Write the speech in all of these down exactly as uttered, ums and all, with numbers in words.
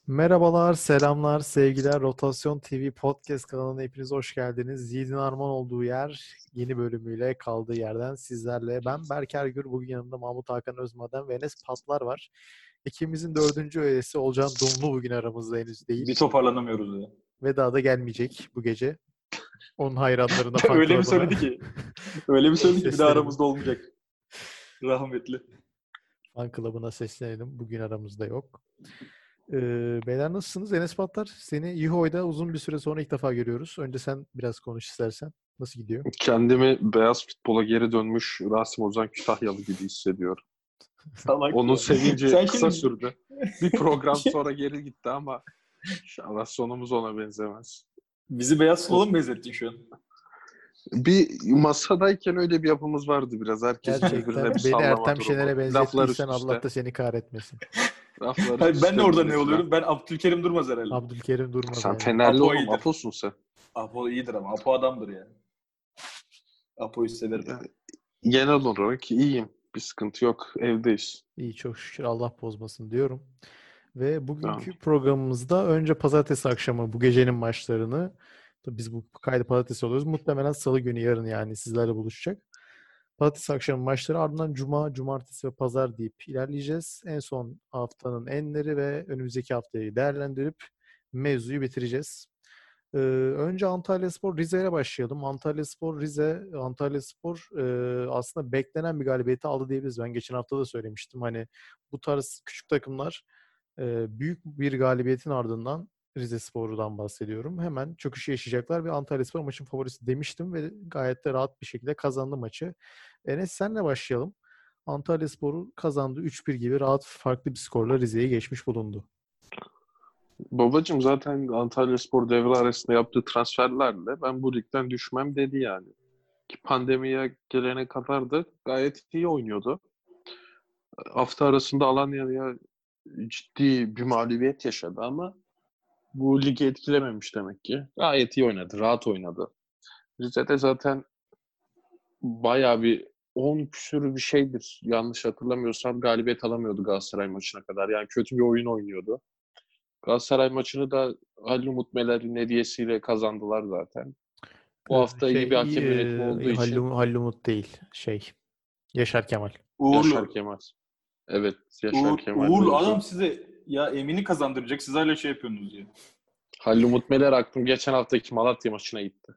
Merhabalar, selamlar, sevgiler. Rotasyon T V Podcast kanalına hepiniz hoş geldiniz. Yiğit'in Arman olduğu yer yeni bölümüyle kaldığı yerden sizlerle. Ben Berker Gür, bugün yanımda Mahmut Hakan Özmaden ve Enes Patlar var. Ekibimizin dördüncü üyesi Olcan Dumlu bugün aramızda henüz Bir değil. toparlanamıyoruz ya. Ve daha da gelmeyecek bu gece. Onun hayranlarına fan Öyle mi club'ına söyledi ki? Öyle mi söyledi ki bir daha seslenelim. aramızda olmayacak. Rahmetli. Fan club'ına seslenelim. Bugün aramızda yok. Ee, beyler nasılsınız? Enes Patlar, seni İHO'da uzun bir süre sonra ilk defa görüyoruz. Önce sen biraz konuş istersen. Nasıl gidiyor? Kendimi beyaz futbola geri dönmüş Rasim Ozan Kütahyalı gibi hissediyorum. Salak Onun ya. sevinci Sen kısa şimdi- sürdü. Bir program sonra geri gitti ama inşallah sonumuz ona benzemez. Bizi beyaz futbola mı benzettin şu an? Bir masadayken öyle bir yapımız vardı biraz. Herkes birbirine Gerçekten bir beni sallama Ertem durumu. Şener'e Laflar benzettiysen üst Allah üste. da seni kahretmesin. Laflar Hayır, üst ben de üste orada böyle ne filan. oluyorum? Ben Abdülkerim Durmaz herhalde. Abdülkerim Durmaz Sen yani. Fenerli Apo oğlum. iyidir. Apo'sun sen. Apo iyidir ama. Apo adamdır ya. Apo'yu severim. Yani genel olarak iyiyim. Bir sıkıntı yok. Evdeyiz. İyi, çok şükür, Allah bozmasın diyorum. Ve bugünkü Tamam. programımızda önce pazartesi akşamı bu gecenin maçlarını, tabii biz bu kaydı pazartesi alıyoruz. Muhtemelen salı günü, yarın yani sizlerle buluşacak. Pazartesi akşamı maçları, ardından cuma, cumartesi ve pazar deyip ilerleyeceğiz. En son haftanın enleri ve önümüzdeki haftayı değerlendirip mevzuyu bitireceğiz. Ee, önce Antalyaspor Rize ile başlayalım. Antalyaspor Rize, Antalyaspor e, aslında beklenen bir galibiyeti aldı diyebiliriz. Ben geçen hafta da söylemiştim. Hani bu tarz küçük takımlar e, büyük bir galibiyetin ardından, Rizespor'dan bahsediyorum, hemen çöküşü yaşayacaklar ve Antalyaspor maçın favorisi demiştim ve gayet de rahat bir şekilde kazandı maçı. Enes, senle başlayalım. Antalyaspor'u kazandı, üç bir gibi rahat, farklı bir skorla Rize'yi geçmiş bulundu. Babacım zaten Antalyaspor devre arasında yaptığı transferlerle ben bu ligden düşmem dedi yani. Ki pandemiye gelene kadar da gayet iyi oynuyordu. Hafta arasında Alanya'ya ciddi bir mağlubiyet yaşadı ama bu ligi etkilememiş demek ki. Gayet iyi oynadı, rahat oynadı. Rize'de zaten bayağı bir on küsür bir şeydir. Yanlış hatırlamıyorsam galibiyet alamıyordu Galatasaray maçına kadar. Yani kötü bir oyun oynuyordu. Galatasaray maçını da Halil Umut Meler'in hediyesiyle kazandılar zaten. Bu hafta Şey, iyi bir hakem e, yönetimi olduğu için Hallum, Hallumut değil, şey, Yaşar Kemal. Yaşar Uğurlu. Kemal. Evet, Yaşar Uğur, Kemal. Uğurlu mevzu. adam size ya Emin'i kazandıracak. Siz hala şey yapıyorsunuz ya. Halil Umut Meler aklım geçen haftaki Malatya maçına gitti.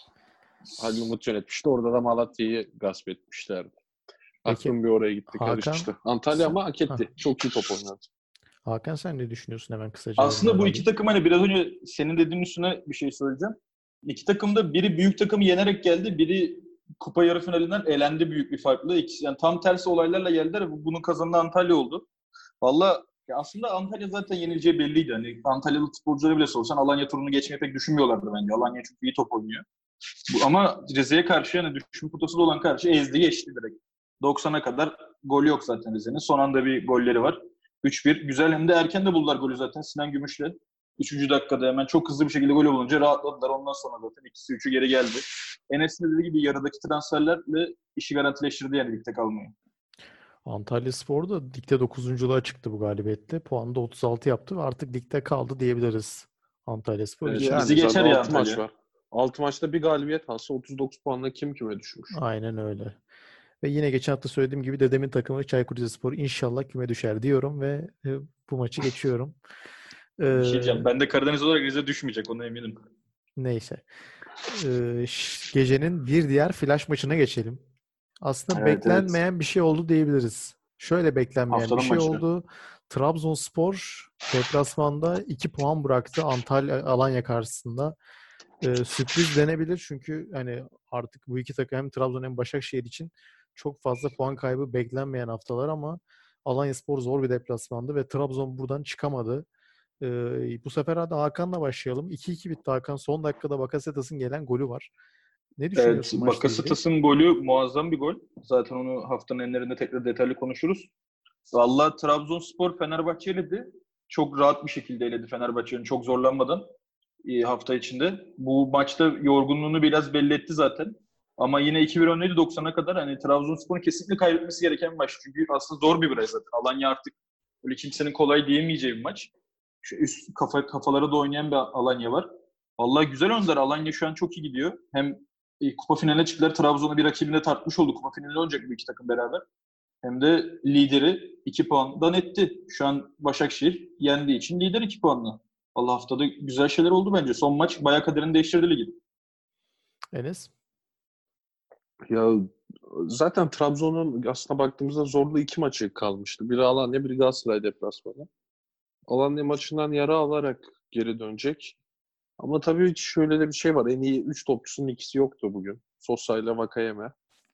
Halil Umut yönetmişti. Orada da Malatya'yı gasp etmişlerdi. Peki Aklım bir oraya gitti, Hakan, karıştı. Antalya ama hak etti. ha, Çok iyi top oynadı. Hakan, sen ne düşünüyorsun, hemen kısaca Aslında yorumlarını bu iki alayım. takım hani biraz önce senin dediğin üstüne bir şey söyleyeceğim. İki takım da biri büyük takımı yenerek geldi, biri kupa yarı finalinden elendi büyük bir farklı. İkisi, yani tam tersi olaylarla geldiler ve bunun kazandığı Antalya oldu. Valla aslında Antalya zaten yenileceği belliydi. Hani Antalyalı futbolculara bile sorsan Alanya turunu geçmeyi pek düşünmüyorlardı bence. Alanya çok iyi top oynuyor. Bu, ama Rize'ye karşı yani düşme potasında olan karşı ezdi geçti direkt. doksana kadar gol yok zaten Rize'nin. Son anda bir golleri var. üç bir. Güzel, hem de erken de buldular golü zaten Sinan Gümüş'le. üçüncü dakikada hemen çok hızlı bir şekilde golü bulunca rahatladılar. Ondan sonra zaten ikisi üçü geri geldi. Enes'in dediği gibi yarıdaki transferlerle işi garantileştirdi yani ligde kalmayı. Antalyaspor da ligde dokuzunculuğa çıktı bu galibiyette. Puanı da otuz altı yaptı ve artık ligde kaldı diyebiliriz Antalyaspor Evet, için. Bizi yani geçer zaten ya altı maç Antalya. var. altı maçta bir galibiyet alsa otuz dokuz puanla kim kime düşmüş? Aynen öyle. Ve yine geçen hafta söylediğim gibi dedemin takımı Çaykur Rizespor inşallah küme düşer diyorum ve e, bu maçı geçiyorum. Bir şey Ee, diyeceğim. Ben de Karadeniz olarak Rize düşmeyecek, ona eminim. neyse. Ee, ş- gecenin bir diğer flash maçına geçelim. Aslında Evet, beklenmeyen evet. bir şey oldu diyebiliriz. Şöyle beklenmeyen bir Haftanın şey maçı. oldu. Trabzonspor deplasmanda iki puan bıraktı Antalya Alanya karşısında. Ee, sürpriz denebilir çünkü hani artık bu iki takım, hem Trabzon hem Başakşehir için çok fazla puan kaybı beklenmeyen haftalar, ama Alanyaspor zor bir deplasmandı ve Trabzon buradan çıkamadı. Ee, bu sefer hadi Hakan'la başlayalım. iki iki bitti Hakan. Son dakikada Bakasetas'ın gelen golü var. Ne Evet, düşünüyorsun maçla ilgili? Bakasetas'ın golü muazzam bir gol. Zaten onu haftanın enlerinde tekrar detaylı konuşuruz. Valla Trabzonspor Fenerbahçe'yledi. Çok rahat bir şekilde eledi Fenerbahçe'nin, çok zorlanmadan e, hafta içinde. Bu maçta yorgunluğunu biraz belli etti zaten. Ama yine iki bir önleydi doksana kadar. Hani Trabzonspor'un kesinlikle kaybetmesi gereken bir maç. Çünkü aslında zor bir viraj zaten. Alanya artık öyle kimsenin kolay diyemeyeceği bir maç. Şu üst kafa kafalara da oynayan bir Alanya var. Vallahi güzel oynadılar. Alanya şu an çok iyi gidiyor. Hem e, kupa finaline çıktılar. Trabzon'u bir rakibine tartmış oldu. Kupa finali olacak bu iki takım beraber. Hem de lideri iki puandan etti. Şu an Başakşehir yendiği için lider iki puanla. Allah haftada güzel şeyler oldu bence. Son maç bayağı kaderini değiştirdi ligin. Enes? Ya zaten Trabzon'un aslında baktığımızda zorlu iki maçı kalmıştı. Biri Alanya, biri Galatasaray deplasmanı. Alanya maçından yara alarak geri dönecek. Ama tabii şöyle de bir şey var. En iyi üç topçusunun ikisi yoktu bugün. Sosa ile Vakayeme.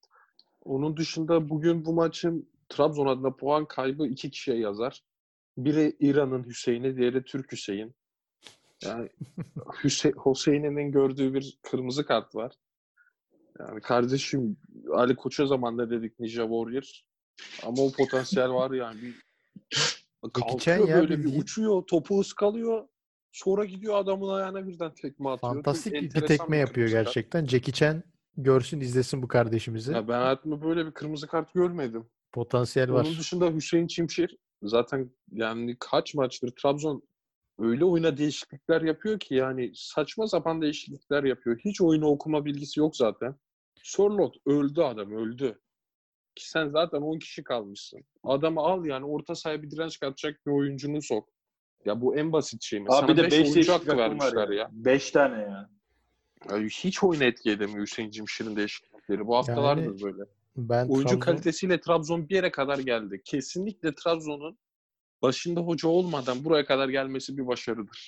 Onun dışında bugün bu maçın Trabzon adına puan kaybı iki kişiye yazar. Biri İran'ın Hüseyin'i, diğeri Türk Hüseyin. Yani Hüse- Hüseyin'in gördüğü bir kırmızı kart var. Yani kardeşim Ali Koç'a zamanında dedik Ninja Warrior. Ama o potansiyel var yani. Bir Jackie Chan kalkıyor ya böyle bir bildiğin. uçuyor, topu ıskalıyor. Sonra gidiyor adamın ayağına birden tekme atıyor. Çok Fantastik bir enteresan tekme bir yapıyor kırmızı kart. gerçekten. Jackie Chan görsün, izlesin bu kardeşimizi. Ya ben hayatımda böyle bir kırmızı kart görmedim. Potansiyel Onun var. dışında Hüseyin Çimşir zaten yani kaç maçtır Trabzon öyle oyuna değişiklikler yapıyor ki yani saçma sapan değişiklikler yapıyor. Hiç oyunu okuma bilgisi yok zaten. Sörloth öldü adam öldü. Ki sen zaten on kişi kalmışsın. Adamı al yani orta sahaya bir direnç katacak bir oyuncunu sok. Ya bu en basit şey mi? Abi Sana de beş beş oyuncu değişiklik hakkı hakkım var vermişler ya. ya. beş tane ya. Ya hiç oyunu etki edemiyor Hüseyin Çimşir'in değişiklikleri. Bu Yani haftalardır böyle. ben Oyuncu Trabzon kalitesiyle Trabzon bir yere kadar geldi. Kesinlikle Trabzon'un başında hoca olmadan buraya kadar gelmesi bir başarıdır.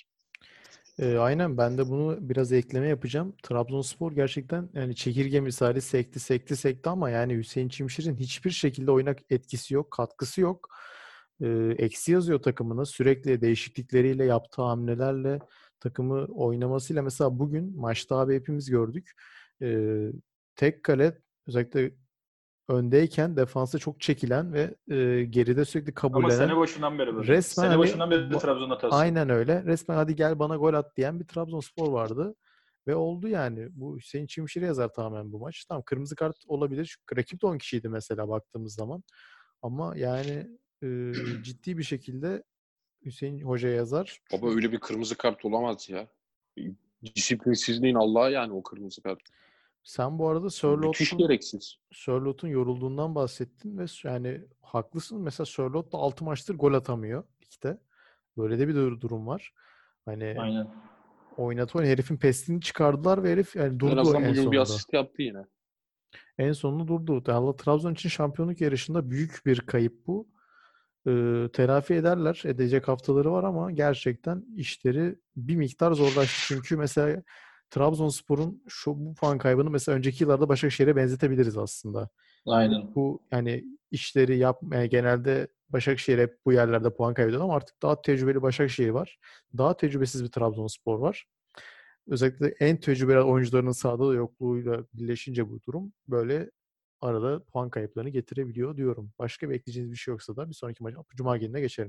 e, aynen ben de bunu biraz ekleme yapacağım. Trabzonspor gerçekten yani çekirge misali sekti sekti sekti ama yani Hüseyin Çimşir'in hiçbir şekilde oyuna etkisi yok, katkısı yok. E, eksi yazıyor takımına. Sürekli değişiklikleriyle, yaptığı hamlelerle, takımı oynamasıyla. Mesela bugün maçta abi hepimiz gördük. E, tek kale özellikle öndeyken defansa çok çekilen ve e, geride sürekli Ama sene kabullenen, başından beri böyle. resmen Sene hani başından beri ba- Trabzon hatası. aynen öyle. Resmen hadi gel bana gol at diyen bir Trabzonspor vardı. Ve oldu yani. Bu Hüseyin Çimşir'e yazar tamamen bu maç. Tamam, kırmızı kart olabilir. Çünkü rakip de on kişiydi mesela baktığımız zaman. Ama yani e, ciddi bir şekilde Hüseyin Hoca yazar. Baba öyle bir kırmızı kart olamaz ya. Disiplinsizliğin Allah'a yani o kırmızı kart. Sen bu arada Müthiş Sörloth'un gereksiz. Sörloth'un yorulduğundan bahsettin ve yani haklısın. Mesela Sörloth da altı maçtır gol atamıyor ligde. Böyle de bir dur- durum var. Hani Aynen. oynat oyun herifin pestini çıkardılar ve herif yani En durdu azından en bugün bir sonunda. asist yaptı yine. En sonunda durdu. Allah Trabzon için şampiyonluk yarışında büyük bir kayıp bu. Ee, telafi ederler. Edecek haftaları var ama gerçekten işleri bir miktar zorlaştı. Çünkü mesela Trabzonspor'un şu bu puan kaybını mesela önceki yıllarda Başakşehir'e benzetebiliriz aslında. Aynen. Bu yani işleri yapmaya genelde Başakşehir hep bu yerlerde puan kaybediyor ama artık daha tecrübeli Başakşehir var. Daha tecrübesiz bir Trabzonspor var. Özellikle en tecrübeli oyuncularının sahada da yokluğuyla birleşince bu durum böyle arada puan kayıplarını getirebiliyor diyorum. Başka bir ekleyeceğiniz bir şey yoksa da bir sonraki maç Cuma gününe geçelim.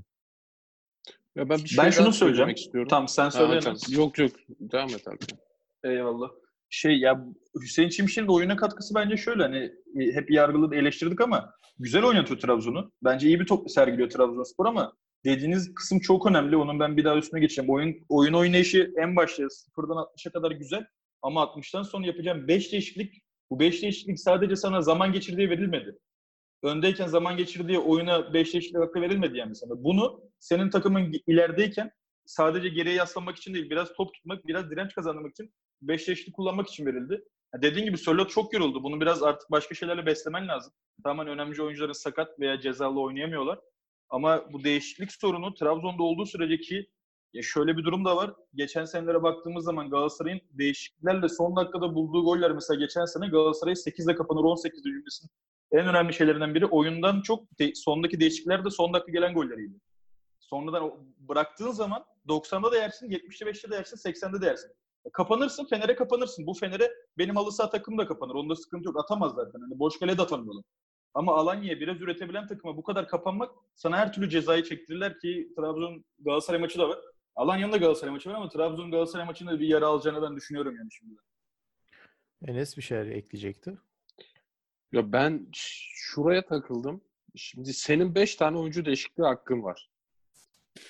Ya ben bir Ben şey daha şunu söyleyeceğim. söylemek istiyorum. Tamam sen Ha, söyle Hakan. Enes. Yok yok. Devam et Hakan. Eyvallah. Şey ya Hüseyin Çimşir'in de oyuna katkısı bence şöyle hani e, hep yargıladı eleştirdik ama güzel oynatıyor Trabzon'u. Bence iyi bir top sergiliyor Trabzonspor ama dediğiniz kısım çok önemli. Onun ben bir daha üstüne geçeceğim. Oyun oyun oynayışı en başta sıfırdan altmışa kadar güzel ama altmıştan sonra yapacağım beş değişiklik bu beş değişiklik sadece sana zaman geçirdiği verilmedi. Öndeyken zaman geçirdiği oyuna beş değişiklik hakkı verilmedi yani sana. Bunu senin takımın ilerideyken sadece geriye yaslanmak için değil, biraz top tutmak, biraz direnç kazanmak için beş değişiklik kullanmak için verildi. Ya dediğin gibi Sörloth çok yoruldu. Bunu biraz artık başka şeylerle beslemen lazım. Tamamen önemli oyuncuların sakat veya cezalı oynayamıyorlar. Ama bu değişiklik sorunu Trabzon'da olduğu sürece ki ya şöyle bir durum da var. Geçen senelere baktığımız zaman Galatasaray'ın değişikliklerle son dakikada bulduğu goller mesela geçen sene Galatasaray sekizle kapanır on sekizde cümlesinin en önemli şeylerinden biri oyundan çok de, sondaki değişiklikler de son dakika gelen golleriydi. Sonradan bıraktığın zaman doksanda da yersin, yetmişte beşte de yersin, seksende de yersin. Kapanırsın, Fener'e kapanırsın. Bu Fener'e benim halı saha takım da kapanır. Onda sıkıntı yok. Atamaz zaten. Hani boş kale de atamıyorlar. Ama Alanya'ya biraz üretebilen takıma bu kadar kapanmak sana her türlü cezayı çektirirler ki Trabzon Galatasaray maçı da var. Alanya'nın da Galatasaray maçı var ama Trabzon Galatasaray maçında bir yara alacağını ben düşünüyorum yani şimdi. Enes bir şeyler ekleyecekti. Ya ben şuraya takıldım. Şimdi senin beş tane oyuncu değişikliği hakkın var.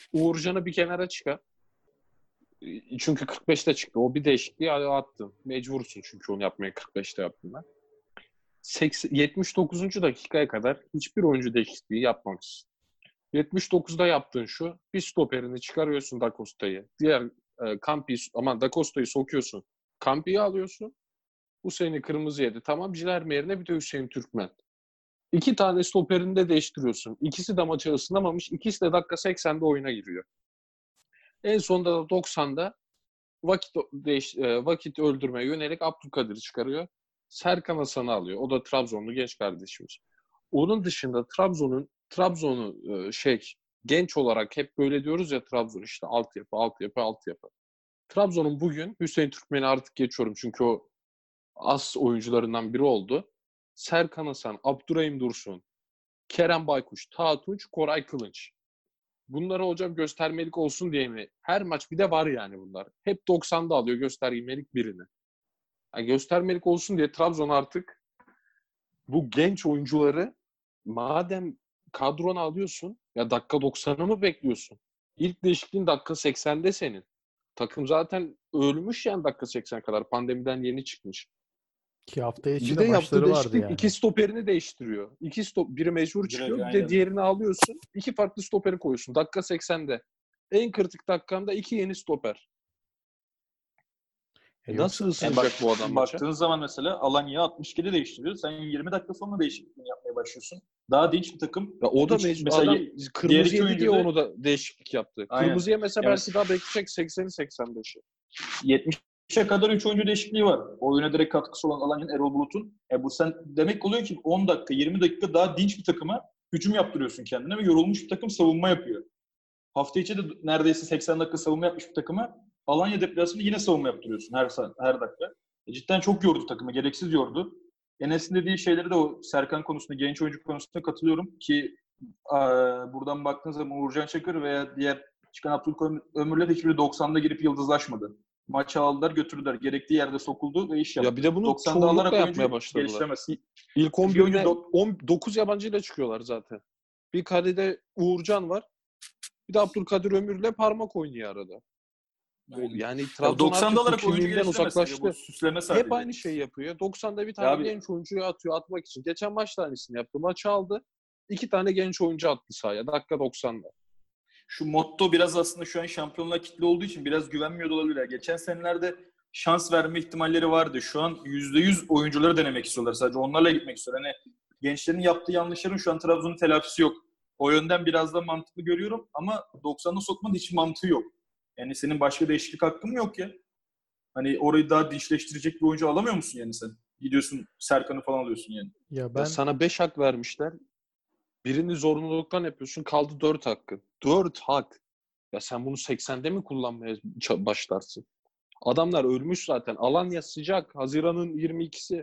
Uğurcan'ı bir kenara çıkar. Çünkü kırk beşte çıktı. O bir değişikliği attı. Mecbursun çünkü onu yapmaya kırk beşte yaptım ben. seksen, yetmiş dokuzuncu dakikaya kadar hiçbir oyuncu değişikliği yapmamışsın. yetmiş dokuzda yaptığın şu, bir stoperini çıkarıyorsun Da Costa'yı. Diğer e, Campi'yi, aman Da Costa'yı sokuyorsun. Campi'yi alıyorsun. Bu seni kırmızı yedi. Tamam, Cilerme yerine bir de Hüseyin Türkmen. İki tane stoperini de değiştiriyorsun. İkisi de maça ısınamamış. İkisi de dakika seksende oyuna giriyor. En sonunda da doksanda vakit değiş, e, vakit öldürmeye yönelik Abdülkadir'i çıkarıyor. Serkan Hasan'ı alıyor. O da Trabzonlu genç kardeşimiz. Onun dışında Trabzon'un Trabzon'u e, şey genç olarak hep böyle diyoruz ya, Trabzon işte altyapı, altyapı, altyapı. Trabzon'un bugün Hüseyin Türkmen'i artık geçiyorum çünkü o az oyuncularından biri oldu. Serkan Hasan, Abdurrahim Dursun, Kerem Baykuş, Taha Tunç, Koray Kılınç. Bunları hocam göstermelik olsun diye mi? Her maç bir de var yani bunlar. Hep doksanda alıyor göstermelik birini. Yani göstermelik olsun diye Trabzon artık bu genç oyuncuları, madem kadrona alıyorsun, ya dakika doksanı mı bekliyorsun? İlk değişikliğin dakika seksende senin. Takım zaten ölmüş yani dakika seksen kadar. Pandemiden yeni çıkmış. Ki hafta içi Bir de de yaptığı maçları vardı değişiklik yani. iki stoperini değiştiriyor. İki stop, biri mecbur Direkt, çıkıyor, bir aynen. de diğerini alıyorsun. İki farklı stoperi koyuyorsun. Dakika seksende. En kritik dakikanda iki yeni stoper. E yok Nasıl zaten. ısınacak Yani bu adam maça? baktığın zaman mesela Alanya altmış kere değiştiriyor. Sen yirmi dakika sonra değişikliğini yapmaya başlıyorsun. Daha dinç bir takım. Ya o da Hiç- mecbur. mesela Adam ye- diğer kırmızı iki yedi oyuncu diye da- onu da değişiklik yaptı. Aynen. Kırmızıya mesela Ya belki daha bekleyecek sekseni seksen beşi. yetmişe kadar üç oyuncu değişikliği var. Oyuna direkt katkısı olan Alanya'nın Erol Bulut'un. E bu sen demek oluyor ki on dakika, yirmi dakika daha dinç bir takıma hücum yaptırıyorsun kendine ve yorulmuş bir takım savunma yapıyor. Hafta içi de neredeyse seksen dakika savunma yapmış bir takıma Alanya deplasmanında yine savunma yaptırıyorsun her her dakika. E cidden çok yordu takımı, gereksiz yordu. Enes'in dediği şeyleri de o Serkan konusunda, genç oyuncu konusunda katılıyorum ki e, buradan baktığınız zaman Uğurcan Çakır veya diğer çıkan Abdülömür'le de hiçbiri doksanda girip yıldızlaşmadı. Maçı aldılar, götürdüler. Gerektiği yerde sokuldu ve iş yaptı. Ya bir de bunu doksanda çoğunlukla alarak yapmaya oyuncu başladılar. geliştiremez. İ- İlk Bir on oyuncu birine do- dokuz yabancıyla çıkıyorlar zaten. Bir kalede Uğurcan var. Bir de Abdülkadir Ömür'le parmak oynuyor arada. O, Aynen. yani Ya Trabzon doksanda artık bu alarak oyuncu kimliğinden geliştiremez sadece. Bu uzaklaştı. süsleme sadece. Hep aynı şeyi yapıyor. doksanda bir tane Ya abi- genç oyuncuyu atıyor atmak için. Geçen maç da aynısını yaptı. Maçı aldı. İki tane genç oyuncu attı sahaya. Dakika doksanda. Şu motto biraz aslında şu an şampiyonluğa kitle olduğu için biraz güvenmiyor da olabilir. Geçen senelerde şans verme ihtimalleri vardı. Şu an yüzde yüz oyuncuları denemek istiyorlar sadece. Onlarla gitmek istiyorlar. Hani gençlerin yaptığı yanlışların şu an Trabzon'un telafisi yok. O yönden biraz da mantıklı görüyorum ama doksana sokmanın hiç mantığı yok. Yani senin başka değişiklik hakkın mı yok ya? Hani orayı daha dinçleştirecek bir oyuncu alamıyor musun yani sen? Gidiyorsun Serkan'ı falan alıyorsun yani. Ya ben Ya sana beş hak vermişler. Birini zorunluluktan yapıyorsun. Kaldı dört hakkın. Dört hak. Ya sen bunu seksende mi kullanmaya ça- başlarsın? Adamlar ölmüş zaten. Alanya sıcak. Haziran'ın yirmi ikisi.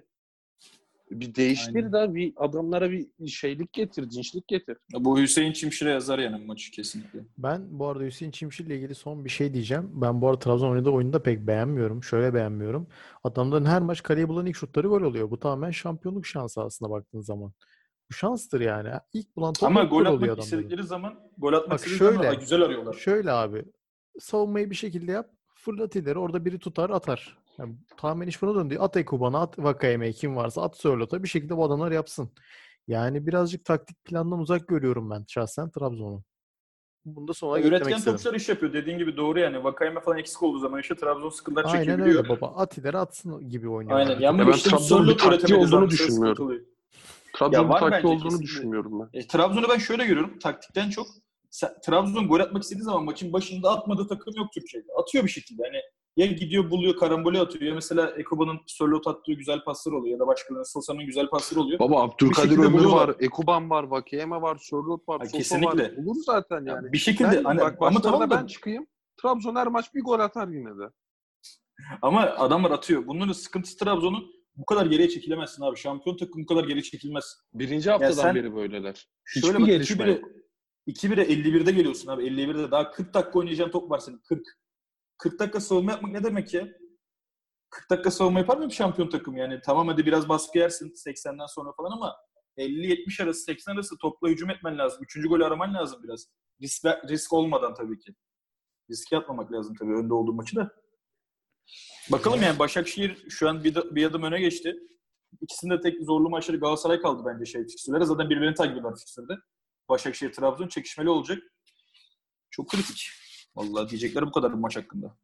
Bir değiştir Aynen. de bir adamlara bir şeylik getir, dinçlik getir. Ya bu Hüseyin Çimşir'e yazar yani maçı kesinlikle. ben bu arada Hüseyin Çimşir'le ilgili son bir şey diyeceğim. Ben bu arada Trabzon oynadığı oyunu da pek beğenmiyorum. Şöyle beğenmiyorum. Adamların her maç kaleye bulan ilk şutları gol oluyor. Bu tamamen şampiyonluk şansı aslında baktığın zaman. Bu şanstır yani. İlk bulan top Ama hep gol gol atmak oluyor adamların. istedikleri zaman gol atmak Bak istedikleri zaman şöyle, aa, güzel arıyorlar. şöyle abi. Savunmayı bir şekilde yap. Fırlat ileri. Orada biri tutar atar. Yani tamamen iş buna döndü. At Ekuban'a, at Vakayeme'ye kim varsa at Sörlot'a. Bir şekilde bu adamlar yapsın. Yani birazcık taktik plandan uzak görüyorum ben şahsen Trabzon'u. Bunu da sonuna Ya, getirmek üretken istedim. topçular iş yapıyor. Dediğin gibi doğru yani. Vakayeme falan eksik olduğu zaman işte Trabzon sıkıntılar Aynen çekebiliyor. öyle baba. At ileri atsın gibi oynuyorlar. Aynen. bir Ya tık. ama Ya ben işte bu Trabzon'un bir Sörloth taktiği üretemediği olduğunu zaman mesela sıkıntı düşünmüyorum. oluyor. Trabzon'un bir var taktiği bence olduğunu kesinlikle. düşünmüyorum ben. E, Trabzon'u ben şöyle görüyorum. Taktikten çok. Sen- Trabzon gol atmak istediği zaman maçın başında atmadığı takım yok Türkiye'de. Atıyor bir şekilde. Yani ya gidiyor buluyor karambole atıyor ya mesela Ekoba'nın Sörloth attığı güzel pasları oluyor ya da başkalarının Sosa'nın güzel pasları oluyor. Baba Bir Abdülkadir şekilde Ömür buluyorlar. var, Ekuban var, Vakeyeme var, Sörloth var, Ha, Sosa kesinlikle. var. Olur zaten Ya yani. bir şekilde Ben, hani, bak ama maçlarda tamam da ben çıkayım. Trabzon her maç bir gol atar yine de. ama adamlar atıyor. Bunların sıkıntısı Trabzon'un bu kadar geriye çekilemezsin abi. Şampiyon takım bu kadar geri çekilmez. Birinci haftadan sen- beri böyleler. Şöyle Hiçbir bak gelişme yok. iki bire elli birde geliyorsun abi. elli birde daha kırk dakika oynayacağın top var senin. kırk. kırk dakika savunma yapmak ne demek ya? kırk dakika savunma yapar mı bir şampiyon takım yani? Tamam hadi biraz baskı yersin seksenden sonra falan ama elli yetmiş arası seksen arası topla hücum etmen lazım. Üçüncü golü araman lazım biraz. Risk, risk olmadan tabii ki. Riske atmamak lazım tabii önde olduğu maçı da. Bakalım yani Başakşehir şu an bir, bir adım öne geçti. İkisinde tek zorlu maçları Galatasaray kaldı bence şey fikstürlere. Zaten birbirini takip ediyorlar fikstürde. Başakşehir, Trabzon çekişmeli olacak. Çok kritik. Vallahi diyecekler bu kadar bu maç hakkında.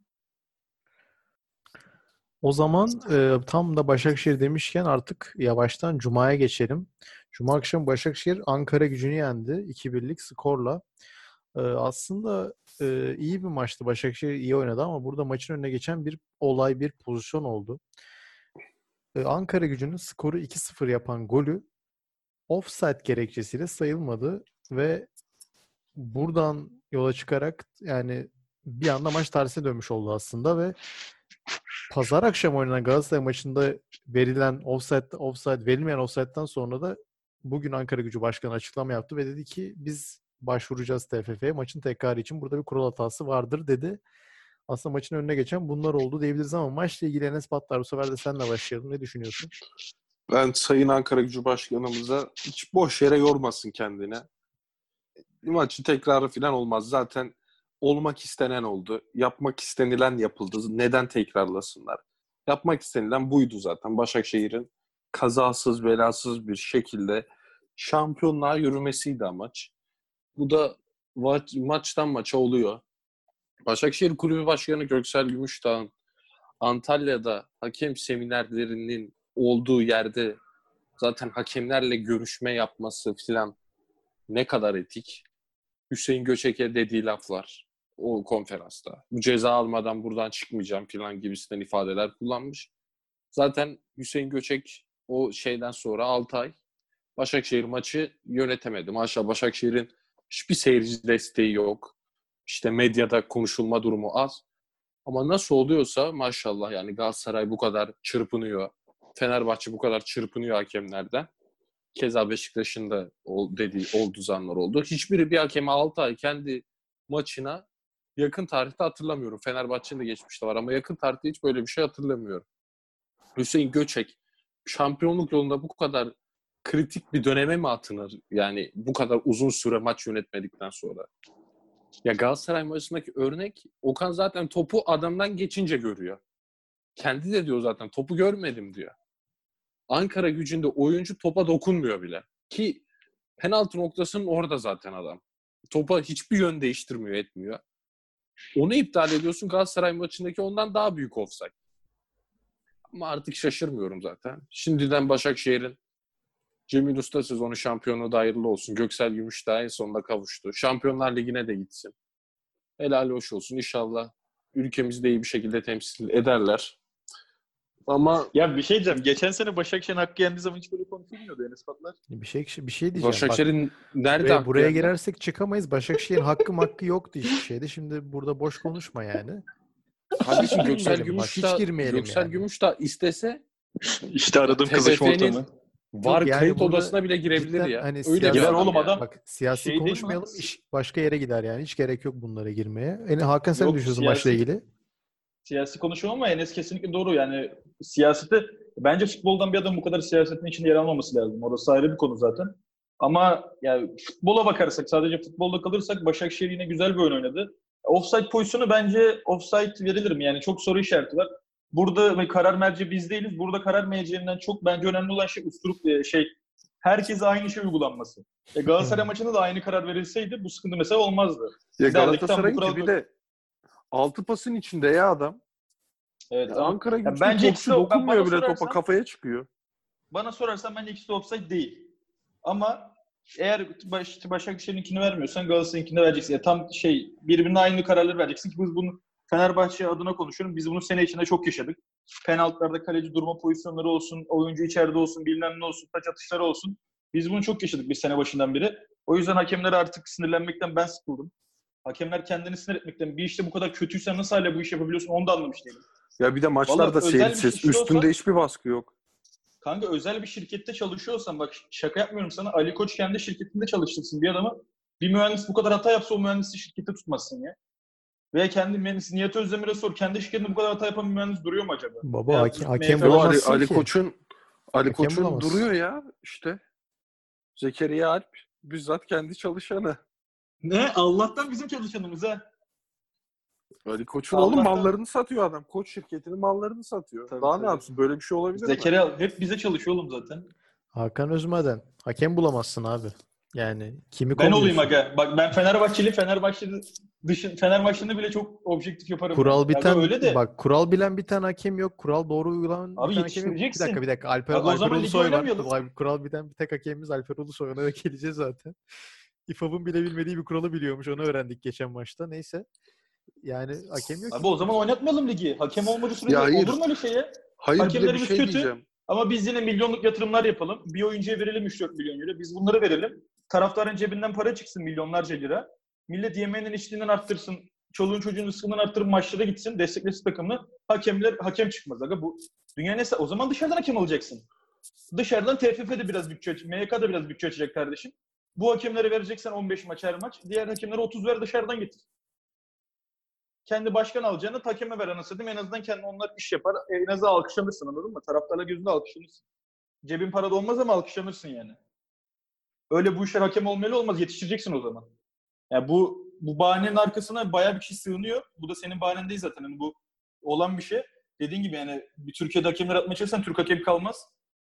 O zaman e, tam da Başakşehir demişken artık yavaştan Cuma'ya geçelim. Cuma akşamı Başakşehir Ankara Gücü'nü yendi. iki birlik skorla. E, aslında e, iyi bir maçtı. Başakşehir iyi oynadı ama burada maçın önüne geçen bir olay, bir pozisyon oldu. E, Ankara Gücü'nün skoru iki sıfır yapan golü offside gerekçesiyle sayılmadı ve buradan yola çıkarak yani bir anda maç tersine dönmüş oldu aslında ve Pazar akşam oynanan Galatasaray maçında verilen offside, offside verilmeyen offside'den sonra da bugün Ankara Gücü Başkanı açıklama yaptı ve dedi ki biz başvuracağız T F F'ye. Maçın tekrarı için burada bir kural hatası vardır dedi. Aslında maçın önüne geçen bunlar oldu diyebiliriz ama maçla ilgili Enes Batlar bu sefer de senle başlayalım. Ne düşünüyorsun? Ben Sayın Ankara Gücü Başkanımıza hiç boş yere yormasın kendine. Maçın tekrarı falan olmaz. Zaten olmak istenen oldu. Yapmak istenilen yapıldı. Neden tekrarlasınlar? Yapmak istenilen buydu zaten. Başakşehir'in kazasız belasız bir şekilde şampiyonluğa yürümesiydi amaç. Bu da ma- maçtan maça oluyor. Başakşehir Kulübü Başkanı Göksel Gümüşdağ'ın Antalya'da hakem seminerlerinin olduğu yerde zaten hakemlerle görüşme yapması falan ne kadar etik. Hüseyin Göçek'e dediği laflar o konferansta. Bu ceza almadan buradan çıkmayacağım falan gibisinden ifadeler kullanmış. Zaten Hüseyin Göçek o şeyden sonra altı ay Başakşehir maçı yönetemedi. Maşallah Başakşehir'in hiçbir seyirci desteği yok. İşte medyada konuşulma durumu az. Ama nasıl oluyorsa maşallah yani Galatasaray bu kadar çırpınıyor. Fenerbahçe bu kadar çırpınıyor hakemlerden. Keza Beşiktaş'ın da dediği oldu zanlar oldu. Hiçbiri bir hakemi altı ay kendi maçına yakın tarihte hatırlamıyorum. Fenerbahçe'nin de geçmişte var ama yakın tarihte hiç böyle bir şey hatırlamıyorum. Hüseyin Göçek şampiyonluk yolunda bu kadar kritik bir döneme mi atınır? Yani bu kadar uzun süre maç yönetmedikten sonra. Ya Galatasaray maçındaki örnek Okan zaten topu adamdan geçince görüyor. Kendi de diyor zaten topu görmedim diyor. Ankara Gücü'nde oyuncu topa dokunmuyor bile. Ki penaltı noktasının orada zaten adam. Topa hiçbir yön değiştirmiyor, etmiyor. Onu iptal ediyorsun Galatasaray maçındaki ondan daha büyük offside. Ama artık şaşırmıyorum zaten. Şimdiden Başakşehir'in Cemil Usta sezonu şampiyonu da hayırlı olsun. Göksel Gümüşdağ en sonunda kavuştu. Şampiyonlar Ligi'ne de gitsin. Helal hoş olsun. İnşallah ülkemizi de iyi bir şekilde temsil ederler. Ama Ya bir şey diyeceğim. Geçen sene Başakşehir'in hakkı yendiği zaman hiç böyle konuşulmuyordu Enes Patlar. Bir şey bir şey diyeceğim. Başakşehir'in Bak, nerede buraya, hakkı buraya yendi? girersek çıkamayız. Başakşehir'in hakkı hakkı yoktu hiçbir şeyde. Şimdi burada boş konuşma yani. Kardeşim Göksel girmeyelim bak, hiç Gümüşdağ, girmeyelim Göksel yani. Gümüşdağ istese İşte aradığım kızışma T F F'nin ortamı. var yani kayıt burada odasına bile girebilir cidden ya. hani Öyle siyasi, bir Girer adam oğlum ya. adam. bak siyasi Şey değil mi konuşmayalım. lan? İş başka yere gider yani. Hiç gerek yok bunlara girmeye. Yani Hakan sen ne Yok, düşünüyorsun siyasi- maçla ilgili? Siyasi konuşuyor ama Enes kesinlikle doğru. Yani siyasete bence futboldan bir adam bu kadar siyasetin içinde yer almaması lazım. Orası ayrı bir konu zaten. Ama yani futbola bakarsak, sadece futbolda kalırsak Başakşehir yine güzel bir oyun oynadı. Offside pozisyonu bence offside verilir mi? Yani çok soru işareti var. Burada ve karar merci biz değiliz. Burada karar merciinden çok bence önemli olan şey üslup şey herkese aynı şey uygulanması. E Galatasaray Hmm. maçında da aynı karar verilseydi bu sıkıntı mesela olmazdı. Ya Derdik, tam bu Galatasaray'ın kural ki bir böyle. de altı pasın içinde ya adam. Evet, Ya tamam. Ankara Ya Gücü'nün bence topçu ikisi de- dokunmuyor bana bile topa, sorarsan- kafaya çıkıyor. Bana sorarsan bence ikisi de offside değil. Ama eğer Baş, Başakşehir'inkini vermiyorsan Galatasaray'ınkini vereceksin. Ya tam şey birbirine aynı kararları vereceksin ki biz bunu Fenerbahçe adına konuşuyorum. Biz bunu sene içinde çok yaşadık. Penaltılarda kaleci durma pozisyonları olsun, oyuncu içeride olsun, bilmem ne olsun, taç atışları olsun. Biz bunu çok yaşadık bir sene başından beri. O yüzden hakemlere artık sinirlenmekten ben sıkıldım. Hakemler kendini sinir etmekten, bir işte bu kadar kötüysen nasıl hala bu işi yapabiliyorsun onu da anlamış değilim. Ya bir de maçlarda Vallahi özel bir seyirsiz. şey Üstünde olsa- hiçbir baskı yok. Kanka özel bir şirkette çalışıyorsan bak şaka yapmıyorum sana, Ali Koç kendi şirketinde çalıştırsın bir adamı. Bir mühendis bu kadar hata yapsa o mühendisi şirkette tutmazsın ya. Veya kendi mühendisi Nihat Özdemir'e sor, kendi şirketinde bu kadar hata yapan bir mühendis duruyor mu acaba? Baba Veya hakem, hakem M F L Yo, Ali, bulamazsın Ali ki. Koç'un Ali Hakem Koç'un bulamazsın. duruyor ya işte. Zekeriya Alp bizzat kendi çalışanı. Ne? Allah'tan bizim çalışanımız ha. Ali Koç'un Allah'tan- oğlum mallarını satıyor adam. Koç şirketinin mallarını satıyor. Tabii, Daha tabii. ne yapsın? Böyle bir şey olabilir mi? Zekeriya hep bize çalışıyor oğlum zaten. Hakan Özmaden. Hakem bulamazsın abi. Yani kimi Ben olayım kovuyorsun? aga. Bak ben Fenerbahçeli, Fenerbahçeli dışı Fenerbahçe'ni bile çok objektif yaparım. Kural yani. biten Aga öyle de. bak kural bilen bir tane hakem yok. Kural doğru uygulanan Abi bir tane hakem yok. Bir yetiştireceksin. dakika bir dakika. Alper, Abi o Alper zaman ligi Ulusoy var. oynamayalım. Vay, kural biten bir tek hakemimiz Alper Ulusoy. Ona da geleceğiz zaten. İ F A B'ın bile bilmediği bir kuralı biliyormuş. Onu öğrendik geçen maçta. Neyse. Yani hakem yok. Abi o zaman oynatmayalım ligi. Hakem olmadığı sürece Ya hayır. olur mu öyle şey ya? Hayır bir de bir Hakemlerimiz şey kötü. diyeceğim. Ama biz yine milyonluk yatırımlar yapalım. Bir oyuncuya verelim üç dört milyon euro. Biz bunları verelim. Taraftarın cebinden para çıksın milyonlarca lira. Millet yemeğinin içtiğinden arttırsın. Çoluğun çocuğun rızkından arttırıp maçlara gitsin. Desteklesin takımını. Hakemler hakem çıkmaz. Aga bu dünya ne? O zaman dışarıdan hakem alacaksın. Dışarıdan T F F de biraz bütçe açacak. M Y K da biraz bütçe açacak kardeşim. Bu hakemlere vereceksen on beş maç her maç. Diğer hakemlere otuz ver, dışarıdan getir. Kendi başkan alacağını hakeme ver anasını satayım. En azından kendi onlar iş yapar. En azından alkışlanırsın, anladın mı? Taraftarlar gözünde alkışlanırsın. Cebin parada olmaz ama alkışlanırsın yani. Öyle bu işler hakem olmalı olmaz. Yetiştireceksin o zaman. Yani bu bu bahanenin arkasına bayağı bir kişi sığınıyor. Bu da senin bahanen değil zaten. Yani bu olan bir şey. Dediğin gibi yani bir Türkiye'de hakemler atmaya çalışsan Türk hakem kalmaz.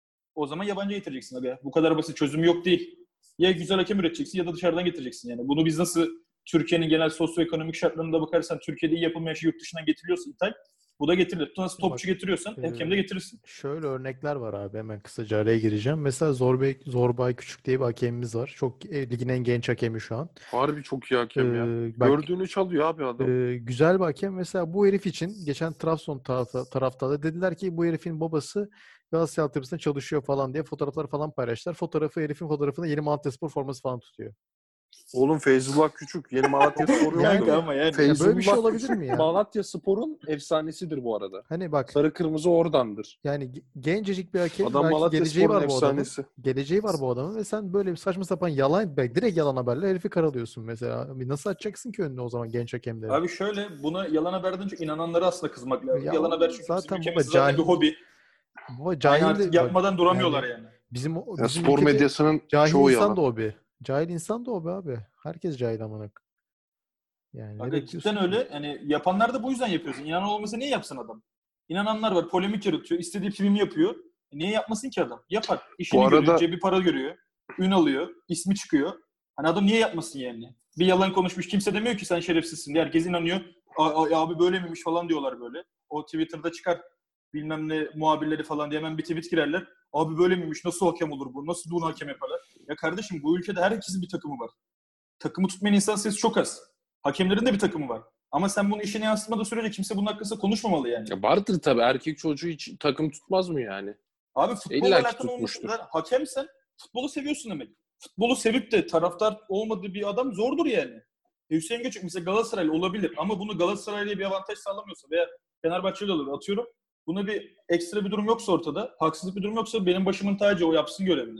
O zaman yabancı getireceksin abi. Bu kadar basit. Çözümü yok değil. Ya güzel hakem üreteceksin ya da dışarıdan getireceksin yani. Bunu biz nasıl Türkiye'nin genel sosyoekonomik şartlarına da bakarsan Türkiye'de iyi yapılmayan şey yurt dışından getiriliyorsa ithal, bu da getirilir. Nasıl topçu Bak, getiriyorsan e, hakem de getirirsin. Şöyle örnekler var abi. Hemen kısaca araya gireceğim. Mesela Zorbay, Zorbay Küçük diye bir hakemimiz var. Çok e, ligin en genç hakemi şu an. Harbi çok iyi hakem ya. Ee, bak, Gördüğünü çalıyor abi adam. e, güzel bir hakem. Mesela bu herif için geçen Trabzon tarafta, taraftarı dediler ki bu herifin babası Galatasaray altyapısında çalışıyor falan diye fotoğraflar falan paylaştılar. Fotoğrafı herifin fotoğrafını yeni Malatyaspor forması falan tutuyor. Oğlum Feyzullah Küçük. Yeni Malatya Sporu Yani- yok mu? ama yani. Feyzullah Ya böyle bir şey olabilir Küçük, mi ya? Malatya Spor'un efsanesidir bu arada. Hani bak Sarı kırmızı oradandır. yani ge- gencecik bir hakem, Adam belki Malatya geleceği Spor'un var bu adamın. efsanesi. Geleceği var bu adamın ve sen böyle bir saçma sapan yalan, bak direkt yalan haberle herifi karalıyorsun mesela. Abi nasıl açacaksın ki önüne o zaman genç hakemleri? Abi şöyle buna yalan haberden çok inananlara aslında kızmak lazım. Ya yalan haber çünkü zaten bizim baba ülkemizde zaten cahil- bir hobi. Bu Yani cahil artık de- yapmadan duramıyorlar yani. Bizim, o- Ya bizim spor ülkede medyasının cahil çoğu insan yalan. da o be. Cahil insan da o be abi. Herkes cahil amına. Yani ne Aga bekliyorsun cidden ki? öyle. Yani yapanlar da bu yüzden yapıyorsun. İnanan olmasa niye yapsın adam? İnananlar var. Polemik yaratıyor. İstediği filmi yapıyor. E niye yapmasın ki adam? Yapar. İşini Bu arada- görüyor. Cebi para görüyor. Ün alıyor. İsmi çıkıyor. Hani adam niye yapmasın yani? Bir yalan konuşmuş. Kimse demiyor ki sen şerefsizsin diye. Herkes inanıyor. A- a- abi böyle miymiş falan diyorlar böyle. O Twitter'da çıkar bilmem ne muhabirleri falan diye hemen bir tweet girerler. Abi böyle miymiş? Nasıl hakem olur bu? Nasıl bunu hakem yaparlar? Ya kardeşim bu ülkede herkesin bir takımı var. Takımı tutmayan insan sayısı çok az. Hakemlerin de bir takımı var. Ama sen bunu işine yansıtmadığı sürece kimse bunun hakkında konuşmamalı yani. Ya vardır tabii. Erkek çocuğu hiç takım tutmaz mı yani? Abi futbolla İlla ki alakalı olmuş. tutmuştur. Hakemsen futbolu seviyorsun demek. Futbolu sevip de taraftar olmadığı bir adam zordur yani. E Hüseyin Göçük mesela Galatasaraylı olabilir ama bunu Galatasaraylı'ya bir avantaj sağlamıyorsa veya Fenerbahçeli olur atıyorum. Buna bir ekstra bir durum yoksa ortada, haksızlık bir durum yoksa benim başımın tacı o yapsın görevini.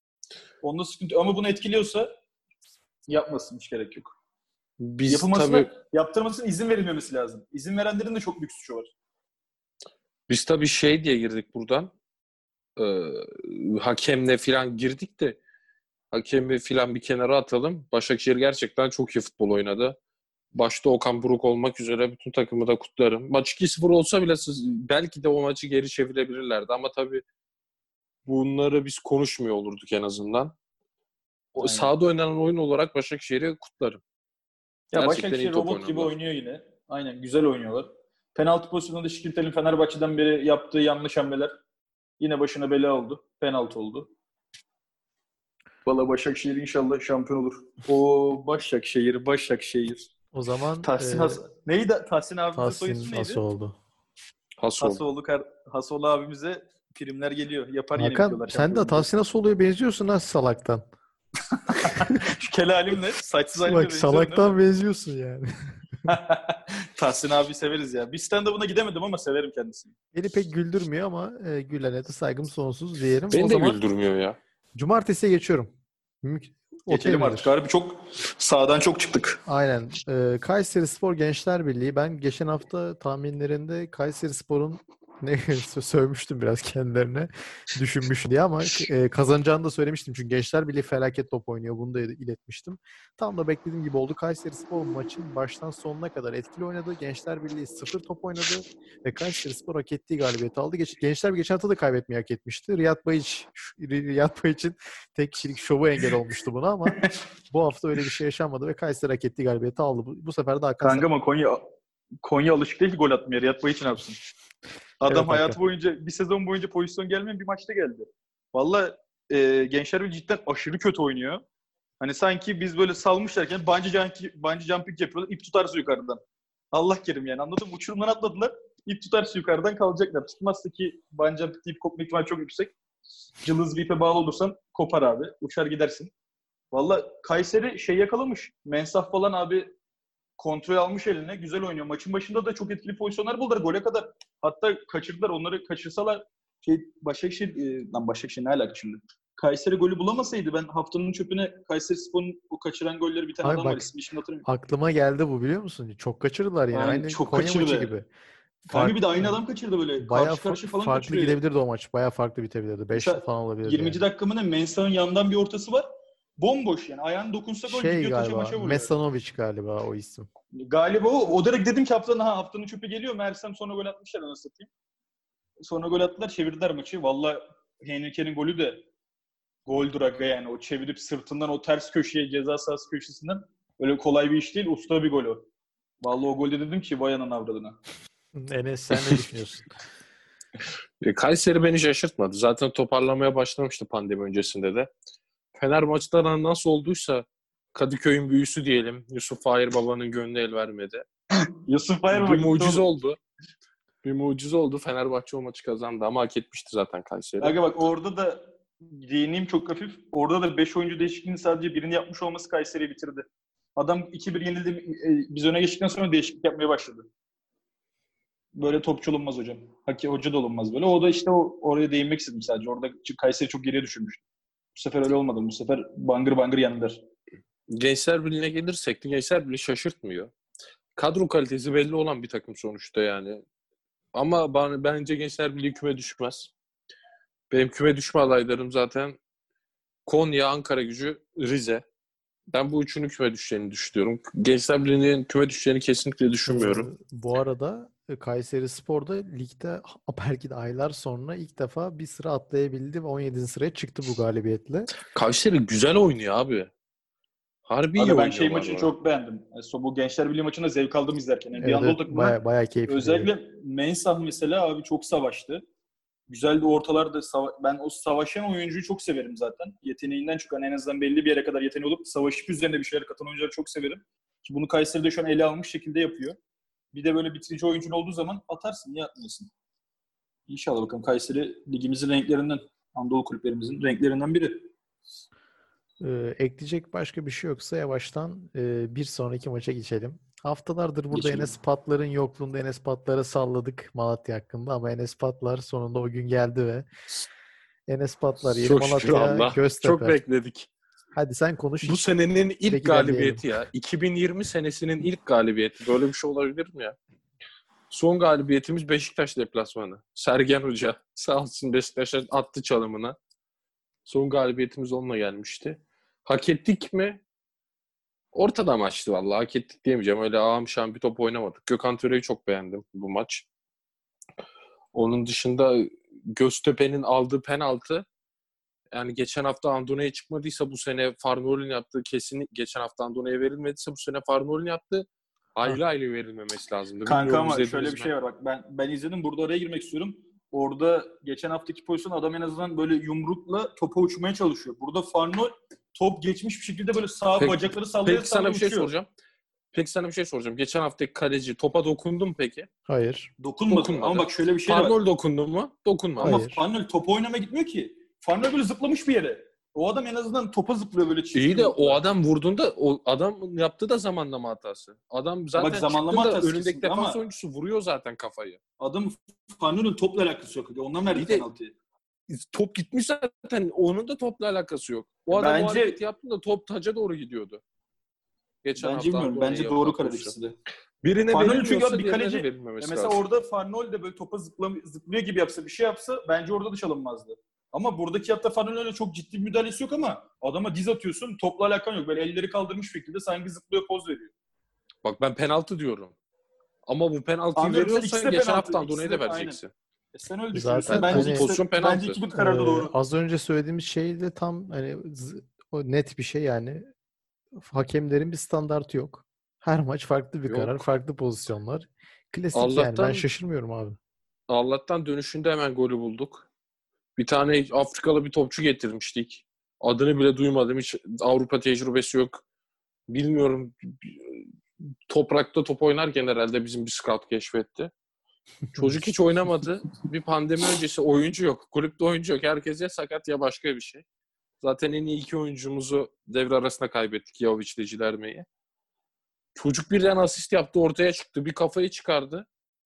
Onda sıkıntı ama bunu etkiliyorsa yapmasın, hiç gerek yok. Biz Yapılmasına, tabii yaptırmasına izin verilmemesi lazım. İzin verenlerin de çok büyük suçu var. biz tabii şey diye girdik buradan. Ee, hakemle filan girdik de hakemi filan bir kenara atalım. Başakşehir gerçekten çok iyi futbol oynadı. Başta Okan Buruk olmak üzere bütün takımı da kutlarım. Maç iki sıfır olsa bile siz, belki de o maçı geri çevirebilirlerdi ama tabii bunları biz konuşmuyor olurduk en azından. O Aynen. sahada oynanan oyun olarak Başakşehir'i kutlarım. Ya Gerçekten iyi Başakşehir top robot gibi oynadılar. oynuyor yine. Aynen güzel oynuyorlar. Penaltı pozisyonunda Şikirtel'in Fenerbahçe'den beri yaptığı yanlış hamleler yine başına bela oldu. Penaltı oldu. Valla Başakşehir inşallah şampiyon olur. O Başakşehir, Başakşehir. O zaman Tahsin e, Has... Neydi? Tahsin abimizin soy Tahsin ismi nasıl neydi? oldu? Hasol. Hasoğlu, Kar... Hasoğlu abimize primler geliyor. Yapar yine Hakan videolar. sen de şampiyonluğu. Tahsin Asolu'ya benziyorsun ha salaktan. Şu kel halimle, saçsız halimle Bak benziyorum değil mi? salaktan benziyorsun yani. Tahsin abi severiz ya. Bir stand-up'ına gidemedim ama severim kendisini. Beni pek güldürmüyor ama e, Gülen'e de saygım sonsuz diyelim. Beni o de zaman güldürmüyor ya. cumartesiye geçiyorum. Mümk- Geçelim okey artık. midir? Harbi çok sağdan çok çıktık. Aynen. Ee, Kayserispor Gençler Birliği. Ben geçen hafta tahminlerinde Kayserispor'un Ne sö- sövmüştüm biraz kendilerine düşünmüş diye ama e, kazanacağını da söylemiştim. Çünkü Gençler Birliği felaket top oynuyor. Bunu da iletmiştim. Tam da beklediğim gibi oldu. Kayserispor maçın baştan sonuna kadar etkili oynadı. Gençler Birliği sıfır top oynadı ve Kayserispor hak ettiği galibiyeti aldı. Geç, Gençler Birliği geçen hafta da kaybetmeyi hak etmişti. Riyad Bayiç, Riyad Bayiç'in tek kişilik şovu engel olmuştu buna ama bu hafta öyle bir şey yaşanmadı ve Kayseri hak ettiği galibiyeti aldı. Bu, bu sefer de Hakan Kanka ama Konya Konya alışık değil ki gol atmaya. Riyad Bayiç ne yapsın? Adam Evet, hayatı hakikaten. boyunca, bir sezon boyunca pozisyon gelmeyen bir maçta geldi. Valla e, Gençler Birliği cidden aşırı kötü oynuyor. Hani sanki biz böyle salmışlarken bungee jumping, bungee jumping yapıyorlar. İp tutarsa yukarıdan. Allah kerim yani, anladın mı? Uçurumdan atladılar. İp tutarsa yukarıdan kalacaklar. Tutmazsa ki bungee jumping ip kopma ihtimali çok yüksek. Cılız bir ipe bağlı olursan kopar abi. Uçar gidersin. Valla Kayseri şey yakalamış. Mensah falan abi kontrol almış eline. Güzel oynuyor. Maçın başında da çok etkili pozisyonlar buldular. Gole kadar. Hatta kaçırdılar. Onları kaçırsalar şey Başakşehir e, lan Başakşehir ne alaka şimdi? Kayseri golü bulamasaydı ben haftanın çöpüne Kayserispor'un o kaçıran golleri bir tane Abi adam var. bak, İsmini şimdi hatırlamıyorum. aklıma geldi bu, biliyor musun? Çok kaçırdılar yani. Yani Aynı çok Konya maçı kaçırdı. gibi. Kanka bir de Farklı, aynı adam kaçırdı böyle. bayağı Karşı fa- karşı falan farklı kaçırıyor. gidebilirdi o maç. Bayağı farklı bitebilirdi. beşli Mesela falan olabilirdi yirminci yani. dakika mı ne? Mensah'ın yandan bir ortası var. Bomboş yani. Ayağını dokunsa gol, Şey gidiyor taşa galiba, maşa vuruyor. Mesanovic galiba o isim. Galiba o. O direkt dedim ki haftanın, ha, haftanın çöpü geliyor. Meğersem sonra gol atmışlar, anasını satayım. Sonra gol attılar, çevirdiler maçı. Valla Henrique'nin golü de goldür aga yani. O çevirip sırtından o ters köşeye, ceza sahası köşesinden, öyle kolay bir iş değil. Usta bir gol o. Valla o golde dedim ki vay anana avradına. Enes, sen ne düşünüyorsun? E, Kayseri beni şaşırtmadı. Zaten toparlamaya başlamıştı pandemi öncesinde de. Fener maçları nasıl olduysa Kadıköy'ün büyüsü diyelim. Yusuf Fahir Baba'nın gönlü el vermedi. Yusuf Bayram Bir mucize oldu. Bir mucize oldu. Fenerbahçe o maçı kazandı ama hak etmişti zaten Kayseri. Aga bak, orada da değineyim çok hafif. Orada da beş oyuncu değişikliğini sadece birini yapmış olması Kayseri'yi bitirdi. Adam iki bir yenildi. e, Biz öne geçtikten sonra değişiklik yapmaya başladı. Böyle topçu olunmaz hocam. Haki hoca da olunmaz böyle. O da işte o, oraya değinmek istedim sadece. Orada Kayseri çok geriye düşürmüştü. Bu sefer öyle olmadı. Bu sefer bangır bangır yendiler. Gençler Birliği'ne gelirsek de Gençler Birliği şaşırtmıyor. Kadro kalitesi belli olan bir takım sonuçta yani. Ama ben, bence Gençler Birliği küme düşmez. Benim küme düşme adaylarım zaten Konya, Ankaragücü, Rize. Ben bu üçünün küme düşeceğini düşünüyorum. Gençler Birliği'nin küme düşeceğini kesinlikle düşünmüyorum. Ee, bu arada e, Kayserispor'da ligde belki de aylar sonra ilk defa bir sıra atlayabildi ve on yedinci sıraya çıktı bu galibiyetle. Kayseri güzel oynuyor abi. Harbi iyi Aga ben oynuyorlar. şey maçını var. çok beğendim. So, bu Gençler Birliği maçında zevk aldım izlerken. Yani bir Evet, Anadolu evet, takımlar baya, bayağı keyifli. özellikle Mensah mesela abi çok savaştı. Güzel bir ortalarda sava- ben o savaşan oyuncuyu çok severim zaten. Yeteneğinden çok, hani en azından belli bir yere kadar yeteneği olup savaşıp üzerine bir şeyler katan oyuncuları çok severim. Ki bunu Kayseri'de şu an ele almış şekilde yapıyor. Bir de böyle bitirici oyuncun olduğu zaman atarsın, niye atmıyorsun? İnşallah bakalım, Kayseri ligimizin renklerinden, Anadolu kulüplerimizin renklerinden biri. Ee, ekleyecek başka bir şey yoksa yavaştan e, bir sonraki maça geçelim. Haftalardır burada Geçelim. Enes Patlar'ın yokluğunda Enes Patlar'ı salladık Malatya hakkında ama Enes Patlar sonunda o gün geldi ve Enes Patlar yeni Çok şükür Malatya Allah. Göztepe. Çok bekledik. Hadi sen konuş. Bu senenin ilk direkt galibiyeti ya. iki bin yirmi senesinin ilk galibiyeti. Böyle bir şey olabilir mi ya? Son galibiyetimiz Beşiktaş deplasmanı. Sergen Hoca sağ olsun Beşiktaş'a attı çalımına. Son galibiyetimiz onunla gelmişti. Hak ettik mi? Ortada maçtı vallahi. Hak ettik diyemeyeceğim. Öyle ağam şam bir top oynamadık. Gökhan Töre'yi çok beğendim bu maç. Onun dışında Göztepe'nin aldığı penaltı, yani geçen hafta Andone'ye çıkmadıysa bu sene Farnoğlu'nun yaptığı, kesin geçen hafta Andone'ye verilmediyse bu sene Farnoğlu'nun yaptığı ayrı ayrı verilmemesi lazımdı. Kanka Bilmiyorum, ama izlediniz şöyle bir mi? şey var bak, ben ben izledim, burada oraya girmek istiyorum. Orada geçen haftaki pozisyon adam en azından böyle yumrukla topa uçmaya çalışıyor. Burada Farnol top geçmiş bir şekilde böyle sağ Peki- bacakları sallaya Peki sana sallaya bir şey uçuyor. soracağım. Peki sana bir şey soracağım. Geçen haftaki kaleci topa dokundu mu peki? Hayır. Dokunmadı. Dokunmadı. Ama bak şöyle bir şey de var. Farnoğlu dokundu mu? Dokunmadı. Ama Hayır. Farnol topa oynamaya gitmiyor ki. Farnol böyle zıplamış bir yere. O adam en azından topa zıplıyor böyle çift İyi de yumrukla. o adam vurduğunda o adam yaptığı da zamanlama hatası. Adam zaten Bak, zamanlama çıktığında hatası önündeki kesinlikle defans ama- oyuncusu vuruyor zaten kafayı. Adam Farnol'un topla alakası yok. Ondan verdi İyi de- penaltıyı. Top gitmiş zaten. Onun da topla alakası yok. O adam Bence- o hareketi yaptığında top taca doğru gidiyordu. Geçen Bence hafta bilmiyorum. Andone'ye Bence yapılan doğru karar pozisyon. ikisi de. Birine Farnoli çünkü verilmiyorsa bir diğerine kaleci verilmemesi ya mesela lazım. orada Farnoli de böyle topa zıplam- zıplıyor gibi yapsa, bir şey yapsa bence orada da çalınmazdı. Ama buradaki hatta Farnoli'yle çok ciddi bir müdahalesi yok ama adama diz atıyorsun, topla alakan yok. Böyle elleri kaldırmış şekilde sanki zıplıyor, poz veriyor. Bak ben penaltı diyorum. Ama bu penaltıyı Anlıyorum, sen ikisi veriyorsan de geçen penaltı. hafta ikisi Andona'ya da de aynen. vereceksin. E sen öyle Zaten düşünüyorsun. Bence hani- ikisi de, Pozisyon bence penaltı. iki bir karar da Ee, doğru. az önce söylediğimiz şey de tam hani z- o net bir şey yani. Hakemlerin bir standartı yok. Her maç farklı bir karar, Yok. farklı pozisyonlar. Klasik yani. Ben Allah'tan şaşırmıyorum abi. Allah'tan dönüşünde hemen golü bulduk. Bir tane Afrikalı bir topçu getirmiştik. Adını bile duymadım. Hiç Avrupa tecrübesi yok. Bilmiyorum. Toprakta top oynarken herhalde bizim bir scout keşfetti. Çocuk hiç oynamadı. Bir pandemi öncesi oyuncu yok. Kulüpte oyuncu yok. Herkes ya sakat ya başka bir şey. Zaten en iyi iki oyuncumuzu devre arasında kaybettik. Jovic ile Cilerme'yi. Çocuk birden asist yaptı, ortaya çıktı. Bir kafayı çıkardı.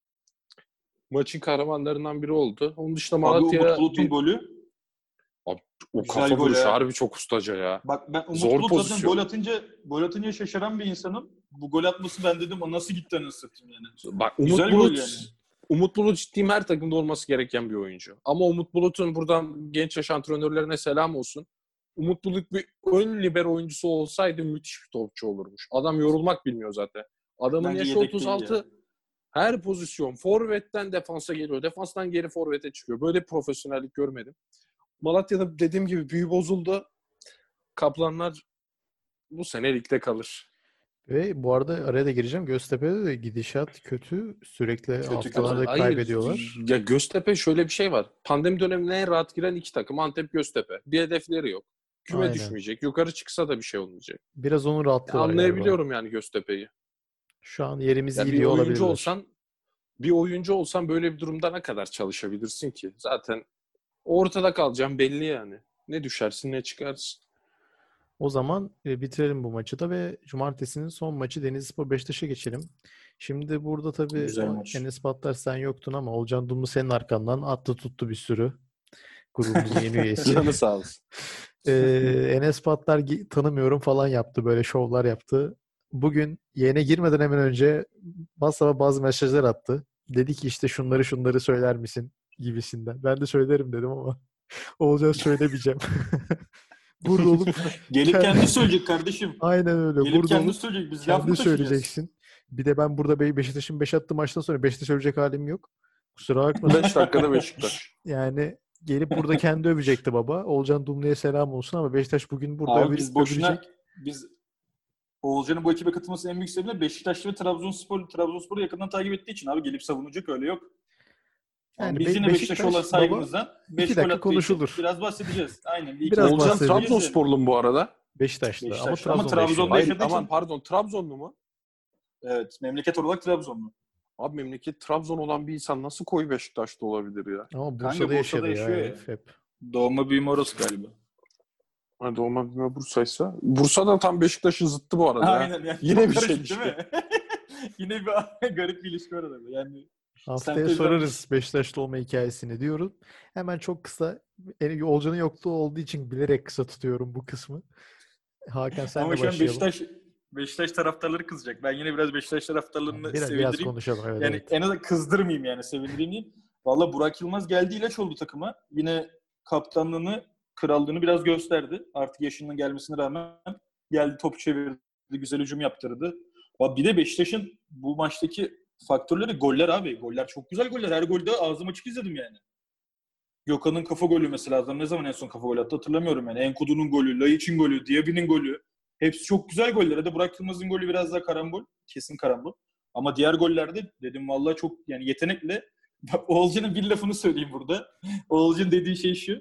Maçın kahramanlarından biri oldu. Onun dışında Abi Malatya Umut Bulut'un bir... golü. Abi, o Güzel kafa gol vuruşu ha. harbi çok ustaca ya. Bak ben Umut Zor Bulut zaten pozisyon. gol atınca gol atınca şaşıran bir insanım. Bu gol atması ben dedim o nasıl gitti anasını satayım yani. Bak Umut Güzel gol Bulut yani. Umut Bulut ciddiyim her takımda olması gereken bir oyuncu. Ama Umut Bulut'un buradan genç yaş antrenörlerine selam olsun. Umut Bulut bir ön libero oyuncusu olsaydı müthiş bir topçu olurmuş. Adam yorulmak bilmiyor zaten. Adamın Bence yaşı yedek değil otuz altı. ya. Her pozisyon forvetten defansa geliyor. Defanstan geri forvete çıkıyor. Böyle bir profesyonellik görmedim. Malatya'da dediğim gibi büyü bozuldu. Kaplanlar bu sene ligde kalır. Ve bu arada araya da gireceğim. Göztepe'de de gidişat kötü. Sürekli Kötü, haftalarda kötü. Hayır, kaybediyorlar. ya Göztepe şöyle bir şey var. Pandemi dönemine en rahat giren iki takım. Antep, Göztepe. Bir hedefleri yok. Küme Aynen. düşmeyecek. Yukarı çıksa da bir şey olmayacak. Biraz onun rahatlığı Ya var galiba. anlayabiliyorum yani Göztepe'yi. Şu an yerimiz Ya iyi bir diyor oyuncu olabilirler. olsan bir oyuncu olsan böyle bir durumda ne kadar çalışabilirsin ki? Zaten ortada kalacağım belli yani. Ne düşersin ne çıkarsın. O zaman e, bitirelim bu maçı da ve cumartesinin son maçı Denizlispor Beşiktaş'a geçelim. Şimdi burada tabii Güzel o maç. Enes Patlar sen yoktun ama Olcan Dumlu senin arkandan attı tuttu bir sürü. Grubumuzun yeni üyesi. Canı sağ olsun. Ee, Enes Patlar gi- tanımıyorum falan yaptı. Böyle şovlar yaptı. Bugün yayına girmeden hemen önce WhatsApp'a bazı mesajlar attı. Dedi ki işte şunları şunları söyler misin gibisinden. Ben de söylerim dedim ama Olcan söylemeyeceğim. Burada olup Gelip kendi- kendi söyleyecek kardeşim. aynen öyle. Gelip Burada kendi olup söyleyecek. Biz laf kendi mı taşıyacağız? söyleyeceksin. Bir de ben burada Be- Beşiktaş'ın beş attığı maçtan sonra Beşiktaş övecek halim yok. Kusura bakmasın. beş dakikada Beşiktaş. Yani gelip burada kendi övecekti baba. Olcan Dumlu'ya selam olsun ama Beşiktaş bugün burada Abi öve- biz boşuna övülecek. biz Oğulcan'ın bu ekibe katılmasının en büyük sebebi de Beşiktaşlı ve Trabzonspor Trabzonspor'u yakından takip ettiği için abi gelip savunacak öyle yok. Yani Yani biz Be- yine Beşiktaş'a Beşiktaş olan baba, saygımızdan iki beş dakika gol attığı konuşulur. için biraz bahsedeceğiz. Aynen. Bir iki Biraz gol Olcan bahsedeceğiz. bahsedeceğiz yani. Trabzonsporlu mu bu arada? Beşiktaşlı ama Beşiktaşlı ama Trabzon'da yaşıyor. Trabzon'da Hayır yaşadığı aman için- pardon Trabzonlu mu? Evet. Memleket olarak Trabzonlu. Abi memleket Trabzon olan bir insan nasıl koyu Beşiktaş'ta olabilir ya? Ama Bursa'da, Kanka, Bursa'da yaşadı ya yaşıyor ya. herif hep. Doğma büyüme orası galiba. Hadi olma bilme Bursa'ysa. Bursa da tam Beşiktaş'ın zıttı bu arada. ya. Aynen yani. Yine Çok bir şey karışık değil mi? Yine bir garip bir ilişki var arada. Yani Haftaya Sentezlenmiş. sorarız Beşiktaşlı olma hikayesini diyorum. Hemen çok kısa. En- Olcan'ın yokluğu olduğu için bilerek kısa tutuyorum bu kısmı. Hakan senle ama şu an başlayalım. Beşiktaş Beşiktaş taraftarları kızacak. Ben yine biraz Beşiktaş taraftarlarını Biraz, sevindireyim. biraz konuşalım. Evet, Yani evet. en azından kızdırmayayım yani sevindireyim diyeyim. Valla Burak Yılmaz geldi ilaç oldu takıma. Yine kaptanlığını, krallığını biraz gösterdi. Artık yaşının gelmesine rağmen geldi, top çevirdi, güzel hücum yaptırdı. Valla bir de Beşiktaş'ın bu maçtaki faktörleri goller abi. Goller çok güzel goller. Her golde ağzım açık izledim yani. Gökhan'ın kafa golü mesela. Adam ne zaman en son kafa golü attı hatırlamıyorum yani. Enkudu'nun golü, Laiç'in golü, Diaby'nin golü. Hepsi çok güzel goller. Hadi Burak Yılmaz'ın golü biraz daha karambol. Kesin karambol. Ama diğer gollerde dedim vallahi çok yani yetenekle. Bak Oğulcan'ın bir lafını söyleyeyim burada. Oğulcan dediği şey şu.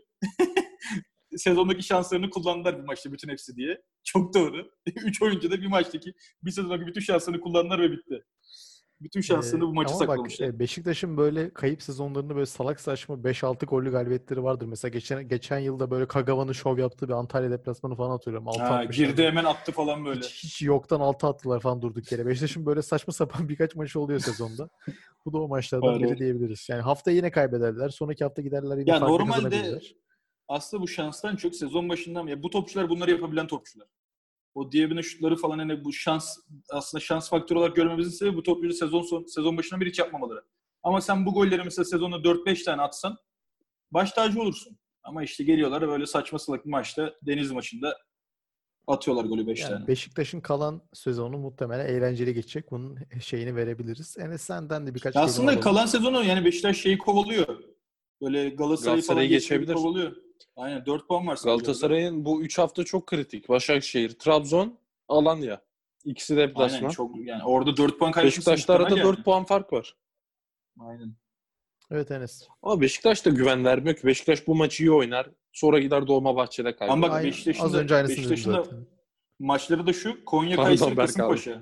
Sezondaki şanslarını kullandılar bir maçta bütün hepsi diye. Çok doğru. Üç oyuncu da bir maçtaki bir sezondaki bütün şanslarını kullandılar ve bitti. Bütün şanslarını bu maçı Ee, ama saklamışlar. bak e, Beşiktaş'ın böyle kayıp sezonlarında böyle salak saçma beş altı gollü galibiyetleri vardır. Mesela geçen geçen yılda böyle Kagawa'nın şov yaptığı bir Antalya deplasmanı falan hatırlıyorum. altı Ha, atmışlar. girdi hemen attı falan böyle. Hiç, hiç yoktan altı attılar falan durduk yere. Beşiktaş'ın böyle saçma sapan birkaç maçı oluyor sezonda. Bu da o maçlardan Var, biri var. diyebiliriz. Yani hafta yine kaybederler. Sonraki hafta giderler yine Ya farklı normalde kazanabilirler. aslında bu şanstan çok sezon başından ya bu topçular bunları yapabilen topçular. o Diaby'nin şutları falan hani bu şans aslında şans faktörü olarak görmemizin sebebi bu topçuları sezon son, sezon başından beri hiç yapmamaları. Ama sen bu golleri mesela sezonda dört beş tane atsan baş tacı olursun. Ama işte geliyorlar böyle saçma salak bir maçta Deniz maçında atıyorlar golü beş Yani tane. Beşiktaş'ın kalan sezonu muhtemelen eğlenceli geçecek. Bunun şeyini verebiliriz. Enes senden de birkaç Ya kelime aslında alalım. kalan sezonu yani Beşiktaş şeyi kovalıyor. Böyle Galatasaray'ı falan Galatasaray'ı geçebilir geçebilir. kovalıyor. Aynen dört puan var sadece. Galatasaray'ın bu üç hafta çok kritik. Başakşehir, Trabzon, Alanya. İkisi de Aynen deplasman. çok yani orada dört puan kaybetmişsin. Beşiktaş'ta arada muhtemel dört yani. puan fark var. Aynen. Evet Enes. Ama Beşiktaş da güven vermiyor ki. Beşiktaş bu maçı iyi oynar. Sonra gider Dolmabahçe'de kaybeder. Ama bak Aynen. Beşiktaş'ın Az da, önce aynısını dedim Beşiktaş'ın da zaten. maçları da şu. Konya, Pardon Kayseri, Berk Kasımpaşa.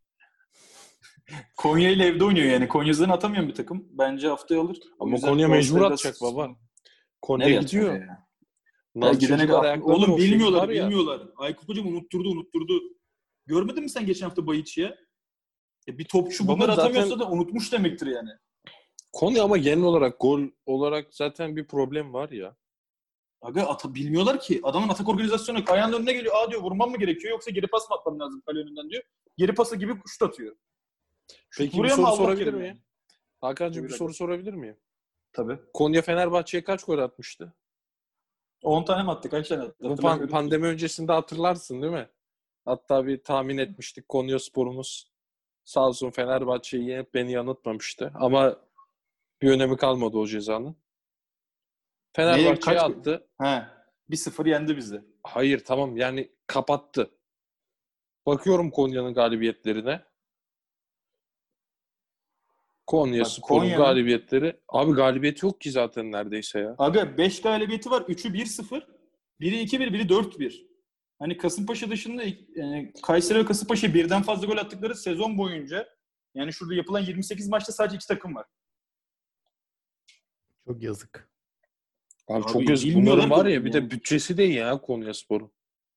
Konya ile evde oynuyor yani. Konya zaten atamayan bir takım. Bence haftaya alır. O Ama yüzden Konya mecbur Galatasaray'da atacak sıkıntı. baba. Konya Nereye gidiyor. atacak ya? Ya Nazcıcılar gidene kadar. ayaklanır. Oğlum o şey bilmiyorlar, var ya. bilmiyorlar. Aykut Hocam unutturdu, unutturdu. Görmedin mi sen geçen hafta Bayiçi'ye? E bir topçu Baba bunları zaten- atamıyorsa da unutmuş demektir yani. Konya ama genel olarak gol olarak zaten bir problem var ya. Aga ata, bilmiyorlar ki. Adamın atak organizasyonu yok. Ayağının önüne geliyor. Aa diyor vurmam mı gerekiyor yoksa geri pas mı atmam lazım kale önünden diyor. Geri pası gibi şut atıyor. Şut Peki bir vuruyor soru ama Allah sorabilir kerim miyim? yani. Hakan'cığım Buyur bir hadi. soru sorabilir miyim? Tabii. Konya Fenerbahçe'ye kaç gol atmıştı? on tane mi attık? Kaç tane attık? Bu pan- Hatırlamıyorum. pandemi öncesinde hatırlarsın değil mi? Hatta bir tahmin etmiştik. Konyaspor'umuz sağ olsun Fenerbahçe'yi yenip beni yanıltmamıştı. Ama bir önemi kalmadı o cezanın. Fenerbahçe'ye kaç- attı. He. bir sıfır yendi bizi. Hayır tamam yani kapattı. Bakıyorum Konya'nın galibiyetlerine. Konya Bak, Spor'un Konya'nın- galibiyetleri. Abi galibiyeti yok ki zaten neredeyse ya. Aga beş galibiyeti var. üçü bir sıfır. Biri iki bir, biri dört bir. Hani Kasımpaşa dışında yani Kayseri ve Kasımpaşa birden fazla gol attıkları sezon boyunca yani şurada yapılan yirmi sekiz maçta sadece iki takım var. Çok yazık. Abi, Abi çok yazık. bilmiyorlar Bunların var da ya bir de yani. bütçesi de iyi ya Konyaspor'un.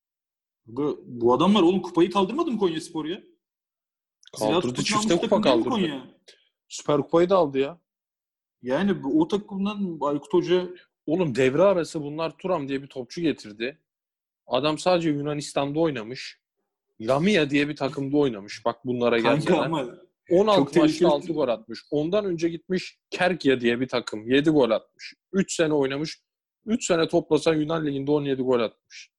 Aga, bu adamlar oğlum kupayı kaldırmadı mı Konyaspor ya? Ziraat Kaldırdı, Kupası'nı çifte almış kupa takım değil mi kaldırdı. Konya? Süper Kupayı da aldı ya. Yani bu, o takımdan Aykut Hoca Oğlum devre arası bunlar Thuram diye bir topçu getirdi. Adam sadece Yunanistan'da oynamış. Lamia diye bir takımda oynamış. Bak bunlara kanka gelmeden. ama on çok altı maçta tehlikeli. altı gol atmış. Ondan önce gitmiş Kerkya diye bir takım. yedi gol atmış. üç sene oynamış. üç sene toplasan Yunan Ligi'nde on yedi gol atmış.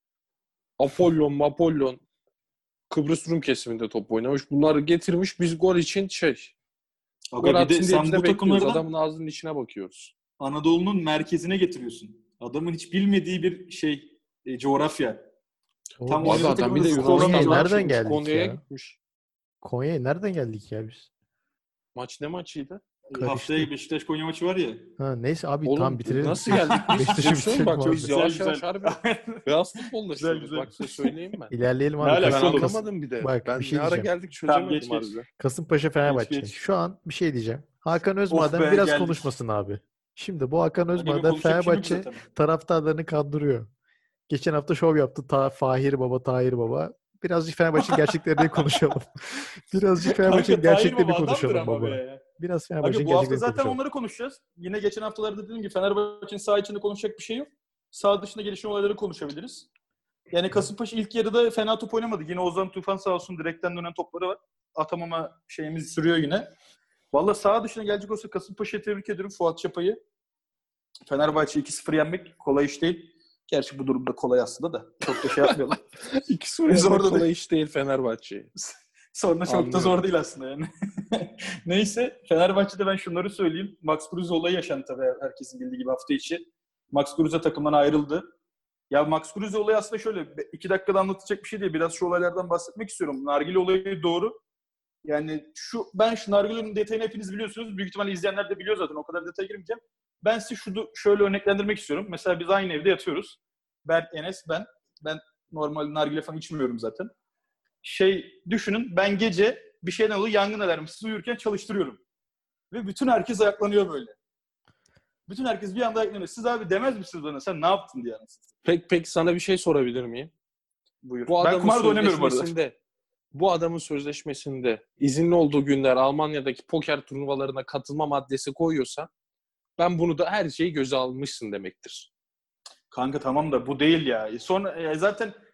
Apollon, Apollon Kıbrıs Rum kesiminde top oynamış. Bunları getirmiş. Biz gol için şey Aga gol bir de atsın diye sen biz bu de bekliyoruz. takımlardan Adamın ağzının içine bakıyoruz. Anadolu'nun merkezine getiriyorsun. Adamın hiç bilmediği bir şey e, coğrafya. O Tam biz- Abi oynadığı adam bir de takımda Konya'ya Konya'ya Yunanistan'dan nereden çıkmış. geldik Konya'ya ya? gitmiş. Konya'ya nereden geldik ya biz? Maç ne maçıydı? Karıştı. Haftaya Beşiktaş Konya maçı var ya. Ha, neyse abi Oğlum tamam bitirelim. nasıl geldik biz? Beşiktaş'ı Size söyleyeyim bak bitirelim biz abi. yavaş Güzel, yavaş güzel. harbi beyaz futbollaşıyoruz. güzel. Bak size söyleyeyim ben. İlerleyelim Ne abi. alaka Ben Kasım- Kasımpaşa, anlamadım bir de. Bak, ben bir şey ne ara diyeceğim. geldik Tamam, çözemedim geç, geç. harbiden. Kasımpaşa Fenerbahçe. geç. Şu an bir şey diyeceğim. Hakan Of Özmaden be, biraz geldik. konuşmasın abi. Şimdi bu Hakan Aga, benim Özmaden konuşacak bir şeyim yok Fenerbahçe zaten. taraftarlarını kandırıyor. Geçen hafta şov yaptı. Ta Fahir Baba, Tahir Baba. Birazcık Fenerbahçe'nin gerçeklerini konuşalım. Birazcık Fenerbahçe'nin Kanka Tahir gerçeklerini Baba adamdır konuşalım ama baba. be. Biraz Aga Fenerbahçe'nin bu hafta gerçeklerini zaten konuşalım. onları konuşacağız. Yine geçen haftalarda dediğim gibi Fenerbahçe'nin saha içinde konuşacak bir şey yok. Saha dışında gelişen olayları konuşabiliriz. Yani Kasımpaşa ilk yarıda fena top oynamadı. Yine Ozan Tufan sağ olsun direkten dönen topları var. Atamama şeyimiz sürüyor yine. Valla saha dışına gelecek olsa Kasımpaşa'yı tebrik ediyorum. Fuat Çapa'yı. Fenerbahçe iki sıfır yenmek kolay iş değil. Gerçi bu durumda kolay aslında da. Çok da şey yapmayalım. İkisi oyunda Zor da kolay değil. iş değil Fenerbahçe'yi. Sonra çok da Anlıyorum. zor değil aslında yani. Neyse Fenerbahçe'de ben şunları söyleyeyim. Max Kruse olayı yaşandı tabii herkesin bildiği gibi hafta içi. Max Kruse takımdan ayrıldı. Ya Max Kruse olayı aslında şöyle iki dakikada anlatacak bir şey değil. Biraz şu olaylardan bahsetmek istiyorum. Nargile olayı doğru. Yani şu ben şu Nargile'nin detayını hepiniz biliyorsunuz. Büyük ihtimalle izleyenler de biliyor zaten. O kadar detaya girmeyeceğim. Ben size şunu şöyle örneklendirmek istiyorum. Mesela biz aynı evde yatıyoruz. Ben, Enes, ben. Ben normal nargile falan içmiyorum zaten. Şey düşünün ben gece bir şeyden dolayı yangın alarmı siz uyurken çalıştırıyorum. Ve bütün herkes ayaklanıyor böyle. Bütün herkes bir anda ayaklanıyor. Siz abi demez misiniz bana sen ne yaptın diye anasını? Peki peki sana bir şey sorabilir miyim? Buyur. Bu Ben adamın kumar da oynamıyorum bu arada. sözleşmesinde bu adamın sözleşmesinde izinli olduğu günler Almanya'daki poker turnuvalarına katılma maddesi koyuyorsa ben bunu da her şeyi göze almışsın demektir. Kanka tamam da bu değil ya. Sonra e, zaten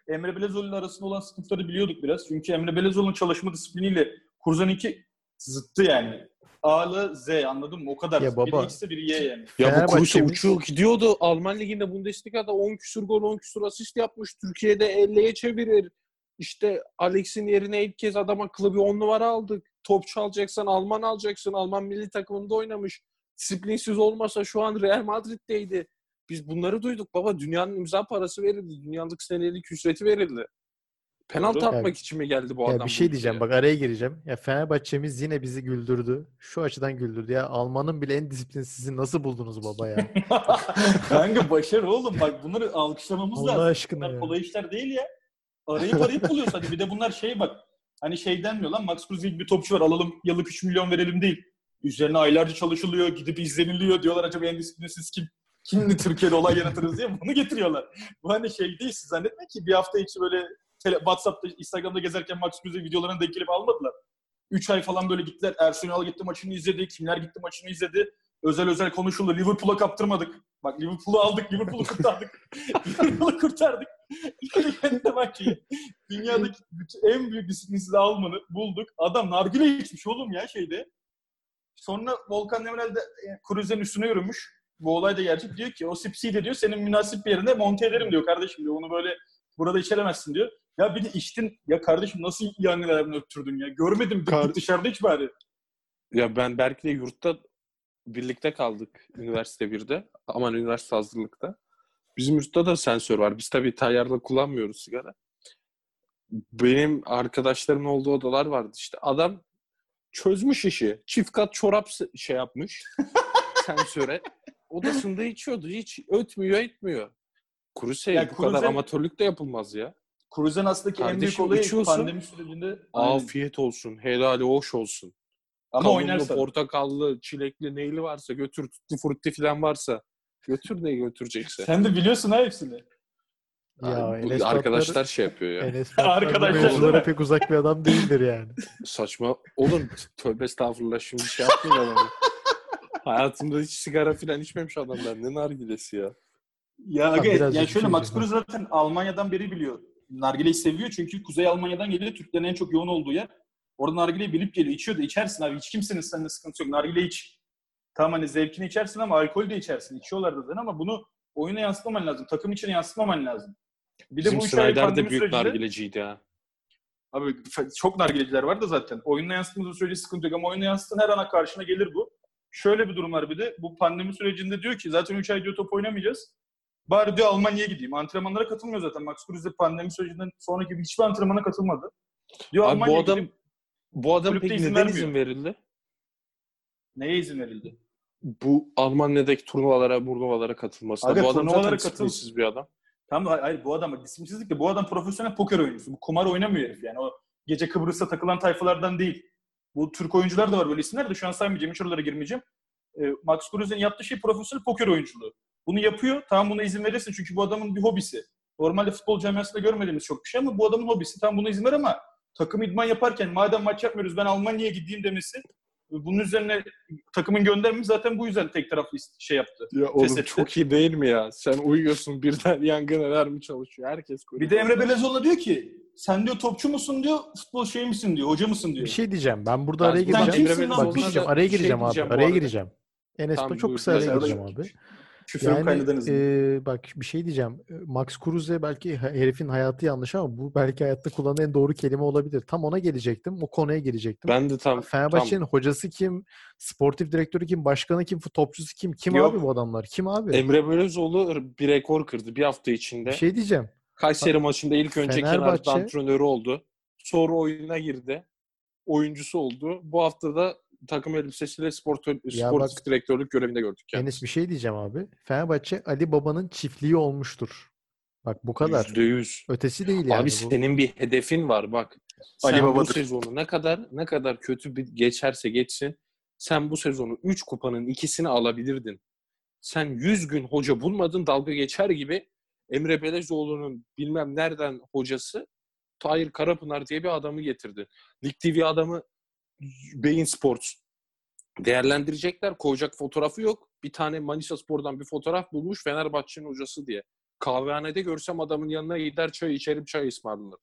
Emre Belezoğlu ile arasında olan sıkıntıları biliyorduk biraz. Çünkü Emre Belezoğlu'nun çalışma disipliniyle Kurzan'ınki zıttı yani. A'lı Z, anladın mı? O kadar. Ya baba, biri X'e biri Y yani. Ya bu Kruse Fenerbahçe'miz- uçuyor gidiyordu. Alman Ligi'nde Bundesliga'da on küsur gol on küsur asist yapmış. Türkiye'de elliye çevirir. İşte Alex'in yerine ilk kez adam akıllı bir on numara aldık. Top çalacaksan Alman alacaksın. Alman milli takımında oynamış. Disiplinsiz olmasa şu an Real Madrid'deydi. Biz bunları duyduk baba. Dünyanın imza parası verildi. Dünyalık senelik ücreti verildi. Penaltı Doğru. atmak Ya- için mi geldi bu Ya adam? bir şey bu diyeceğim, ülkeye? bak araya gireceğim. Ya Fenerbahçe'miz yine bizi güldürdü. Şu açıdan güldürdü ya. Alman'ın bile en disiplinsizi nasıl buldunuz baba ya? Kanka başarı oğlum. Bak bunları alkışlamamız Allah lazım. aşkına Bunlar ya. kolay işler değil ya. Arayıp arayıp buluyoruz hadi. Bir de bunlar şey bak. Hani şey denmiyor lan. Max Kruse gibi bir topçu var. Alalım yıllık üç milyon verelim değil. Üzerine aylarca çalışılıyor. Gidip izleniliyor. Diyorlar acaba en disiplinsiz kim? Kimdi Türkiye'de olay yaratırız diye bunu getiriyorlar. Bu hani şey değil. Siz zannetme ki bir hafta içi böyle tele, WhatsApp'ta, Instagram'da gezerken Max Kruse videolarını denk gelip almadılar. üç ay falan böyle gittiler. Ersun Yanal gitti maçını izledi. Kimler gitti maçını izledi. Özel özel konuşuldu. Liverpool'a kaptırmadık. Bak Liverpool'u aldık. Liverpool'u kurtardık. Liverpool'u kurtardık. Kendine bak ki dünyadaki bütün, en büyük disiplinsiz Alman'ı bulduk. Adam nargile içmiş oğlum ya şeyde. Sonra Volkan Demirel de e, Kruse'nin üstüne yürümüş. Bu olay da gerçek. Diyor ki o sipsiyi de diyor senin münasip bir yerine monte ederim diyor kardeşim diyor. Onu böyle burada içeremezsin diyor. Ya bir de içtin. Ya kardeşim nasıl yangınlarını öptürdün ya? Görmedim Kar- dışarıda hiç bari. Ya ben Berk'le yurtta birlikte kaldık üniversite birde. Aman üniversite hazırlıkta. Bizim yurtta da sensör var. Biz tabii tayyarla kullanmıyoruz sigara. Benim arkadaşlarımın olduğu odalar vardı işte. Adam çözmüş işi. Çift kat çorap şey yapmış sensöre. Odasında içiyordu. Hiç ötmüyor etmiyor. Kruse Ya bu Kruse- kadar amatörlük de yapılmaz ya. Kruse'nin aslındaki en büyük Kardeşim olayı içiyorsun. pandemi sürecinde. Aynen. Afiyet olsun. Helali hoş olsun. Ama Kavunlu, oynarsan. portakallı, çilekli neyli varsa götür. Tutti frutti falan varsa götür de götürecekse. Sen de biliyorsun ha hepsini. Ya Yani bu Enes arkadaşlar Batur, şey yapıyor ya. Enes Batur Arkadaşlar bu değil mevzulara mi? pek uzak bir adam değildir yani. Saçma. Oğlum tövbe estağfurullah şimdi şey yapmayın adamı. Hayatımda hiç sigara falan içmemiş adam ben. Ne nargilesi ya. Ya Tamam, aga, birazcık ya bir şöyle şey Max diyeceğim. Kruse zaten Almanya'dan beri biliyor. Nargileyi seviyor çünkü Kuzey Almanya'dan geliyor. Türklerin en çok yoğun olduğu yer. Orada nargileyi bilip geliyor. İçiyor da içersin abi. Hiç kimsenin seninle sıkıntı yok. Nargile iç. Tamam hani zevkini içersin ama alkol de içersin. İçiyorlar da zaten ama bunu oyuna yansıtmaman lazım. Takım içine yansıtmaman lazım. Bir Bizim de bu üç aylık Snyder pandemi de büyük sürecinde nargileciydi ha. abi çok nargileciler var da zaten. Oyuna yansıtmadığı sürece sıkıntı yok ama oyuna yansıtın her ana karşına gelir bu. Şöyle bir durum var bir de. Bu pandemi sürecinde diyor ki zaten üç ay diyor top oynamayacağız. Bari diyor Almanya'ya gideyim. Antrenmanlara katılmıyor zaten. Max Kruse pandemi sürecinden sonraki hiçbir antrenmana katılmadı. Diyor Abi bu Almanya'ya adam gidip bu adam kulüpte peki izin neden vermiyor. izin verildi? neye izin verildi? Bu Almanya'daki turnuvalara, turnuvalara katılmasına. Aga, Bu adam turnuvalara zaten katıl. disiplinsiz bir adam. Tamam da hayır, hayır bu adam disiplinsizlik de bu adam profesyonel poker oyuncusu. Bu kumar oynamıyor herif yani. O gece Kıbrıs'ta takılan tayfalardan değil. Bu Türk oyuncular da var böyle isimler de şu an saymayacağım. Hiç oralara girmeyeceğim. E, Max Kruse'nin yaptığı şey profesyonel poker oyunculuğu. Bunu yapıyor. Tamam buna izin verirsin çünkü bu adamın bir hobisi. Normalde futbol camiasında görmediğimiz çok bir şey ama bu adamın hobisi. Tamam buna izin ver ama takım idman yaparken madem maç yapmıyoruz ben Almanya'ya gideyim demesi bunun üzerine takımın göndermesi zaten bu yüzden tek taraflı şey yaptı. Ya oğlum Feshetti. çok iyi değil mi ya? Sen uyuyorsun birden yangın alarmı çalışıyor. Herkes Bir de Emre Belezoğlu diyor ki sen diyor topçu musun diyor, futbol şey misin diyor, hoca mısın diyor. Bir şey diyeceğim. Ben burada Ben araya buradan gireceğim. kimsin lan? Bak bir şey diyeceğim. Araya Bir şey gireceğim abi. diyeceğim bu Araya arada. gireceğim. Enes Tamam, çok buyur, kısa araya biraz gireceğim arada- abi. Küfürüm Yani kaynadı en azından. e, bak bir şey diyeceğim. Max Kruse belki herifin hayatı yanlış ama bu belki hayatta kullanılan en doğru kelime olabilir. Tam ona gelecektim. O konuya gelecektim. Ben de tam Fenerbahçe'nin tam hocası kim? Sportif direktörü kim? Başkanı kim? Topçusu kim? Kim Yok. abi bu adamlar? Kim abi? Emre Belözoğlu bir rekor kırdı bir hafta içinde. Bir şey diyeceğim. Kayseri maçında ilk önce Fenerbahçe- kenarda antrenörü oldu. Sonra oyuna girdi. Oyuncusu oldu. Bu hafta da takım elbisesiyle spor, Ya sportif bak- direktörlük görevinde gördük Enes kendisini. bir şey diyeceğim abi. Fenerbahçe Ali Baba'nın çiftliği olmuştur. Bak bu kadar. Yüzde yüz. Ötesi değil yani. Abi bu. senin bir hedefin var bak. Sen Ali bu Baba'dır. sezonu ne kadar ne kadar kötü bir geçerse geçsin sen bu sezonu üç kupanın ikisini alabilirdin. Sen yüz gün hoca bulmadın dalga geçer gibi Emre Belezoğlu'nun bilmem nereden hocası Tahir Karapınar diye bir adamı getirdi. Lig T V adamı Bein Sports değerlendirecekler. Koyacak fotoğrafı yok. Bir tane Manisa Spor'dan bir fotoğraf bulmuş Fenerbahçe'nin hocası diye. kahvehanede görsem adamın yanına gider çay içerim, çay ısmarlarım.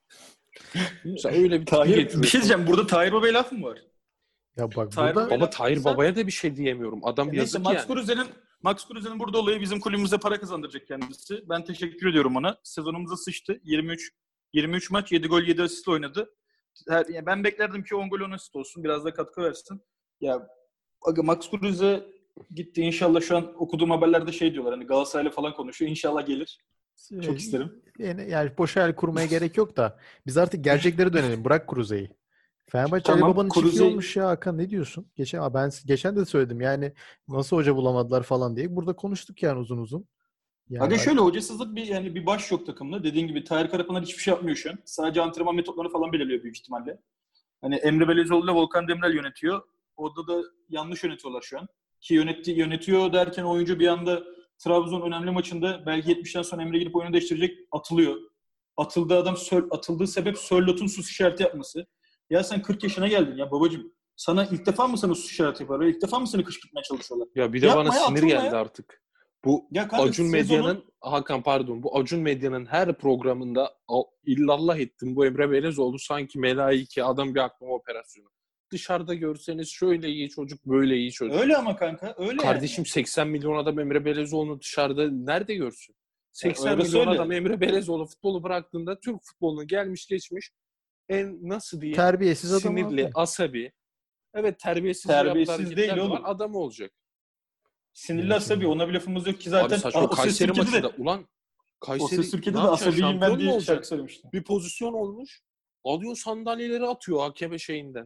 Mesela öyle bir Tahir, getiriyorsun. bir şey diyeceğim. Burada Tahir Baba'ya laf mı var? Ya bak Tahir burada Baba'ya Baba laf Tahir yapıyorsan- Baba'ya da bir şey diyemiyorum. Adam E neyse yazık Max yani. Kruse'nin Max Kruse'nin burada olayı bizim kulübümüze para kazandıracak kendisi. Ben teşekkür ediyorum ona. Sezonumuza sıçtı. yirmi üç yirmi üç maç, yedi gol, yedi asist oynadı. Her, yani ben beklerdim ki on gol, on asist olsun. Biraz da katkı versin. Ya aga Max Kruse gitti. İnşallah şu an okuduğum haberlerde şey diyorlar. Hani Galatasaray'la falan konuşuyor. İnşallah gelir. Çok isterim. Yani, yani boş hayal kurmaya gerek yok da biz artık gerçeklere dönelim. Bırak Kruse'yi. Fenerbahçe Tamam, Ali Baba'nın çiftliği Kruse- olmuş ya Hakan, ne diyorsun? Geçen ben geçen de söyledim yani nasıl hoca bulamadılar falan diye. Burada konuştuk yani uzun uzun. Yani Aga şöyle hocasızlık bir yani bir baş yok takımda. Dediğin gibi Tahir Karapınar hiçbir şey yapmıyor şu an. Sadece antrenman metotlarını falan belirliyor büyük ihtimalle. Hani Emre Belezoğlu ile Volkan Demirel yönetiyor. Orada da yanlış yönetiyorlar şu an. Ki yönetti, yönetiyor derken oyuncu bir anda Trabzon önemli maçında belki yetmişten sonra Emre girip oyunu değiştirecek, atılıyor. Atıldığı adam söl, atıldığı sebep Sörlot'un sus işareti yapması. Ya sen kırk yaşına geldin ya babacığım. Sana ilk defa mı sana sus işareti yapıyorlar? İlk defa mı seni kışkırtmaya çalışıyorlar? Ya bir de Yapma bana ya, sinir atılma geldi ya. artık. Bu Ya kanka, Acun sezonun- Medya'nın Hakan pardon bu Acun Medya'nın her programında al- illallah ettim bu Emre Belezoğlu sanki melaike adam bir aklama operasyonu. Dışarıda görseniz şöyle iyi çocuk, böyle iyi çocuk. Öyle ama kanka öyle Kardeşim yani. seksen milyon adam Emre Belezoğlu'nu dışarıda nerede görsün? seksen orası milyon öyle. adam Emre Belezoğlu futbolu bıraktığında Türk futbolunu gelmiş geçmiş en nasıl diyeyim terbiyesiz adam sinirli, abi. asabi. Evet terbiyesiz, Terbiyesiz yaptığı değil hareketler de var, oğlum. adam olacak. Sinirli Ya asabi, şimdi- ona bir lafımız yok ki zaten. Abi saçma O Ses Kayseri Türkiye'de maçında de, ulan o Kayseri Ses Türkiye'de ne de yapacaksın, asabiyim şampiyon ben mu diye olacak? şarkı söylemiştim. Bir pozisyon olmuş. Alıyor sandalyeleri atıyor hakeme şeyinden.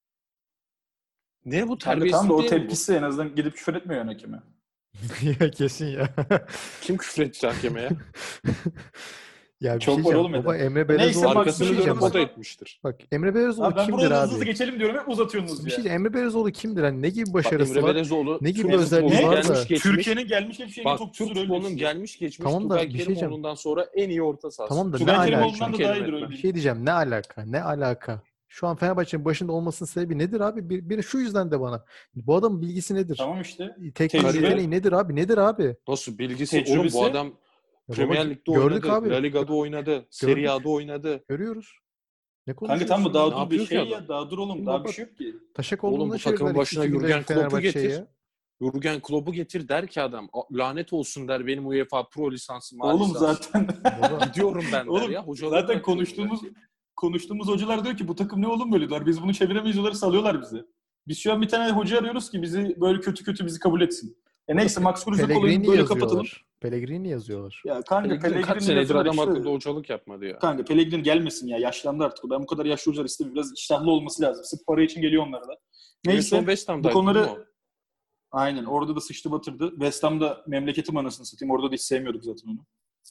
Ne bu Kanka terbiyesiz tamam da o değil mi bu? tepkisi en azından gidip küfür etmiyor yani hakeme. Ya kesin ya. Kim küfür etti hakeme ya? Ya bir Çok şey var diyeceğim. oğlum Baba neden? Emre Neyse, Belezoğlu bak, bir Arkasını şey şunu dönüp diyeceğim. o da Bak, etmiştir. bak Emre Belezoğlu Abi ben kimdir buradan abi? hızlı hızlı geçelim diyorum, hep uzatıyorsunuz Bir ya. şey diyeceğim. Emre Belezoğlu kimdir? Hani ne gibi Bak başarısı Emre var? Belezoğlu Ne gibi Türk özelliği futbolunun var da? gelmiş geçmiş. Türkiye'nin gelmiş geçmiş en iyi Bak topçusudur, Türk öyle futbolunun diyeyim. gelmiş geçmiş Tamam da Tugay bir şey diyeceğim. Kerimoğlu'ndan sonra en iyi orta sahası. Tamam da ne Tugay alaka? Kerimoğlu'ndan da daha iyidir, öyle Bir diyeyim. şey diyeceğim. Ne alaka? Ne alaka? Şu an Fenerbahçe'nin başında olmasının sebebi nedir abi? Bir, biri şu yüzden de bana. Bu adamın bilgisi nedir? Tamam işte. Teknik Tecrübe. yeteneği nedir abi? Nedir abi? Nasıl bilgisi? Oğlum Tecrübesi. bu adam Ya Premier baba, Lig'de gördük oynadı, abi. La Liga'da oynadı, Serie A'da oynadı. Görüyoruz. Ne Kanka konuşuyorsun? tamam mı? Daha Ne dur bir yapıyor ki şey adam? ya. Daha dur oğlum. Şimdi Daha baba- bir şey yok ki. Taşak Oğlum olduğunda bu takımın çevirdiler başına iki Jürgen Klopp'u Fenerbahçe'ye getir. ya. Jürgen Klopp'u getir der ki adam "A- lanet olsun der benim UEFA Pro lisansım var. Oğlum zaten Baba, Gidiyorum ben der oğlum ya. Hocalığı zaten bırakıyorum konuştuğumuz der. konuştuğumuz hocalar diyor ki bu takım ne oğlum böyle diyorlar. Biz bunu çeviremeyiz diyorlar, salıyorlar bizi. Biz şu an bir tane hoca arıyoruz ki bizi böyle kötü kötü bizi kabul etsin. E neyse Max Kruse olayını Pellegrini böyle kapatalım. yazıyorlar. Pellegrini yazıyorlar. Ya kanka Pellegrini Pellegrini kaç senedir lafı var adam işte. akıllı hocalık yapmadı ya. Kanka Pellegrini gelmesin ya. Yaşlandı artık. Ben bu kadar yaşlı hocalar istemiyorum. Biraz iştahlı olması lazım. Sırf para için geliyor onlara da. En son Neyse West bu Ham'daydı konuları değil mi o? aynen orada da sıçtı batırdı. West Ham'da memleketim anasını satayım. Orada da hiç sevmiyorduk zaten onu.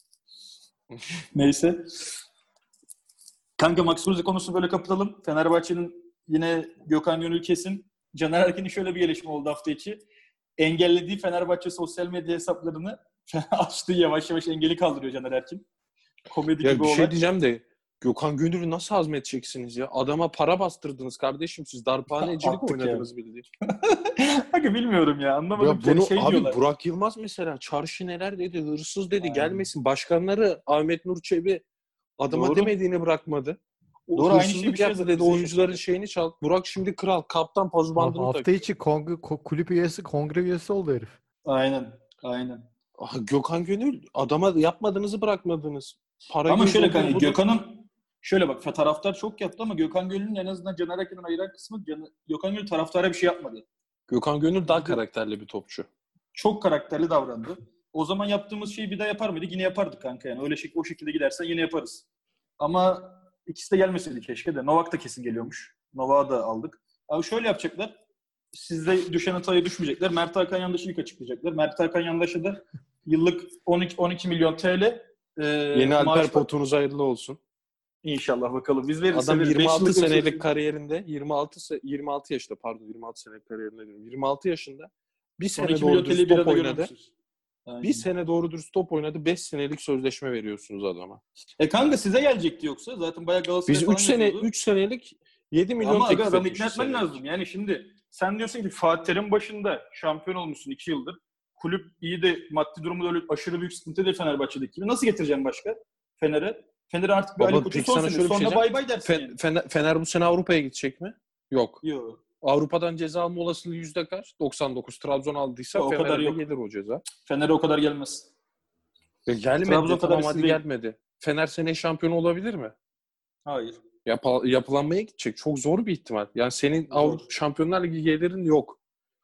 Neyse. Kanka Max Kruse konusunu böyle kapatalım. Fenerbahçe'nin yine Gökhan Gönül kesin. Caner Erkin'in şöyle bir gelişme oldu hafta içi. Engellediği Fenerbahçe sosyal medya hesaplarını açtığı yavaş yavaş engeli kaldırıyor Caner Erkin. Komedi Ya gibi bir olay. şey diyeceğim de Gökhan Gönül'ü nasıl hazmedeceksiniz ya? Adama para bastırdınız kardeşim siz. Darphanecilik Attık oynadınız bildiğin. Kanka bilmiyorum ya. Anlamadım. Ya Yani bunu şey abi diyorlar. Burak Yılmaz mesela çarşı neler dedi, hırsız dedi, Aynen. gelmesin. Başkanları Ahmet Nur Çebi adama Doğru. demediğini bırakmadı. O Doğru, aynı hırsızlık şey bir şey yaptı yazdı, dedi, bize oyuncuların şey- şeyini çaldı. Burak şimdi kral, kaptan pazu bandını Hafta takıyor. içi kongre, ko- kulüp üyesi, kongre üyesi oldu herif. Aynen. Aynen. Ah, Gökhan Gönül adama yapmadığınızı bırakmadınız. Para Ama göz şöyle oldu, kanka budur. Gökhan'ın şöyle bak taraftar çok yaptı ama Gökhan Gönül'ün en azından Caner Erkin'den ayıran kısmı Can- Gökhan Gönül taraftara bir şey yapmadı. Gökhan Gönül daha karakterli bir topçu. Çok karakterli davrandı. O zaman yaptığımız şeyi bir daha yapar mıydık? Yine yapardık kanka yani. Öyle şey, o şekilde gidersen yine yaparız. Ama ikisi de gelmeseydi keşke de. Novak da kesin geliyormuş. Novak'ı da aldık. Abi şöyle yapacaklar. Sizde düşen hataya düşmeyecekler. Mert Hakan Yandaş'ı ilk açıklayacaklar. Mert Hakan Yandaş'a da yıllık on iki on iki milyon T L e, Yeni Alper maaş- potunuz hayırlı olsun. İnşallah bakalım. Biz veririz. Adam severiz. yirmi Beş altı yıllık senelik sözleşme. kariyerinde yirmi altı se- yirmi altı yaşında pardon yirmi altı senelik kariyerinde diyorum. yirmi altı yaşında bir sene on iki doğru milyon T L'yi dürüst bir top arada oynadı. görmüşüz. Aynen. Bir sene doğru dürüst top oynadı. beş senelik sözleşme veriyorsunuz adama. E kanka size gelecekti yoksa. Zaten bayağı Galatasaray Biz falan üç sene yazıyordu. üç senelik yedi milyon Ama aga teklif adamı etmişiz ikna etmen senelik. lazım. Yani şimdi sen diyorsun ki Fatih Terim başında şampiyon olmuşsun iki yıldır. kulüp iyi de maddi durumu da öyle aşırı büyük sıkıntı değil Fenerbahçe'deki gibi. Nasıl getireceksin başka Fener'e? Fener'e artık bir Baba, Ali Koç'un peki son sana sene. şöyle bir şey Sonra bay bay dersin Fe- yani. Fener, Fener bu sene Avrupa'ya gidecek mi? Yok. Yok. Avrupa'dan ceza alma olasılığı yüzde kaç? doksan dokuz. Trabzon aldıysa Yok, o kadar Fener'e de yok. gelir o ceza. Fener'e o kadar gelmez. Ya gelmedi. Trabzon kadar Tamam hadi riskli değil. gelmedi. Fener seneye şampiyon olabilir mi? Hayır. Yap- yapılanmaya gidecek. Çok zor bir ihtimal. Yani senin Zor. Avrupa Şampiyonlar Ligi gelirin yok.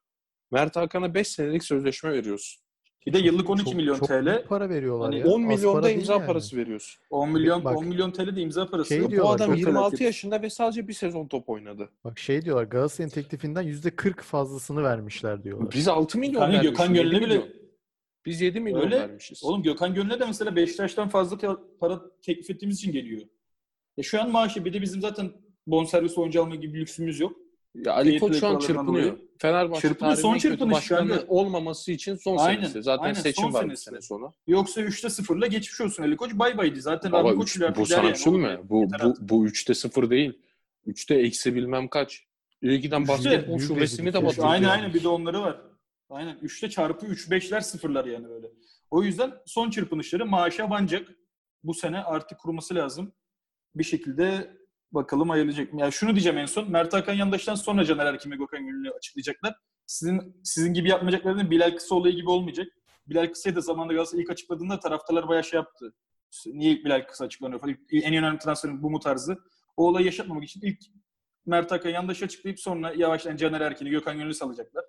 Mert Hakan'a beş senelik sözleşme veriyorsun. Bir de yıllık on iki Çok- milyon çok T L. büyük para veriyorlar Hani ya. on Az milyon para da değil imza yani. parası veriyorsun. on milyon Bak, on milyon T L de imza parası. şey yok. Bu diyorlar, adam çok yirmi altı felaket. yaşında ve sadece bir sezon top oynadı. Bak şey diyorlar, Galatasaray'ın teklifinden yüzde kırk fazlasını vermişler diyorlar. Biz altı milyon Hani vermişiz. Gökhan yedi Gönül'e milyon. bile Biz yedi milyon öyle. vermişiz. Oğlum Gökhan Gönül'e de mesela Beşiktaş'tan fazla te- para teklif ettiğimiz için geliyor. E şu an maaşı bir de bizim zaten bonservis oyuncu alma gibi bir lüksümüz yok. Ya Ali Keyifli Koç şu an kurallarından çırpınıyor. dolayı. Fenerbahçe Çırpınıyor, son tarihinin en kötü çırpınış başkanı kanka. olmaması için son Aynen, senesi. Zaten aynen, seçim son var bu senesi. sene sonu. Yoksa üçte sıfırla geçmiş olsun Ali Koç. Bay baydı. Zaten Baba Rami üç, Koç bile artık bu der sana yani. bir şey mi? Oğlum, Bu, yeter bu, artık. bu üçte sıfır değil. Üçte eksi bilmem kaç. İlgiden Üçte basketbol büyük şubesini rezillik de ya. batırdı. Aynen yani. aynen bir de onları var. Aynen. Üçte çarpı üç beşler sıfırlar yani öyle. O yüzden son çırpınışları maaşa bancak. Bu sene artık kurması lazım. Bir şekilde bakalım ayarlayacak mı? Yani şunu diyeceğim en son. Mert Hakan Yandaş'tan sonra Caner Erkin ve Gökhan Gönül'ü açıklayacaklar. Sizin sizin gibi yapmayacaklarının Bilal Kısa olayı gibi olmayacak. Bilal Kısa'yı da zamanında Galatasaray ilk açıkladığında taraftarlar bayağı şey yaptı. Niye Bilal Kısa açıklanıyor falan. En önemli transferin bu mu tarzı. O olayı yaşatmamak için ilk Mert Hakan Yandaş'ı açıklayıp sonra yavaştan Caner Erkin'i, Gökhan Gönül'ü salacaklar.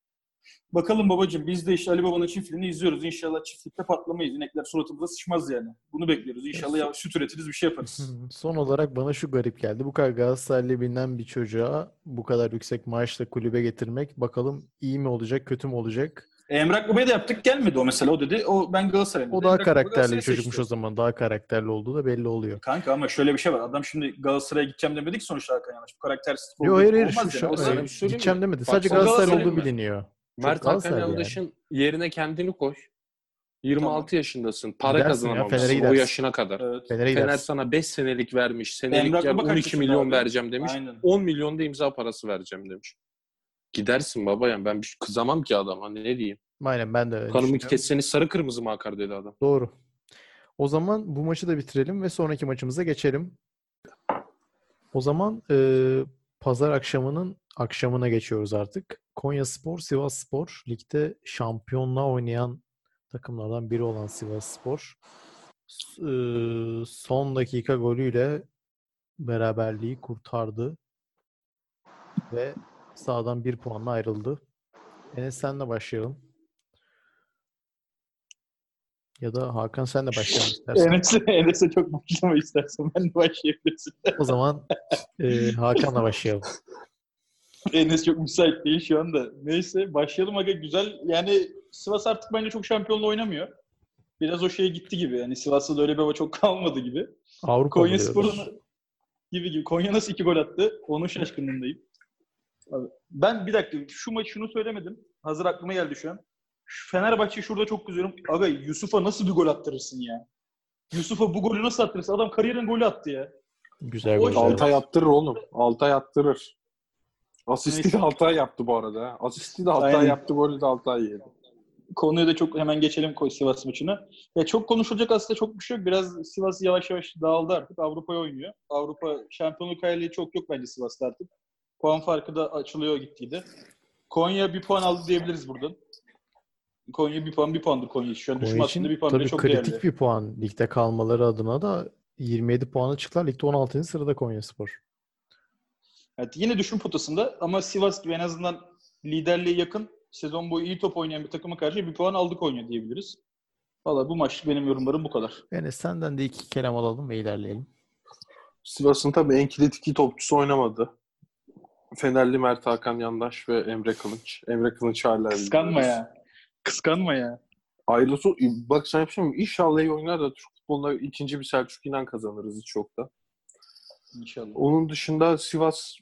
Bakalım babacığım, biz de işte Ali Baba'nın çiftliğini izliyoruz. İnşallah çiftlikte patlamayız. İnekler suratımıza sıçmaz yani. Bunu bekliyoruz. İnşallah ya süt üretiriz, bir şey yaparız. Son olarak bana şu garip geldi. Bu kadar Galatasaraylı bilinen bir çocuğa bu kadar yüksek maaşla kulübe getirmek, bakalım iyi mi olacak, kötü mü olacak? Emrak Baba'ya da yaptık, gelmedi o mesela. O dedi, o ben Galatasaray'ım dedi. O daha Emrak Baba karakterli bir Galatasaray'ı çocukmuş seçti. o zaman. Daha karakterli olduğu da belli oluyor. Kanka ama şöyle bir şey var. Adam şimdi Galatasaray'a gideceğim demedik sonuçta Hakan Yandaş. Bu karaktersizlik Yok oldu. hayır hayır, Olmaz şu, yani. şu, O sana sene- bir şey söyleyeyim gideceğim mi? demedi. Bak, Sadece sana Galatasaraylı Galatasaray olduğu mı? biliniyor. Çok Mert Hakan Galatasaraylı yani. Yandaş'ın yerine kendini koy. yirmi altı Tamam. yaşındasın. Para Gidersin ya, Fener'e kazanamamışsın o gidersin. yaşına kadar. Evet. Fener'e Fener gidersin. sana beş senelik vermiş. Senelik Emrah yer Baba kaç on iki yaşında milyon abi? vereceğim demiş. Aynen. on milyon da imza parası vereceğim demiş. Gidersin baba yani. Ben bir kızamam ki adama. Ne diyeyim? Aynen, ben de öyle Kanımı düşünüyorum. kesseniz sarı kırmızı mı akar dedi adam. Doğru. O zaman bu maçı da bitirelim ve sonraki maçımıza geçelim. O zaman e, pazar akşamının akşamına geçiyoruz artık. Konyaspor, Sivasspor ligde şampiyonluğa oynayan takımlardan biri olan Sivasspor e, son dakika golüyle beraberliği kurtardı ve sahadan bir puanla ayrıldı. Enes, senle başlayalım. Ya da Hakan, sen de başlayalım istersen. Enes'e, Enes'e çok başlama istersen. Ben de başlayabilirsin. O zaman e, Hakan'la başlayalım. Enes çok müsait değil şu anda. Neyse başlayalım aga, güzel. Yani Sivas artık bence çok şampiyonla oynamıyor. Biraz o şeye gitti gibi. Yani Sivas'ta da öyle bir hava çok kalmadı gibi. Avrupa mı diyoruz? Konyaspor'un gibi gibi. Konya nasıl iki gol attı? Onun şaşkınlığındayım. Abi, ben bir dakika şu maçı şunu söylemedim. Hazır aklıma geldi şu an. Şu Fenerbahçe'yi şurada çok kızıyorum. Aga Yusuf'a nasıl bir gol attırırsın ya? Yusuf'a bu golü nasıl attırırsın? Adam kariyerin golü attı ya. Güzel O gol. işte- evet. Altay attırır oğlum. Altay attırır. Asisti Neyse. de Altay yaptı bu arada. ha. Asisti de Altay Aynen. yaptı. Golü de Altay yedi. Konuya da çok hemen geçelim Sivas maçına. Ya çok konuşulacak aslında çok bir şey yok. Biraz Sivas yavaş yavaş dağıldı artık. Avrupa'ya oynuyor. Avrupa şampiyonluk hayali çok yok bence Sivas'ta artık. Puan farkı da açılıyor gitgide. Konya bir puan aldı diyebiliriz buradan. Konya bir puan bir puandır Konya. Şu an düşme Konya için hattında bir puan bile tabii çok kritik değerli. bir puan. Ligde kalmaları adına da yirmi yedi puanı çıktılar. Ligde on altıncı sırada Konyaspor. Evet, yine düşme potasında ama Sivas gibi en azından liderliğe yakın, sezon boyu iyi top oynayan bir takıma karşı bir puan aldı Konya diyebiliriz. Valla bu maç benim yorumlarım bu kadar. Yani senden de iki kelam alalım ve ilerleyelim. Sivas'ın tabii en kilit iki topçusu oynamadı. Fenerli Mert Hakan Yandaş ve Emre Kılınç. Emre Kılınç hala Kıskanma biliyoruz. ya. Kıskanma ya. Ayrısı, bak sana yapayım mı? İnşallah iyi oynar da Türk futbolunda ikinci bir Selçuk İnan kazanırız hiç yok da. İnşallah. Onun dışında Sivas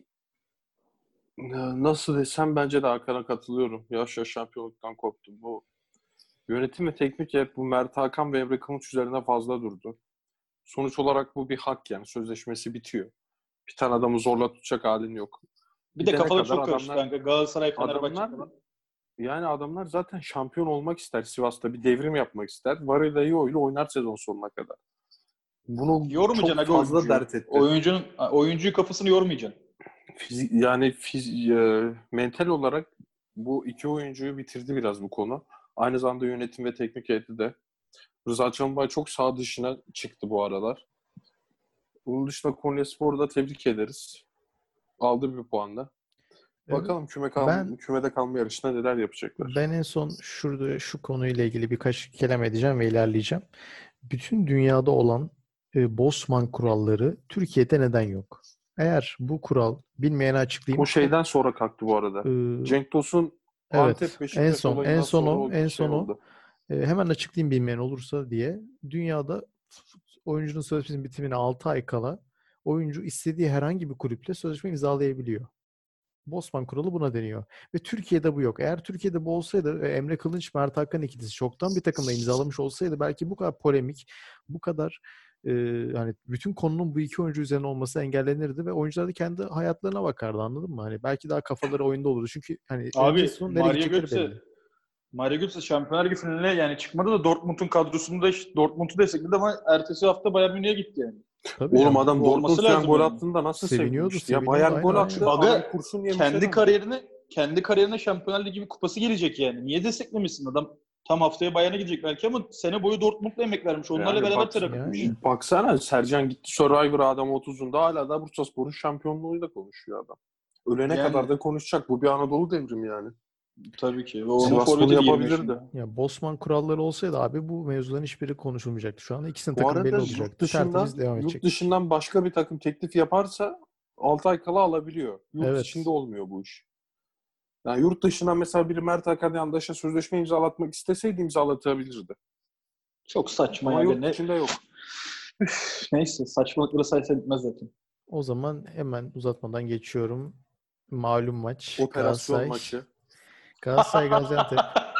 nasıl desem bence de Hakan'a katılıyorum. Yavaş yavaş şampiyonluktan koptum. Bu yönetim ve teknik hep bu Mert Hakan ve Emre Kılınç üzerine fazla durdu. Sonuç olarak bu bir hak yani. Sözleşmesi bitiyor. Bir tane adamı zorla tutacak halin yok. Bir de Gidene kafalar kadar çok karıştı adamlar- kanka. Galatasaray, Fenerbahçe adamlar- falan. Yani adamlar zaten şampiyon olmak ister. Sivas'ta bir devrim yapmak ister. Varela ile oynar sezon sonuna kadar. Bunu Yormayacaksın çok aga fazla oyuncuyu. dert etti. Oyuncunun, oyuncuyu kafasını yormayacaksın. Fizik, yani fiz, e, mental olarak bu iki oyuncuyu bitirdi biraz bu konu. Aynı zamanda yönetim ve teknik heyeti de. Rıza Çalınbay çok sağ dışına çıktı bu aralar. Bunun dışında Konyaspor'u da tebrik ederiz. Aldı bir puanla. Bakalım küme kal Ben- kümede kalma yarışında neler yapacaklar. Ben en son şurada şu konuyla ilgili birkaç kelam edeceğim ve ilerleyeceğim. Bütün dünyada olan e, Bosman kuralları Türkiye'de neden yok? Eğer bu kural bilmeyene açıklayayım. O şeyden sonra kalktı bu arada. Ee, Cenk Tosun evet, Antep Beşiktaş en son olayından en son sonra o, o en şey son o. oldu. E, hemen açıklayayım bilmeyen olursa diye. Dünyada oyuncunun sözleşmesinin bitimine altı ay kala oyuncu istediği herhangi bir kulüple sözleşme imzalayabiliyor. Bosman kuralı buna deniyor. Ve Türkiye'de bu yok. Eğer Türkiye'de bu olsaydı Emre Kılınç, Mert Hakan ikilisi çoktan bir takımla imzalamış olsaydı belki bu kadar polemik, bu kadar e, hani bütün konunun bu iki oyuncu üzerine olması engellenirdi ve oyuncular da kendi hayatlarına bakardı, anladın mı? Hani belki daha kafaları oyunda olurdu. Çünkü hani Abi eninde sonunda nereye Mario gidecekleri Götze belli. Mario Götze Şampiyonlar Ligi finaline yani çıkmadı da Dortmund'un kadrosunda işte Dortmund'u destekledi ama ertesi hafta Bayern Münih'e gitti yani. Tabii Oğlum yani. adam Bu olması Dortmund falan lazım gol yani. attığında nasıl Seviniyordu, sevinmişti ya. seviniyordu, Bayern gol aynen, attı. aynen. Adam Baga kurşun yemiş. Kendi adam. kariyerine kendi kariyerine Şampiyonlar Ligi bir kupası gelecek yani. Niye desteklemişsin adam? Tam haftaya Bayern'e gidecek belki ama sene boyu Dortmund'la emek vermiş. Onlarla Yani beraber bak- ter akıtmış. yani. Baksana Sercan gitti Survivor'a adam otuzunda hala da Bursaspor'un şampiyonluğuyla konuşuyor adam. Ölene Yani. kadar da konuşacak. Bu bir Anadolu devrimi yani. Tabii ki. Ve onun Sivas forveti bunu de yirmi yapabilirdi. yaşında. Ya Bosman kuralları olsaydı abi bu mevzuların hiçbiri konuşulmayacaktı. Şu anda ikisinin Bu takımı belli arada olacaktı. yurt dışından, Tertemiz devam yurt edecek. dışından başka bir takım teklif yaparsa altı ay kala alabiliyor. Yurt Evet. içinde olmuyor bu iş. Yani yurt dışından mesela biri Mert Hakan Yandaş'a sözleşme imzalatmak isteseydi imzalatabilirdi. Çok saçma Ama ya. yurt Ne... içinde yok. Neyse saçmalıkları saysa bitmez zaten. O zaman hemen uzatmadan geçiyorum. Malum maç. Operasyon Galatasaray. maçı. Galatasaray Gaziantep.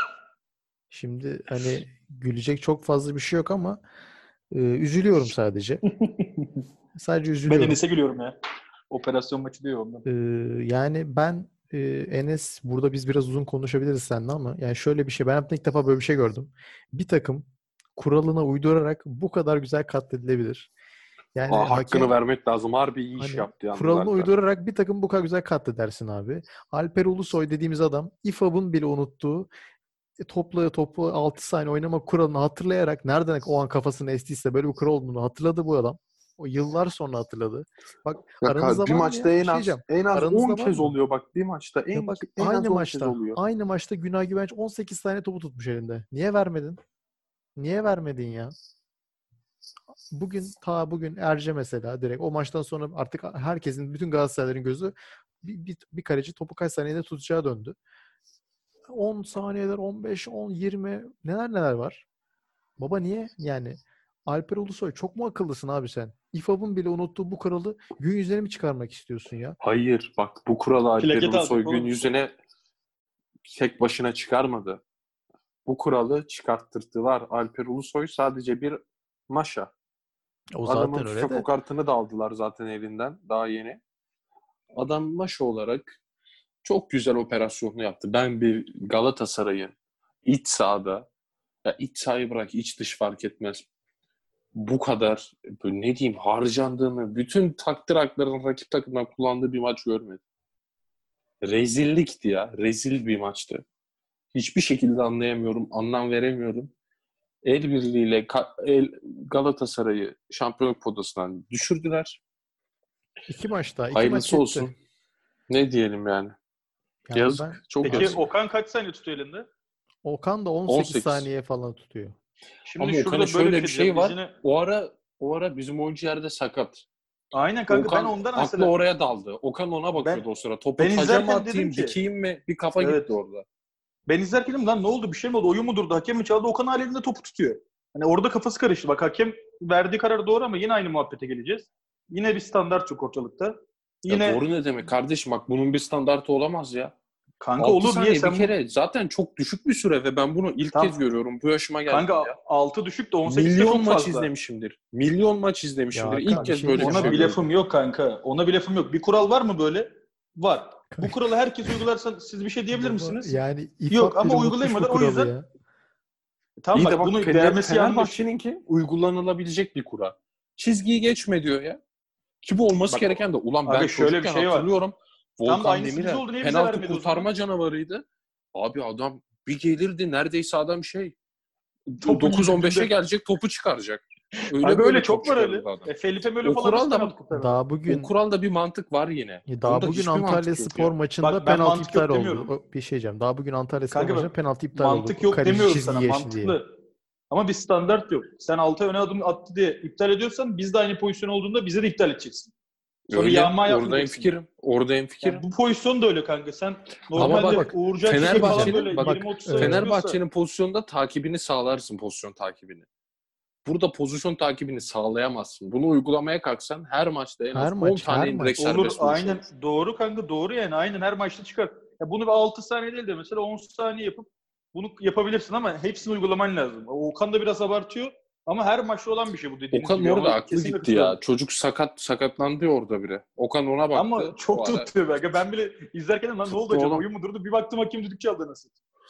Şimdi hani gülecek çok fazla bir şey yok ama e, üzülüyorum sadece. Sadece Ben üzülüyorum. Enes'e gülüyorum ya. Operasyon maçı diyor ondan. E, yani ben e, Enes burada biz biraz uzun konuşabiliriz seninle ama yani şöyle bir şey, ben hayatımda ilk defa böyle bir şey gördüm. Bir takım kuralına uydurarak bu kadar güzel katledilebilir. Yani Aa, hakkını hakem vermek lazım. Harbi iyi iş hani yaptı yalnız kuralını Alper. uydurarak bir takım bu kadar güzel katledersin abi. Alper Ulusoy dediğimiz adam İ F A B'ın bile unuttuğu e, topla topla altı saniye oynama kuralını hatırlayarak nereden o an kafasını estiyse böyle bir kural olduğunu hatırladı bu adam. O yıllar sonra hatırladı. Bak Ya, aranızda bir var mı maçta ya? Bir en şey az diyeceğim. en az Aranızda on var kez mı? oluyor bak bir maçta en Ya bak en aynı az on kez maçta oluyor. aynı maçta Günay Güvenç on sekiz tane topu tutmuş elinde. Niye vermedin? Niye vermedin ya? Bugün ta bugün Erce mesela direkt o maçtan sonra artık herkesin, bütün Galatasaraylıların gözü bir, bir, bir kaleci topu kaç saniyede tutacağı döndü. on saniyeler, on beş, on, yirmi neler neler var. Baba niye? Yani Alper Ulusoy çok mu akıllısın abi sen? İ F A B'ın bile unuttuğu bu kuralı gün yüzüne mi çıkarmak istiyorsun ya? Hayır bak bu kuralı Alper Plaket Ulusoy alacak gün oğlum. yüzüne tek başına çıkarmadı. Bu kuralı çıkarttırdılar. Alper Ulusoy sadece bir maşa. O Adamın zaten öyle FIFA de. kartını da aldılar zaten elinden daha yeni. Adam maşa olarak çok güzel operasyonu yaptı. Ben bir Galatasaray'ın iç sahada, ya iç sahayı bırak iç dış fark etmez. Bu kadar böyle ne diyeyim harcandığını, bütün takdir haklarını rakip takımdan kullandığı bir maç görmedim. Rezillikti ya. Rezil bir maçtı. Hiçbir şekilde anlayamıyorum, anlam veremiyorum. El birliğiyle Ka- el, Galatasaray'ı şampiyonluk potasından düşürdüler. İki maçta. iki maç Hayırlısı yetti. olsun. Ne diyelim yani. Yani Yazık. ben- Çok Peki yazık. Okan kaç saniye tutuyor elinde? Okan da on on sekiz sekiz saniye falan tutuyor. Şimdi Ama şurada Okan'ın böyle şöyle bir şey diyeceğim. var. Biz yine- O ara o ara bizim oyuncu yerde sakat. Aynen kanka Okan ben ondan aklı mesela oraya daldı. Okan ona bakıyordu Ben- o sıra. Topu ben taca mı izlerken atayım, dedim ki- dikeyim mi? Bir kafa Evet. gitti orada. ben izlerken dedim lan ne oldu bir şey mi oldu oyun mu durdu hakem mi çaldı Okan hala elinde topu tutuyor. Hani orada kafası karıştı. Bak hakem verdiği karar doğru ama yine aynı muhabbete geleceğiz. Yine bir standart çok ortalıkta. Yine Ya doğru ne demek kardeşim? Bak bunun bir standartı olamaz ya. kanka altı olur saniye niye sen bir bu- kere zaten çok düşük bir süre ve ben bunu ilk Tamam. kez görüyorum. Bu yaşıma geldim kanka ya. altı düşük de on sekiz de Milyon çok maç fazla. izlemişimdir. Milyon maç izlemişimdir. Ya İlk Hakan, bir kez şey böyle bir Ona şey bir gördüm. lafım yok kanka. Ona bir lafım yok. Bir kural var mı böyle? Var. Bu kuralı herkes uygularsa siz bir şey diyebilir Baba, misiniz? Yani Yok ama uygulayamadılar uygulayamadılar, o yüzden- ya. Tamam İyi bak de bak bunu Fener, beğenmesi yanlış. Fenerbahçe'ninki uygulanılabilecek bir kura. Çizgiyi geçme diyor ya. Ki bu olması Bak, gereken de. Ulan ben abi şöyle bir çocukken şey var. hatırlıyorum. Volkan aynısı bize Demirel oldu, niye bize penaltı vermedi o kurtarma zaman? canavarıydı. Abi adam bir gelirdi neredeyse adam şey Topun dokuz on beşe yüzünde. gelecek, topu çıkaracak. Öyle Abi böyle öyle top çok var öyle. çıkarırdı adam. E, Felipe Melo O falan kural nasıl da- penaltı kurtardı? Daha O bugün kuralda bir mantık var yine. daha Bunda bugün hiçbir mantık Antalya yok Spor ya. maçında Bak, ben penaltı mantık yok iptal oldu. demiyorum. O- Bir şey diyeceğim. Daha bugün Antalya Spor Kanka maçında ben penaltı iptal mantık oldu. yok Kaleci demiyorum çizgi sana, geçti diye. mantıklı. Ama bir standart yok. Sen altı öne adım attı diye iptal ediyorsan biz de aynı pozisyon olduğunda bize de iptal edeceksin. Sonra Öyle, yağma orada yapmayacaksın. hemfikirim. Orada hemfikirim. Yani bu pozisyon da öyle kanka. Sen Ama normalde bak, Uğurcan Çiçek falan Fenerbahçe'nin- böyle bak, yirmi otuz sayı evet. yapıyorsa- Fenerbahçe'nin pozisyonda takibini sağlarsın, pozisyon takibini. Burada pozisyon takibini sağlayamazsın. Bunu uygulamaya kalksan her maçta en Her az on maç, tane her indirek maç. Olur, serbest vuruş aynen olur. doğru kanka, doğru yani, aynen her maçta çıkar. Ya bunu altı saniye değil de mesela on saniye yapıp bunu yapabilirsin ama hepsini uygulaman lazım. Okan da biraz abartıyor ama her maçta olan bir şey bu dediğiniz Okan gibi. orada Ama aklı kesinlikle gitti katılıyorum. ya. Çocuk sakat sakatlandı ya orada biri. Okan ona baktı. Ama çok O ara tutuyor belki. Ben bile izlerken lan ne oldu acaba? Oğlum. Oyun mu durdu? Bir baktım hakim düdük çaldı nasıl.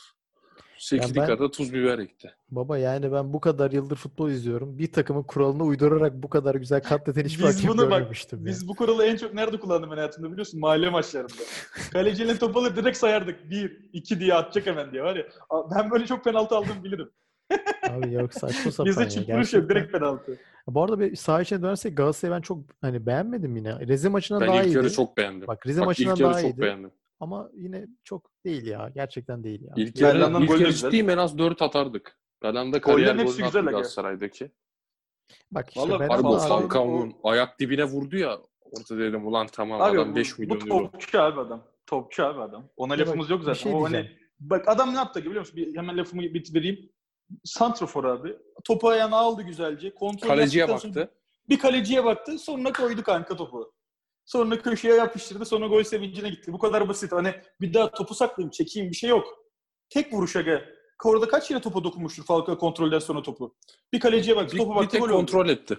sekiz Ya ben- dakikada tuz biber ekti. Baba yani ben bu kadar yıldır futbol izliyorum. Bir takımın kuralını uydurarak bu kadar güzel katleden hiçbir Biz hakem bunu bak, görmemiştim ya. biz bu kuralı en çok nerede kullandım ben hayatımda biliyorsun? Mahalle maçlarında. Kaleciyle top alır direkt sayardık. Bir, iki diye atacak hemen diye var ya. Ben böyle çok penaltı aldığımı bilirim. Abi yok saçma sapan Bizde ya. çift vuruş yok, Gerçekten. direkt penaltı. Bu arada bir saha içine dönersek Galatasaray'ı ben çok hani beğenmedim yine. Rize maçından Ben daha ilk iyiydi. yarı çok beğendim. Bak Rize Bak maçından ilk yarı daha çok iyiydi. beğendim. Ama yine çok değil ya. Gerçekten değil ya. İlk Belhanda'nın yarı, ilk golü de yarı güzel. ciddiyim, en az dört atardık. Belhanda kariyer Gollerin golünü hepsi attı güzel aga. Galatasaray'daki. Bak işte Vallahi Belhanda Harbi Belhanda o abi- abi, Falcao'nun ayak dibine vurdu ya. Orada dedim ulan tamam Abi adam bu, beş bu milyon euro. topçu abi adam. Topçu abi adam. Ona Ya lafımız bak, yok bir zaten. şey o diyeceğim. hani bak adam ne yaptı biliyor musun? Bir, hemen lafımı bitireyim. Santrafor abi. Topu ayağına aldı güzelce. Kontrol Kaleciye yaptıktan sonra baktı. bir kaleciye baktı. Sonra koydu kanka topu. Sonra köşeye yapıştırdı. Sonra gol sevincine gitti. Bu kadar basit. Hani bir daha topu saklayayım, çekeyim, bir şey yok. Tek vuruş aga. Orada kaç yere topa dokunmuştur Falcao kontrolden sonra topu. Bir kaleciye baktı. Bir, Topu bir baktı, tek gol oldu. kontrol etti.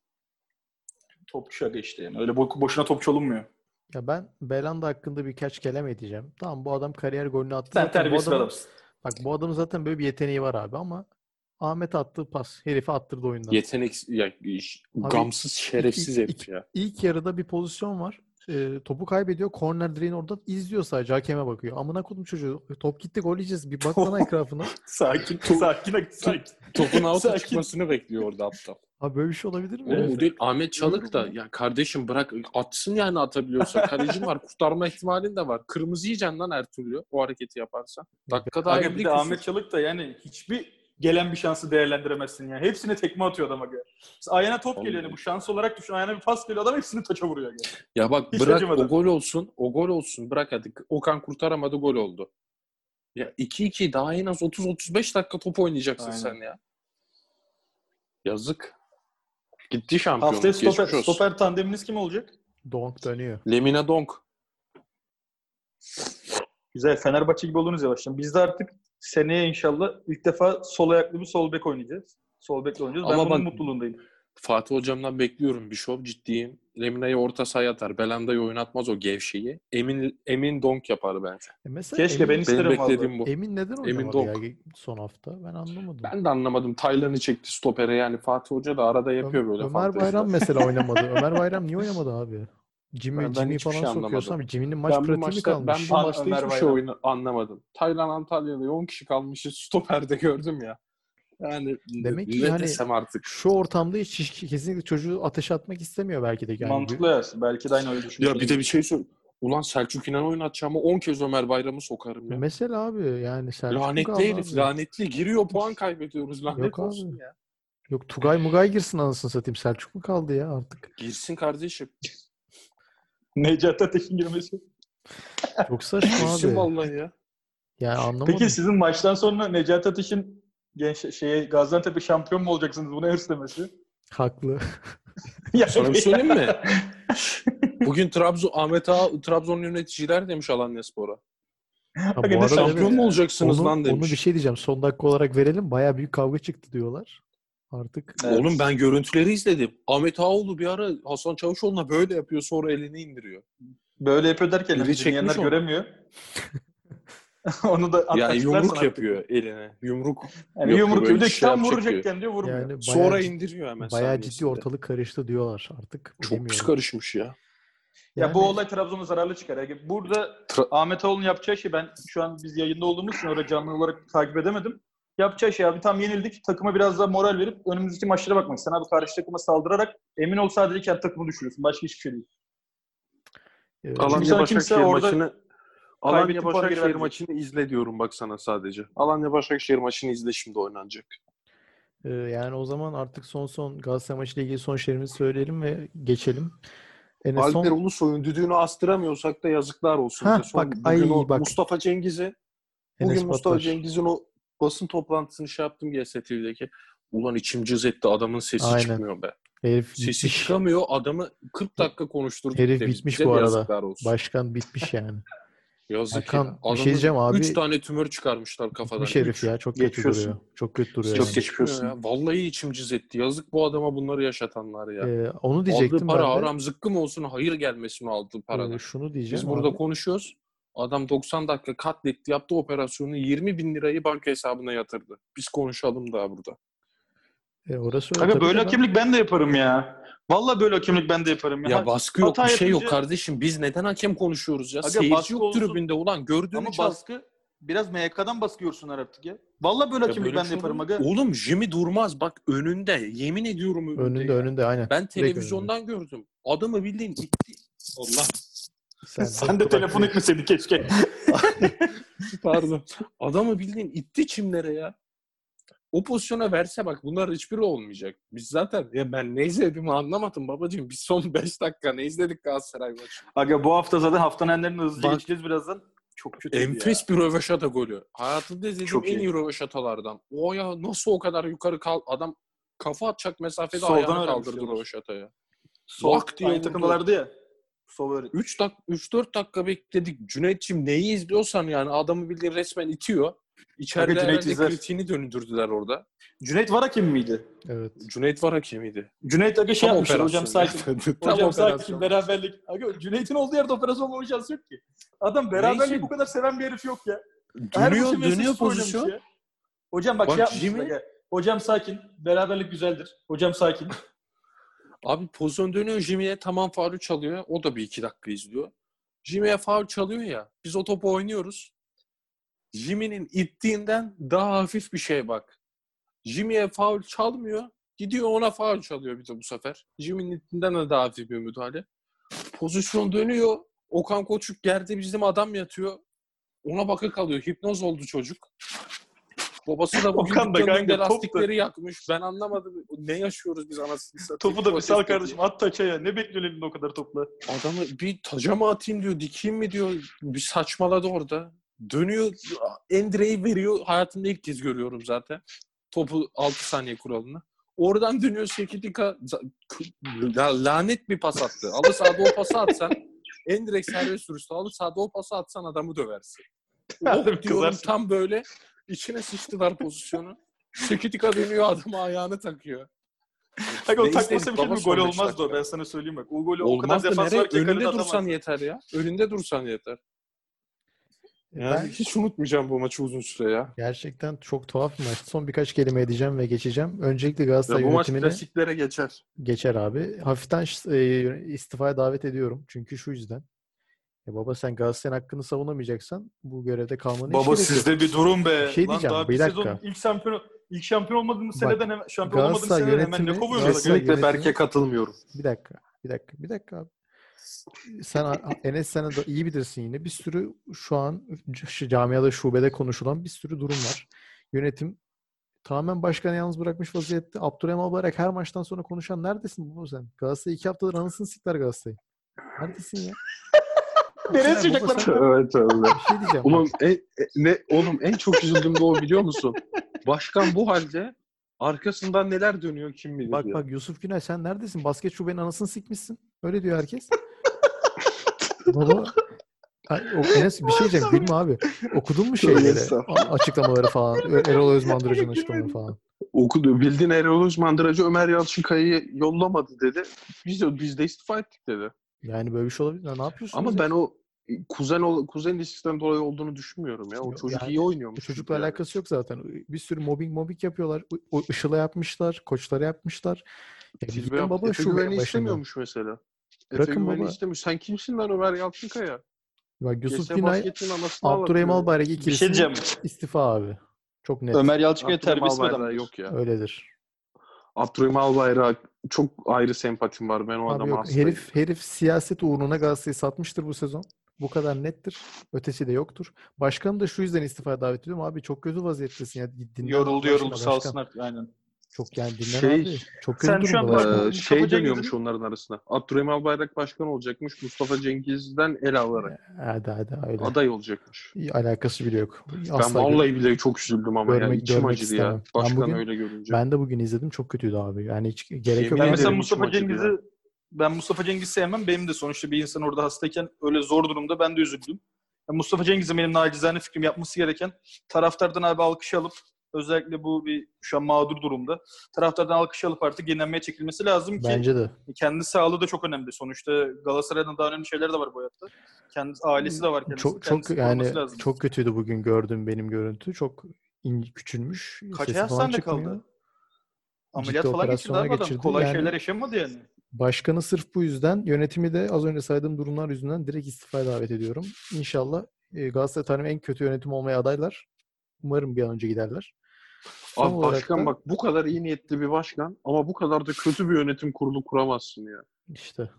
Topçu aga işte yani. Öyle bo- boşuna topçu olunmuyor. ya ben Belhanda hakkında birkaç kelam edeceğim. Tamam bu adam kariyer golünü attı. Sen Zaten bu terbiyesiz adamın, adamsın. bak bu adamın zaten böyle bir yeteneği var abi ama Ahmet attığı pas. Herifi attırdı oyundan. Yetenek, ya, iş- gamsız, şerefsiz ilk- herif ya. İlk yarıda bir pozisyon var. E, topu kaybediyor. Corner direğin orada izliyor sadece. Hakeme bakıyor. Amına kodum çocuğu. Top gitti, gol yiyeceğiz. Bir bak bana ekrafına. Sakin, sakin, sakin. Topun out'a Sakin. çıkmasını bekliyor orada aptal. Abi böyle bir şey olabilir mi? Oğlum Evet. o değil. Ahmet Çalık da Olur mu? ya kardeşim bırak atsın yani atabiliyorsa. Kalecin var. Kurtarma ihtimalin de var. Kırmızı yiyeceksin lan her türlü o hareketi yaparsan. Dakika daha Aga bir elli de küsur. Ahmet Çalık da yani hiçbir gelen bir şansı değerlendiremezsin yani. Hepsine tekme atıyor adam aga. Mesela ayağına top geliyor yani, bu şans olarak düşün. Ayağına bir pas geliyor, adam hepsini taça vuruyor yani. Ya bak Hiç bırak acımadı. o gol olsun. O gol olsun. Bırak hadi. Okan kurtaramadı, gol oldu. Ya iki iki daha en az otuz otuz beş dakika top oynayacaksın Aynen. sen ya. Yazık. Gitti şampiyonluk. Haftaya stoper, Geçmiş olsun. stoper tandeminiz kim olacak? Donk dönüyor. Lemina Donk. Güzel, Fenerbahçe gibi oldunuz yavaştan. Biz de artık seneye inşallah ilk defa sol ayaklı bir sol bek oynayacağız. Sol bekle oynayacağız. Ben Ama bunun bak- mutluluğundayım. Fatih hocamdan bekliyorum bir şov, ciddiyim. Lemina'yı orta sahaya atar. Belanda'yı oynatmaz o gevşeyi. Emin Emin Donk yapar bence. E mesela Keşke Emin, ben Benim isterim beklediğim valla. bu. Emin neden oynamadı Donk. ya son hafta? Ben anlamadım. Ben de anlamadım. Taylan'ı çekti stopere, yani Fatih Hoca da arada yapıyor Ö- böyle Ömer fanteziler. Bayram mesela oynamadı. Ömer Bayram niye oynamadı abi? Jimmy, Ben- ben Jimmy hiçbir falan şey sokuyorsun anlamadım. ama Jimmy'nin maç Ben bu pratiği mi maçta, ben kalmış? bu An- maçta Ömer hiçbir şey Bayram. oyunu anlamadım. Taylan Antalya'da on kişi kalmışız. Stoperde gördüm ya. Yani Demek ne, ki ne hani desem artık. Şu ortamda hiç, hiç kesinlikle çocuğu ateşe atmak istemiyor belki de. Yani Mantıklı ya. Belki de aynı öyle düşünüyor. Ya bir de bir şey söyle. Ulan Selçuk İnan oynatacağımı on kez Ömer Bayram'ı sokarım ya. Mesela abi yani Selçuk mu Lanetli kaldı herif, abi? lanetli. Giriyor, puan kaybediyoruz. Lanet Yok abi. olsun ya. Yok Tugay Mugay girsin anasını satayım. Selçuk mu kaldı ya artık? Girsin kardeşim. Necati Ateş'in girmesi. Çok saçma Girsin abi. vallahi ya. Yani anlamadım. Peki sizin maçtan sonra Necati Ateş'in genç şeye Gaziantep'e şampiyon mu olacaksınız? Buna hırslemesi. Haklı. Ya- Sana bir söyleyeyim mi? Bugün Trabzon, Ahmet Ağa, Trabzon yöneticiler demiş Alanyaspor'a. Ha, bu Aga ne arada Şampiyon evet, mu olacaksınız onu, lan demiş. onu bir şey diyeceğim. Son dakika olarak verelim. Bayağı büyük kavga çıktı diyorlar. Artık Evet. Oğlum ben görüntüleri izledim. Ahmet Ağaoğlu bir ara Hasan Çavuşoğlu'na böyle yapıyor, sonra elini indiriyor. Böyle yapıyor derken Biri hani çekmiş dinleyenler onu. göremiyor. Onu da at- Yani açıklarsan yumruk artık. yapıyor eline. Yumruk Yani yapıyor, yumruk böyle yapıyor. şey Tam yapacak vuracakken diyor vurmuyor. Yani bayağı, Sonra cid- indiriyor hemen bayağı ciddi saniyesinde. ortalık karıştı diyorlar artık. Çok pis Bilemiyorum. karışmış ya. Ya bu Yani olay Trabzon'a zararlı çıkar. Yani burada Tra- Ahmet Ağol'un yapacağı şey, ben şu an biz yayında olduğumuz için orada canlı olarak takip edemedim. Yapacağı şey abi, tam yenildik. Takıma biraz daha moral verip önümüzdeki maçlara bakmak. Sen abi karşı takıma saldırarak emin ol sadece kendi takımı düşürüyorsun. Başka hiçbir şey değil. e, Çünkü Alanya sana kimse Başakşehir orada maçını Alanya kaybettiğin puanı geri Başakşehir vermeyecek. maçını izle diyorum bak sana sadece. Alanya Başakşehir maçını izle, şimdi oynanacak. e, yani o zaman artık son son Galatasaray maçıyla ilgili son şeylerimizi söyleyelim ve geçelim. Enes Alper son... Ulusoy'un düdüğünü astıramıyorsak da yazıklar olsun. Ha bize. Son, bak, bugün ay o bak. Mustafa Cengiz'e bugün Enes Mustafa Batur. Cengiz'in o basın toplantısını şey yaptım G S T V'deki. Ulan içim cız etti, adamın sesi Aynen. çıkmıyor be. Herif Sesi bitmiş. çıkamıyor, adamı kırk dakika konuşturduk Herif demiş. bitmiş Bize bu de arada. yazıklar olsun. Başkan bitmiş yani. Yazık Erkan, ya. bir şey diyeceğim Adamın abi. üç tane tümör çıkarmışlar kafadan. Bitmiş herif Üç. ya. Çok kötü Geçmiş olsun. duruyor. Çok kötü duruyor Çok yani. Sesi geçmiş çıkmıyor olsun. ya. Vallahi içim cız etti. Yazık bu adama bunları yaşatanlar ya. Ee, onu Aldığı diyecektim para ben de. haram zıkkım olsun, hayır gelmesin o aldığı paradan. Ee, şunu Biz diyeceğim burada abi. konuşuyoruz. Adam doksan dakika katletti, yaptı operasyonu, yirmi bin lirayı banka hesabına yatırdı. Biz konuşalım daha burada. E, orası öyle Aga tabii böyle de ben- hakemlik ben de yaparım ya. Vallahi böyle hakemlik ben de yaparım ya. Ya baskı yok, hata bir şey yok yapınca- kardeşim. Biz neden hakem konuşuyoruz ya? Aga Seyirci baskı yok olsun. tribünde ulan. Gördüğünü Ama çal. baskı biraz M Y K'dan baskı görsünler artık ya. Vallahi böyle Ya hakemlik böyle ben bir de şey yaparım olur mu? aga. Oğlum Jimmy durmaz. Bak önünde. Yemin ediyorum önünde. önünde ya. önünde aynen. Ben Direkt televizyondan gördüm. Adamı bildiğin itti. Allah. Sen, Sen de telefon etmeseydin keşke. Pardon. Adamı bildiğin itti çimlere ya. O pozisyona verse bak bunlar hiçbiri olmayacak. Biz zaten ya ben ne izlediğimi anlamadım babacığım. Biz son beş dakika ne izledik Galatasaray maçı? Aga bu hafta zaten haftanın enlerini hızlıca Bak- geçeceğiz birazdan. Çok kötü ya. Enfes bir röveşata golü. Hayatımda izlediğim Çok en iyi. iyi röveşatalardan. O ya nasıl o kadar yukarı kal adam kafa atacak mesafede Soldan ayağını öğrenmiş kaldırdı diyorlar. röveşataya. Sol Lak diye aynı vurdu. takımdalardı ya. Sol öyle. üç dak üç dört dakika bekledik. Cüneyt'ciğim neyi izliyorsan yani adamı bildiğin resmen itiyor. İçeride Aga, Cüneyt herhalde izler. kritiğini döndürdüler orada. Cüneyt var hakem miydi? Evet. Cüneyt var hakemiydi. Cüneyt Aga şey Tam yapmışlar operasyon hocam sakin. ya. Tam Hocam operasyon. sakin beraberlik. Aga Cüneyt'in olduğu yerde operasyon olma şansı yok ki. Adam beraberliği Neyse. bu kadar seven bir herif yok ya. Her Dönüyor, maçı dönüyor Manchester oynamış pozisyon. ya. Hocam bak, Bak, şey yapmışlar Jimmy- ya. Hocam sakin. Beraberlik güzeldir. Hocam sakin. Abi pozisyon dönüyor Jimmy'ye, tamam faul çalıyor. O da bir iki dakika izliyor. Jimmy'ye faul çalıyor ya. Biz o topu oynuyoruz. Jimmy'nin ittiğinden daha hafif bir şey bak. Jimmy'ye faul çalmıyor. Gidiyor ona faul çalıyor bir de bu sefer. Jimmy'nin ittiğinden de daha hafif bir müdahale. Pozisyon dönüyor. Okan Koçuk yerde bizim adam yatıyor. Ona bakı kalıyor. Hipnoz oldu çocuk. Babası da bugün Okan da dükkanın kanka, önünde top da- lastikleri yakmış. Ben anlamadım. Ne yaşıyoruz biz anasını satayım. Topu da bir sal Protest kardeşim. ediyor. At taça ya. Ne bekliyorsun elinde o kadar topla? Adamı bir taca mı atayım diyor, dikeyim mi diyor. Bir saçmaladı orada. Dönüyor, Endre'yi veriyor. Hayatımda ilk kez görüyorum zaten. Topu altı saniye kuralını. Oradan dönüyor Şekidika. La, lanet bir pas attı. Alı sahada o pası atsan, Endrek serbest vuruşta alı sahada o pası atsan adamı döversin. Oh diyorum Kızarsın. tam böyle içine sıçtılar pozisyonu. Şekidika dönüyor, adama ayağını takıyor. Kanka o Ne takmasa izledik bir şey baba mi? Gol son beş olmazdı o. dakika? Ben sana söyleyeyim bak. O golü o kadar Olmaz da defans nereye? var ki kalede Önünde dursan atamazdı. yeter ya. Önünde dursan yeter. Yani Ben hiç unutmayacağım bu maçı uzun süre ya. gerçekten çok tuhaf bir maçtı. Son birkaç kelime edeceğim ve geçeceğim. Öncelikle Ve Galatasaray bu maç yönetimini klasiklere geçer. geçer abi. Hafiften e, istifaya davet ediyorum. Çünkü şu yüzden. Ya baba sen Galatasaray'ın hakkını savunamayacaksan bu görevde kalmanı hiç Baba gerek yok. sizde bir durum be. Bir şey Lan diyeceğim, daha bir bir dakika. sezon ilk şampiyon ilk şampiyon olmadığımız Bak, seneden hemen şampiyon olmadığımız Galatasaray seneden hemen ne yönetimi- kovuyoruz? Galatasaray Aga? yönetimi- Berke katılmıyorum. Bir dakika. Bir dakika. Bir dakika abi. Sen Enes sen de iyi bilirsin yine. Bir sürü şu an şu camiada şubede konuşulan bir sürü durum var. Yönetim tamamen başkanı yalnız bırakmış vaziyette. Abdurrahman Albayrak her maçtan sonra konuşan neredesin baba sen? Galatasaray iki haftadır anasını sikler Galatasaray. Neredesin ya? Nereye Baba çıkacaklar? sen- Evet öyle. Bir şey diyeceğim. Oğlum en, e- ne oğlum en çok üzüldüğüm de o biliyor musun? Başkan bu halde arkasından neler dönüyor kim bilir Bak ya. bak Yusuf Günay sen neredesin? Basket şubenin anasını sikmişsin. Öyle diyor herkes. Baba Ay, o, Enes bir şey diyeceğim. Gülme abi. Okudun mu şeyleri? estağfurullah. a- açıklamaları falan. Ö- Erol Özmandıracı'nın açıklamaları falan. Okudu. Bildiğin Erol Mandıracı Ömer Yalçınkaya'yı yollamadı dedi. Biz de, biz de istifa ettik dedi. Yani böyle bir şey olabilir. Ya ne yapıyorsunuz Ama ya? ben o kuzen ol- kuzen ilişkisinden dolayı olduğunu düşünmüyorum ya. O Yok, çocuk yani iyi bu oynuyormuş çocukla çünkü yani. alakası yok zaten. Bir sürü mobbing mobbing yapıyorlar. O Işıl'a yapmışlar. Koçlara yapmışlar. Ya bir Tilbe gidin yaptı. baba Efe Güven'i şubenin başında. istemiyormuş mesela. Efe Bırakın Güven'i baba. istemiyor. Sen kimsin lan Ömer Yalçınkaya? Bak Yusuf G S Günay, Basket'in anasını Abdurrahim ağlatıyor ya. Albayrak Bir şey ikilisi diyeceğim. istifa abi. Çok net. Ömer Yalçınkaya Abdurrahim terbiyesiz bir adam Albayrak mıdır? yok ya. Öyledir. Abdurrahim Albayrak çok ayrı sempatim var. Ben o Abi adama yok. hastayım. Herif herif siyaset uğruna Galatasaray'ı satmıştır bu sezon. Bu kadar nettir. Ötesi de yoktur. Başkanı da şu yüzden istifaya davet ediyorum. Abi çok kötü vaziyettesin ya. Dinlen Yoruldu Allah yoruldu aşkına sağ başkan. olsun artık aynen. Çok yani dinlen Şey, abi. Çok kötü Sen şu an durumda bak başkan. Ee, Mustafa şey dönüyormuş Cengiz'in onların arasında. Abdurrahim Albayrak başkan olacakmış. Mustafa Cengiz'den el alarak Hadi hadi öyle. aday olacakmış. İyi, alakası bile yok. Ben Asla gö- vallahi bile çok üzüldüm ama ya. görmek İçim görmek acıdı ya. istemem. Ben Başkan bugün öyle görünce. ben de bugün izledim. Çok kötüydü abi. Yani hiç gerek yok. Yemin ben mesela ederim içim Mustafa acıdı Cengiz'i ya. ben Mustafa Cengiz'i sevmem. Benim de sonuçta bir insan orada hastayken öyle zor durumda ben de üzüldüm. Ya Mustafa Cengiz'in benim nacizane fikrim yapması gereken taraftardan abi alkış alıp özellikle bu bir şu an mağdur durumda. Taraftardan alkış alıp artık yenilenmeye çekilmesi lazım ki Bence de. kendi sağlığı da çok önemli. Sonuçta Galatasaray'dan daha önemli şeyler de var bu hayatta. Kendi ailesi de var kendisi. Çok çok Kendisi koruması yani lazım. çok kötüydü bugün gördüğüm benim görüntü. Çok in, küçülmüş. Kaç ay Sesi falan hastanede çıkmıyor. kaldı? Ciddi Ameliyat falan geçirdi operasyona abi adam. geçirdi. Kolay Yani şeyler yaşamadı yani. başkanı sırf bu yüzden, yönetimi de az önce saydığım durumlar yüzünden direkt istifaya davet ediyorum. İnşallah e, Galatasaray tarihinin en kötü yönetim olmaya adaylar. Umarım bir an önce giderler. Son Abi olarak başkan da bak bu kadar iyi niyetli bir başkan ama bu kadar da kötü bir yönetim kurulu kuramazsın ya. işte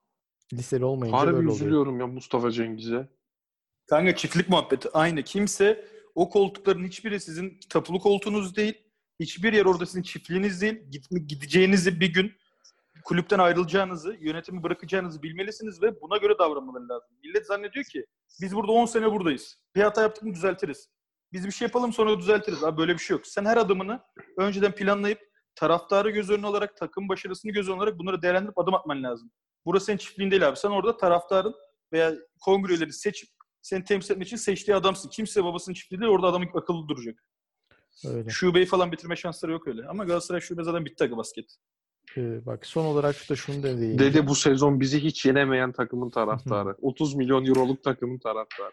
liseli olmayınca Harbi böyle oluyor. üzülüyorum ya Mustafa Cengiz'e. Kanka çiftlik muhabbeti. Aynı. Kimse o koltukların hiçbiri sizin tapulu koltuğunuz değil. Hiçbir yer orada sizin çiftliğiniz değil. Gitme, gideceğinizi bir gün kulüpten ayrılacağınızı, yönetimi bırakacağınızı bilmelisiniz ve buna göre davranmaları lazım. Millet zannediyor ki biz burada on sene buradayız. Bir hata yaptık mı düzeltiriz. Biz bir şey yapalım sonra düzeltiriz. Abi böyle bir şey yok. Sen her adımını önceden planlayıp taraftarı göz önüne alarak, takım başarısını göz önüne alarak bunları değerlendirip adım atman lazım. Burası senin çiftliğin değil abi. Sen orada taraftarın veya kongre üyeleri seçip seni temsil etmek için seçtiği adamsın. Kimse babasının çiftliği değil, orada adam akıllı duracak. Öyle. Şubeyi falan bitirme şansları yok öyle. Ama Galatasaray şube zaten bitti aga basket. Ee, bak son olarak da şunu da değineceğim. Dede bu sezon bizi hiç yenemeyen takımın taraftarı. otuz milyon euroluk takımın taraftarı.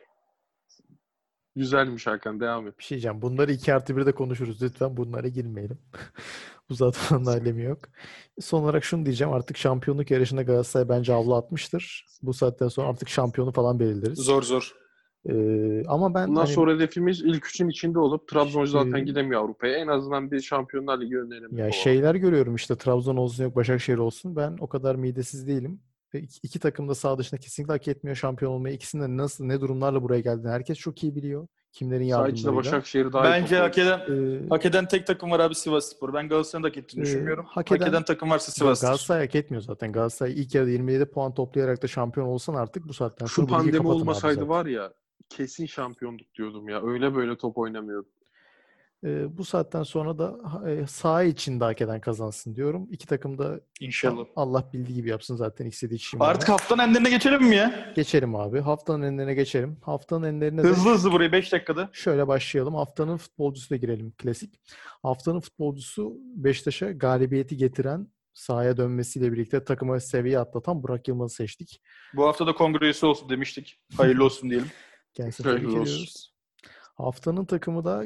Güzelmiş Hakan, devam et. Bir şey diyeceğim. Bunları iki artı birde konuşuruz. Lütfen bunlara girmeyelim. Uzatmanın alemi yok. Son olarak şunu diyeceğim. Artık şampiyonluk yarışında Galatasaray bence avlu atmıştır. Bu saatten sonra artık şampiyonu falan belirleriz. Zor zor. Ee, ama ben Bundan hani sonra hedefimiz ilk üçün içinde olup Trabzon zaten Ee, gidemiyor Avrupa'ya. En azından bir Şampiyonlar Ligi önerimi ya olalım. şeyler görüyorum işte Trabzon olsun yok Başakşehir olsun. Ben o kadar midesiz değilim. Ve iki, iki takım da sağ dışında kesinlikle hak etmiyor şampiyon olmayı. İkisinin de nasıl ne durumlarla buraya geldiğini herkes çok iyi biliyor. Kimlerin Sağ içinde yardımlarıyla. Başakşehir daha iyi Bence top hak eden Ee, hak eden tek takım var abi Sivasspor. Ben Galatasaray'ın da hak ettiğini Ee, düşünmüyorum. hak Hak eden- eden, takım varsa Yok, Sivas'tır. Galatasaray hak etmiyor zaten. Galatasaray ilk yarıda yirmi yedi puan toplayarak da şampiyon olsan artık bu saatten Şu sonra bu ligi pandemi kapatın abi olmasaydı zaten. var ya kesin şampiyonduk diyordum ya. Öyle böyle top oynamıyordum. Ee, bu saatten sonra da e, saha içinde hak eden kazansın diyorum. İki takım da İnşallah. Allah bildiği gibi yapsın zaten istediği kişi. Artık haftanın enlerine geçelim mi ya? Geçelim abi. Haftanın enlerine geçelim. Haftanın enlerine de Hızlı hızlı burayı beş dakikada. şöyle başlayalım. Haftanın futbolcusu da girelim. Klasik. Haftanın futbolcusu Beşiktaş'a galibiyeti getiren, sahaya dönmesiyle birlikte takıma seviye atlatan Burak Yılmaz'ı seçtik. Bu hafta da kongre üyesi olsun demiştik. Hayırlı olsun diyelim. Kendisine Hayırlı tebrik olsun. ediyoruz. Haftanın takımı da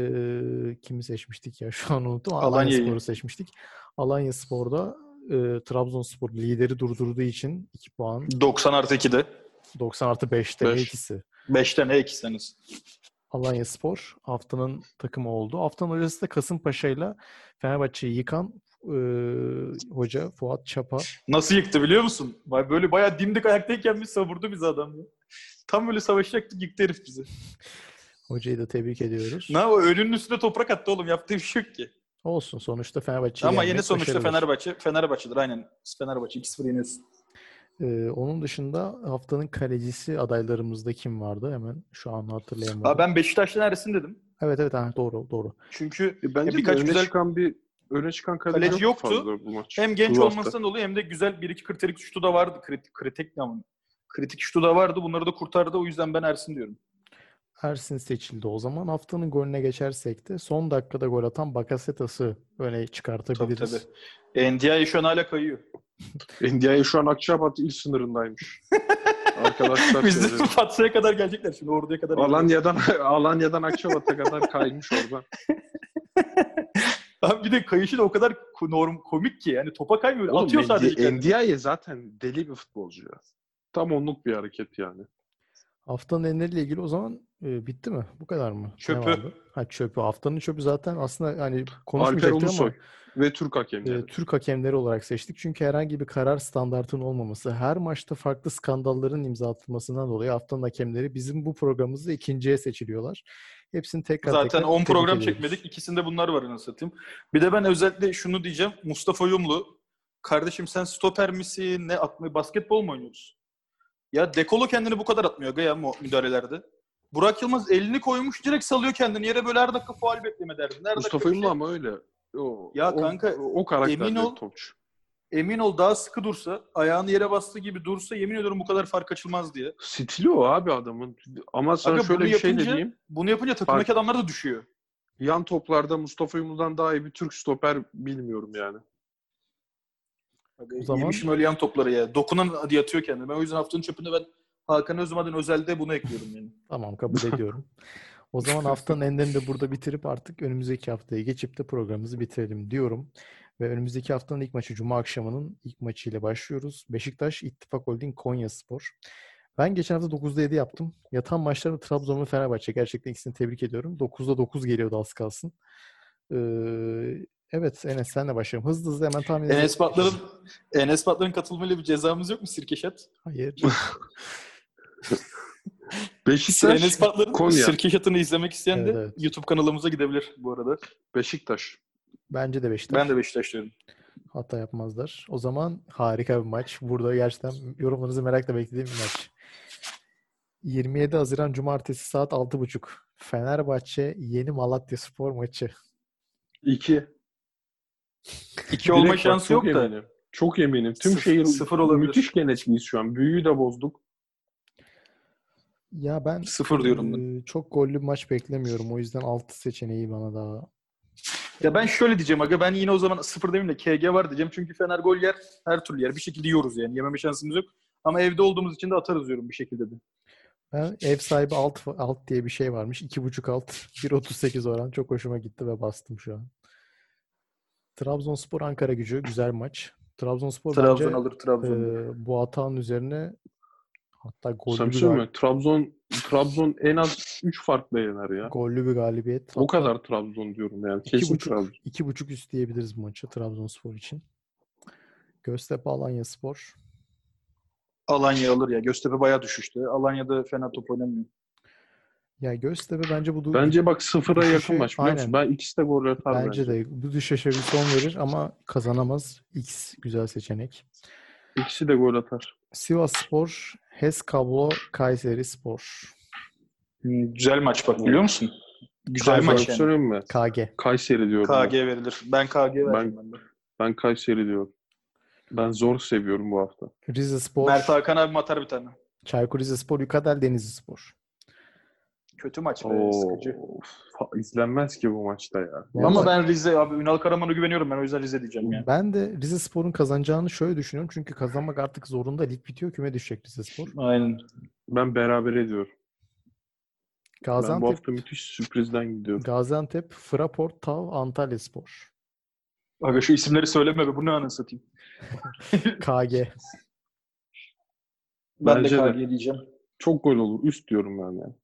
e, kimi seçmiştik ya şu an unuttum. Alanya'yı. Alanya Spor'u seçmiştik. Alanya Spor'da e, Trabzonspor lideri durdurduğu için iki puan. doksan artı ikide. doksan artı beşte ne Beş. ikisi. beşten ne ikisiniz? Alanya Spor haftanın takımı oldu. Haftanın hocası da Kasımpaşa ile Fenerbahçe'yi yıkan e, hoca Fuat Çapa. Nasıl yıktı biliyor musun? Vay böyle bayağı dimdik ayaktayken bir savurdu bizi adam ya. Tam böyle savaşacaktık yıktı herif bizi. Hocayı da tebrik ediyoruz. Ne o önünün üstüne toprak attı oğlum. Yaptığı bir şey yok ki. Olsun sonuçta Fenerbahçe'yi Ama yenmek yeni sonuçta başarıdır. Fenerbahçe. Fenerbahçe'dir aynen. Fenerbahçe iki sıfır yeniyorsun. Ee, onun dışında haftanın kalecisi adaylarımızda kim vardı? Hemen şu an hatırlayamadım. Abi ben Beşiktaş'tan Ersin dedim. Evet evet ha, doğru doğru. Çünkü E, bence Ya birkaç de öne güzel- çıkan bir öne çıkan kaleci, Kaleci yoktu yoktu. fazla bu maç. hem genç Bu hafta. olmasından dolayı hem de güzel bir iki kritik şutu da vardı. Kritik, kritik ne ama? Kritik şutu da vardı. Bunları da kurtardı. O yüzden ben Ersin diyorum. Ersin seçildi o zaman. Haftanın golüne geçersek de son dakikada gol atan Bakasetas'ı öne Tabii çıkartabiliriz. tabii. N D I şu an hala kayıyor. N D I şu an Akçabat il sınırındaymış. Arkadaşlar Bizde söylüyor. Fatsa'ya kadar gelecekler şimdi orduya kadar. Alanya'dan Alanya'dan Akçabat'a kadar kaymış oradan. Abi bir de kayışı da o kadar ko- norm komik ki yani topa kaymıyor. Oğlum, Atıyor sadece kendini. N D I zaten deli bir futbolcu ya. Tam onluk bir hareket yani. Haftanın enleriyle ilgili o zaman e, bitti mi? Bu kadar mı? Ne Çöpü. vardı? Ha çöpü. Haftanın çöpü zaten aslında hani Alper konuşmayacaktık ama Ulusoy ve Türk hakemleri. e, Türk hakemleri olarak seçtik. Çünkü herhangi bir karar standartının olmaması, her maçta farklı skandalların imza atılmasından dolayı haftanın hakemleri bizim bu programımızda ikinciye seçiliyorlar. Hepsini tekrar Zaten tekrar on tebrik program ediyoruz. çekmedik. İkisinde bunlar var anasını satayım. Bir de ben özellikle şunu diyeceğim. Mustafa Yumlu. Kardeşim sen stoper misin? Ne atmayı? Basketbol mu oynuyoruz? Ya Dekolo kendini bu kadar atmıyor aga ya mu- müdahalelerde. Burak Yılmaz elini koymuş direkt salıyor kendini. Yere böyle her dakika faul bekleme derdin. Her Mustafa dakika bir Yumlu şey- ama öyle. O, Ya o- kanka, o, o karakterli emin ol- bir topçu. Emin ol daha sıkı dursa, ayağını yere bastığı gibi dursa yemin ediyorum bu kadar fark açılmaz diye. Stili o abi adamın. Ama sana Aga şöyle bunu bir şey yapınca- de diyeyim. Bunu yapınca takımdaki Fark- adamlar da düşüyor. Yan toplarda Mustafa Yumlu'dan daha iyi bir Türk stoper bilmiyorum yani. Aga, zaman- Yemişim öyle yan topları ya. Dokunan hadi yatıyor kendini. Ben o yüzden haftanın çöpünde ben Hakan Özmad'ın özelde bunu ekliyorum yani. Tamam, kabul ediyorum. O zaman haftanın enlerini de burada bitirip artık önümüzdeki haftaya geçip de programımızı bitirelim diyorum. Ve önümüzdeki haftanın ilk maçı Cuma akşamının ilk maçıyla başlıyoruz. Beşiktaş İttifak Holding Konyaspor. Ben geçen hafta dokuzda yedi yaptım. Yatan maçlarında Trabzon ve Fenerbahçe. Gerçekten ikisini tebrik ediyorum. dokuzda dokuz geliyordu az kalsın. Ee, evet Enes senle başlayalım. Hızlı hızlı hemen tahmin edelim. Enes Batlar'ın Enes Batlar'ın katılımıyla bir cezamız yok mu Sirkeşat? Hayır. Beşiktaş, Enes Batlar'ın Konya. Sirkeşat'ını izlemek isteyen de Evet, evet. YouTube kanalımıza gidebilir bu arada. Beşiktaş. Bence de Beşiktaş. Ben de Beşiktaş diyorum. Hata yapmazlar. O zaman harika bir maç. Burada gerçekten yorumlarınızı merakla beklediğim bir maç. yirmi yedi Haziran Cumartesi saat altı buçuk. Fenerbahçe Yeni Malatyaspor maçı. İki. İki olma Direkt bak, şansı çok yok da. eminim. Çok eminim. Tüm Sıfır- şehir sıfır olabilir. müthiş genetliyiz şu an. Büyüyü de bozduk. Ya ben Sıfır diyorum ben. e, çok gollü bir maç beklemiyorum. O yüzden altı seçeneği bana daha. Ya ben şöyle diyeceğim aga ben yine o zaman sıfır demeyeyim de K G var diyeceğim. Çünkü Fener gol yer her türlü yer. Bir şekilde yiyoruz yani. Yememe şansımız yok. Ama evde olduğumuz için de atarız diyorum bir şekilde de. Ben ev sahibi alt, alt diye bir şey varmış. iki buçuk alt. bir otuz sekiz oran. Çok hoşuma gitti ve bastım şu an. Trabzonspor Ankara Gücü. Güzel maç. Trabzonspor Trabzon bence alır Trabzon. e, bu hatanın üzerine hatta gollü Sana bir bir, şey gal- mi? Trabzon Trabzon en az üç farkla yener ya. gollü bir galibiyet. O kadar Trabzon diyorum yani. İki Kesin buçuk, Trabzon. iki buçuk üst diyebiliriz bu maçı Trabzonspor için. Göztepe Alanyaspor. Alanya alır ya. Göztepe bayağı düşüştü. Alanya'da fena top oynamıyor. Ya Göztepe bence bu du- Bence bak sıfıra düşüşe- yakın maç biliyor musun? aynen. Ben ikisi de gol atar bence. bence de bu düşüşe bir son verir ama kazanamaz. X güzel seçenek. İkisi de gol atar. Sivasspor, HES Kablo, Kayserispor. Hmm, güzel maç bak biliyor musun? Güzel Sana bir maç şey yani. söyleyeyim mi? K G. Kayseri diyorum. K ben. G verilir. Ben K G verdim ben de. Ben Kayseri diyorum. Ben zor seviyorum bu hafta. Rizespor, Mert Hakan abi atar bir tane. Çaykur Rizespor, Yukadel Denizlispor. Kötü maç be. Oo, Sıkıcı. fa- izlenmez ki bu maçta ya. Ama Vallahi- ben Rize abi Ünal Karaman'a güveniyorum ben o yüzden Rize diyeceğim ya. Ben de Rizespor'un kazanacağını şöyle düşünüyorum. Çünkü kazanmak artık zorunda. Lig bitiyor. Küme düşecek Rizespor. Aynen. Ben beraber ediyorum. Ben bu Gaziantep, hafta müthiş sürprizden gidiyorum. Gaziantep, Fraport, Tav, Antalyaspor. Aga şu isimleri söyleme be bu ne anasını satayım. K G. Ben Bence de de. K G diyeceğim. Çok gol olur. Üst diyorum ben yani.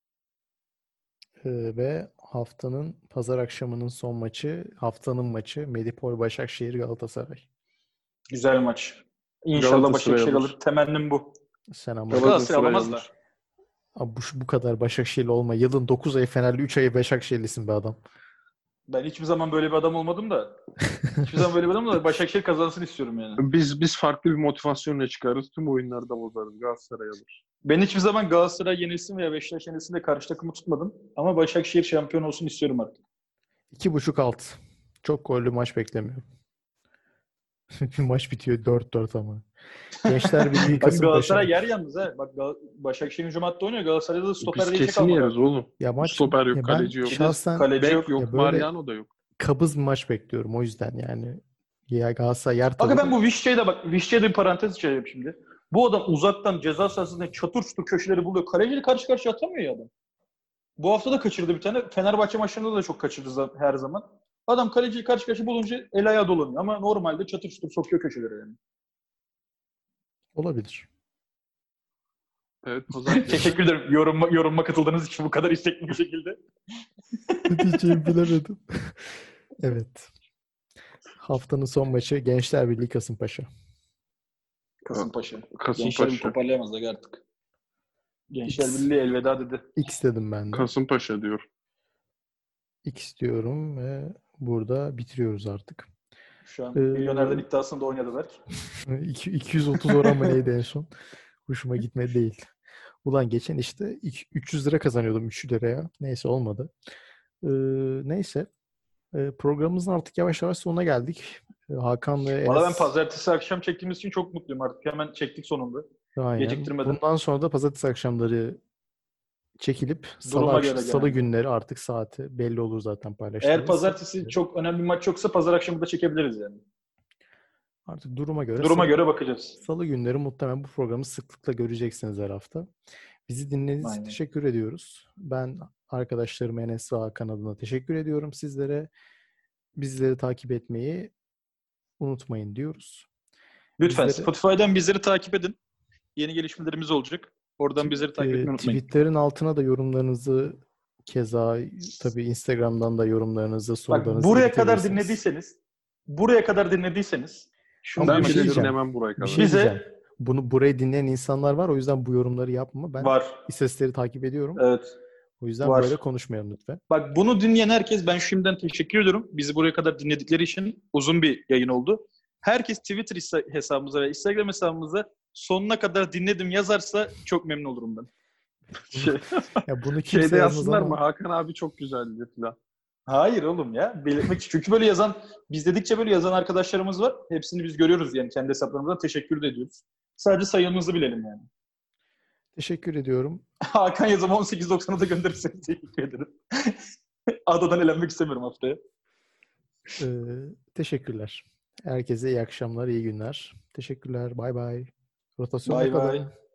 Ee, ve haftanın pazar akşamının son maçı, haftanın maçı Medipol Başakşehir Galatasaray. Güzel maç. İnşallah Galatasaray Başakşehir alır. alır. Temennim bu. Sen ama Galatasaray Galatasaray alamazlar. alır. Abi bu, bu kadar Başakşehirli olma. Yılın dokuz ayı Fenerli, üç ayı Başakşehirlisin be adam. Ben hiçbir zaman böyle bir adam olmadım da. Hiçbir zaman böyle bir adam da Başakşehir kazansın istiyorum yani. Biz biz farklı bir motivasyonla çıkarız. Tüm oyunlarda bozarız. Galatasaray alır. Ben hiçbir zaman Galatasaray yenilsin veya Beşiktaş yenilsin de karşı takımı tutmadım. Ama Başakşehir şampiyon olsun istiyorum artık. iki buçuk alt. Çok gollü maç beklemiyorum. Maç bitiyor dört dört ama. Gençler Birliği Bak Kasımpaşa. Galatasaray yer yalnız ha. Bak Gal- Başakşehir Cumat'ta oynuyor. Galatasaray'da da stoper Biz diyecek kesin almadı. yeriz oğlum. Ya maç, Stoper yok, ya ben kaleci yok. şahsen Kaleci Bek yok. yok, Ya böyle- Mariano da yok. kabız bir maç bekliyorum o yüzden yani. Ya Galatasaray yer tabii. Aga ben bu Vişçe'ye de bak, Vişçe'ye de bir parantez içeceğim şimdi. Bu adam uzaktan ceza sahasında çatır çutur köşeleri buluyor. Kaleciyle karşı karşıya atamıyor ya adam. Bu hafta da kaçırdı bir tane. Fenerbahçe maçlarında da çok kaçırdı her zaman. Adam kaleciyi karşı karşıya bulunca el ayağı dolanıyor. Ama normalde çatır çutur sokuyor köşelere yani. Olabilir. Evet, pazartesi. Teşekkür ederim yorumma, yorumma katıldığınız için bu kadar istekli bir şekilde. Ne diyeceğimi bilemedim. Evet. Haftanın son maçı Gençler Birliği Kasımpaşa. Kasımpaşa. Gençler Kasımpaşa. toparlayamaz artık. Gençler X. Birliği elveda dedi. X dedim ben de. Kasımpaşa diyor. X diyorum ve burada bitiriyoruz artık. Şu an Ee, milyonerler iddiasında oynadılar. iki- 230 oran mı neydi en son? Hoşuma gitmedi değil. Ulan geçen işte iki- üç yüz lira kazanıyordum üç liraya. Neyse olmadı. Ee, neyse. Ee, programımızın artık yavaş yavaş sonuna geldik. Ee, Hakan ve Valla ben Enes. pazartesi akşam çektiğimiz için çok mutluyum artık. Hemen çektik sonunda. Aynen. Geciktirmeden. Bundan sonra da pazartesi akşamları çekilip salı, Duruma akş- göre salı genelde. günleri artık saati belli olur zaten paylaştığımız. Eğer pazartesi çok önemli bir maç yoksa pazar akşamı da çekebiliriz yani. Artık duruma göre Duruma salı, göre bakacağız. salı günleri muhtemelen bu programı sıklıkla göreceksiniz her hafta. Bizi dinlediğiniz için Aynen. teşekkür ediyoruz. Ben arkadaşlarım Enes ve Hakan adına teşekkür ediyorum sizlere. Bizleri takip etmeyi unutmayın diyoruz. Lütfen Bizleri- Spotify'dan bizleri takip edin. Yeni gelişmelerimiz olacak. Oradan bizleri takip Ee, etmeyi unutmayın. Tweetlerin altına da yorumlarınızı keza tabii Instagram'dan da yorumlarınızı, Bak sorularınızı buraya kadar iletebilirsiniz. dinlediyseniz buraya kadar dinlediyseniz şunu Ama Ben bir şey bile diyeceğim. dinlemem buraya Bir kadar. şey Bize- diyeceğim. Bunu burayı dinleyen insanlar var. O yüzden bu yorumları yapma. Ben var. istatistikleri takip ediyorum. Evet. O yüzden var. böyle konuşmayalım lütfen. Bak bunu dinleyen herkes ben şimdiden teşekkür ediyorum. Bizi buraya kadar dinledikleri için uzun bir yayın oldu. Herkes Twitter hesa- hesabımıza ve Instagram hesabımıza sonuna kadar dinledim yazarsa çok memnun olurum ben. Şey, Ya bunu kimse şeyde yazmaz yazsınlar ama mı? Hakan abi çok güzeldi falan. Hayır oğlum ya. Belirtmek için. Çünkü böyle yazan, biz dedikçe böyle yazan arkadaşlarımız var. Hepsini biz görüyoruz yani kendi hesaplarımızdan. Teşekkür de ediyoruz. Sadece sayımızı bilelim yani. teşekkür ediyorum. Hakan yazım on sekiz doksan'a da gönderirseniz teşekkür ederim. Adadan elenmek istemiyorum haftaya. Ee, teşekkürler. Herkese iyi akşamlar, iyi günler. Teşekkürler. Bay bay. Rotasyonda Bay kalın. bay.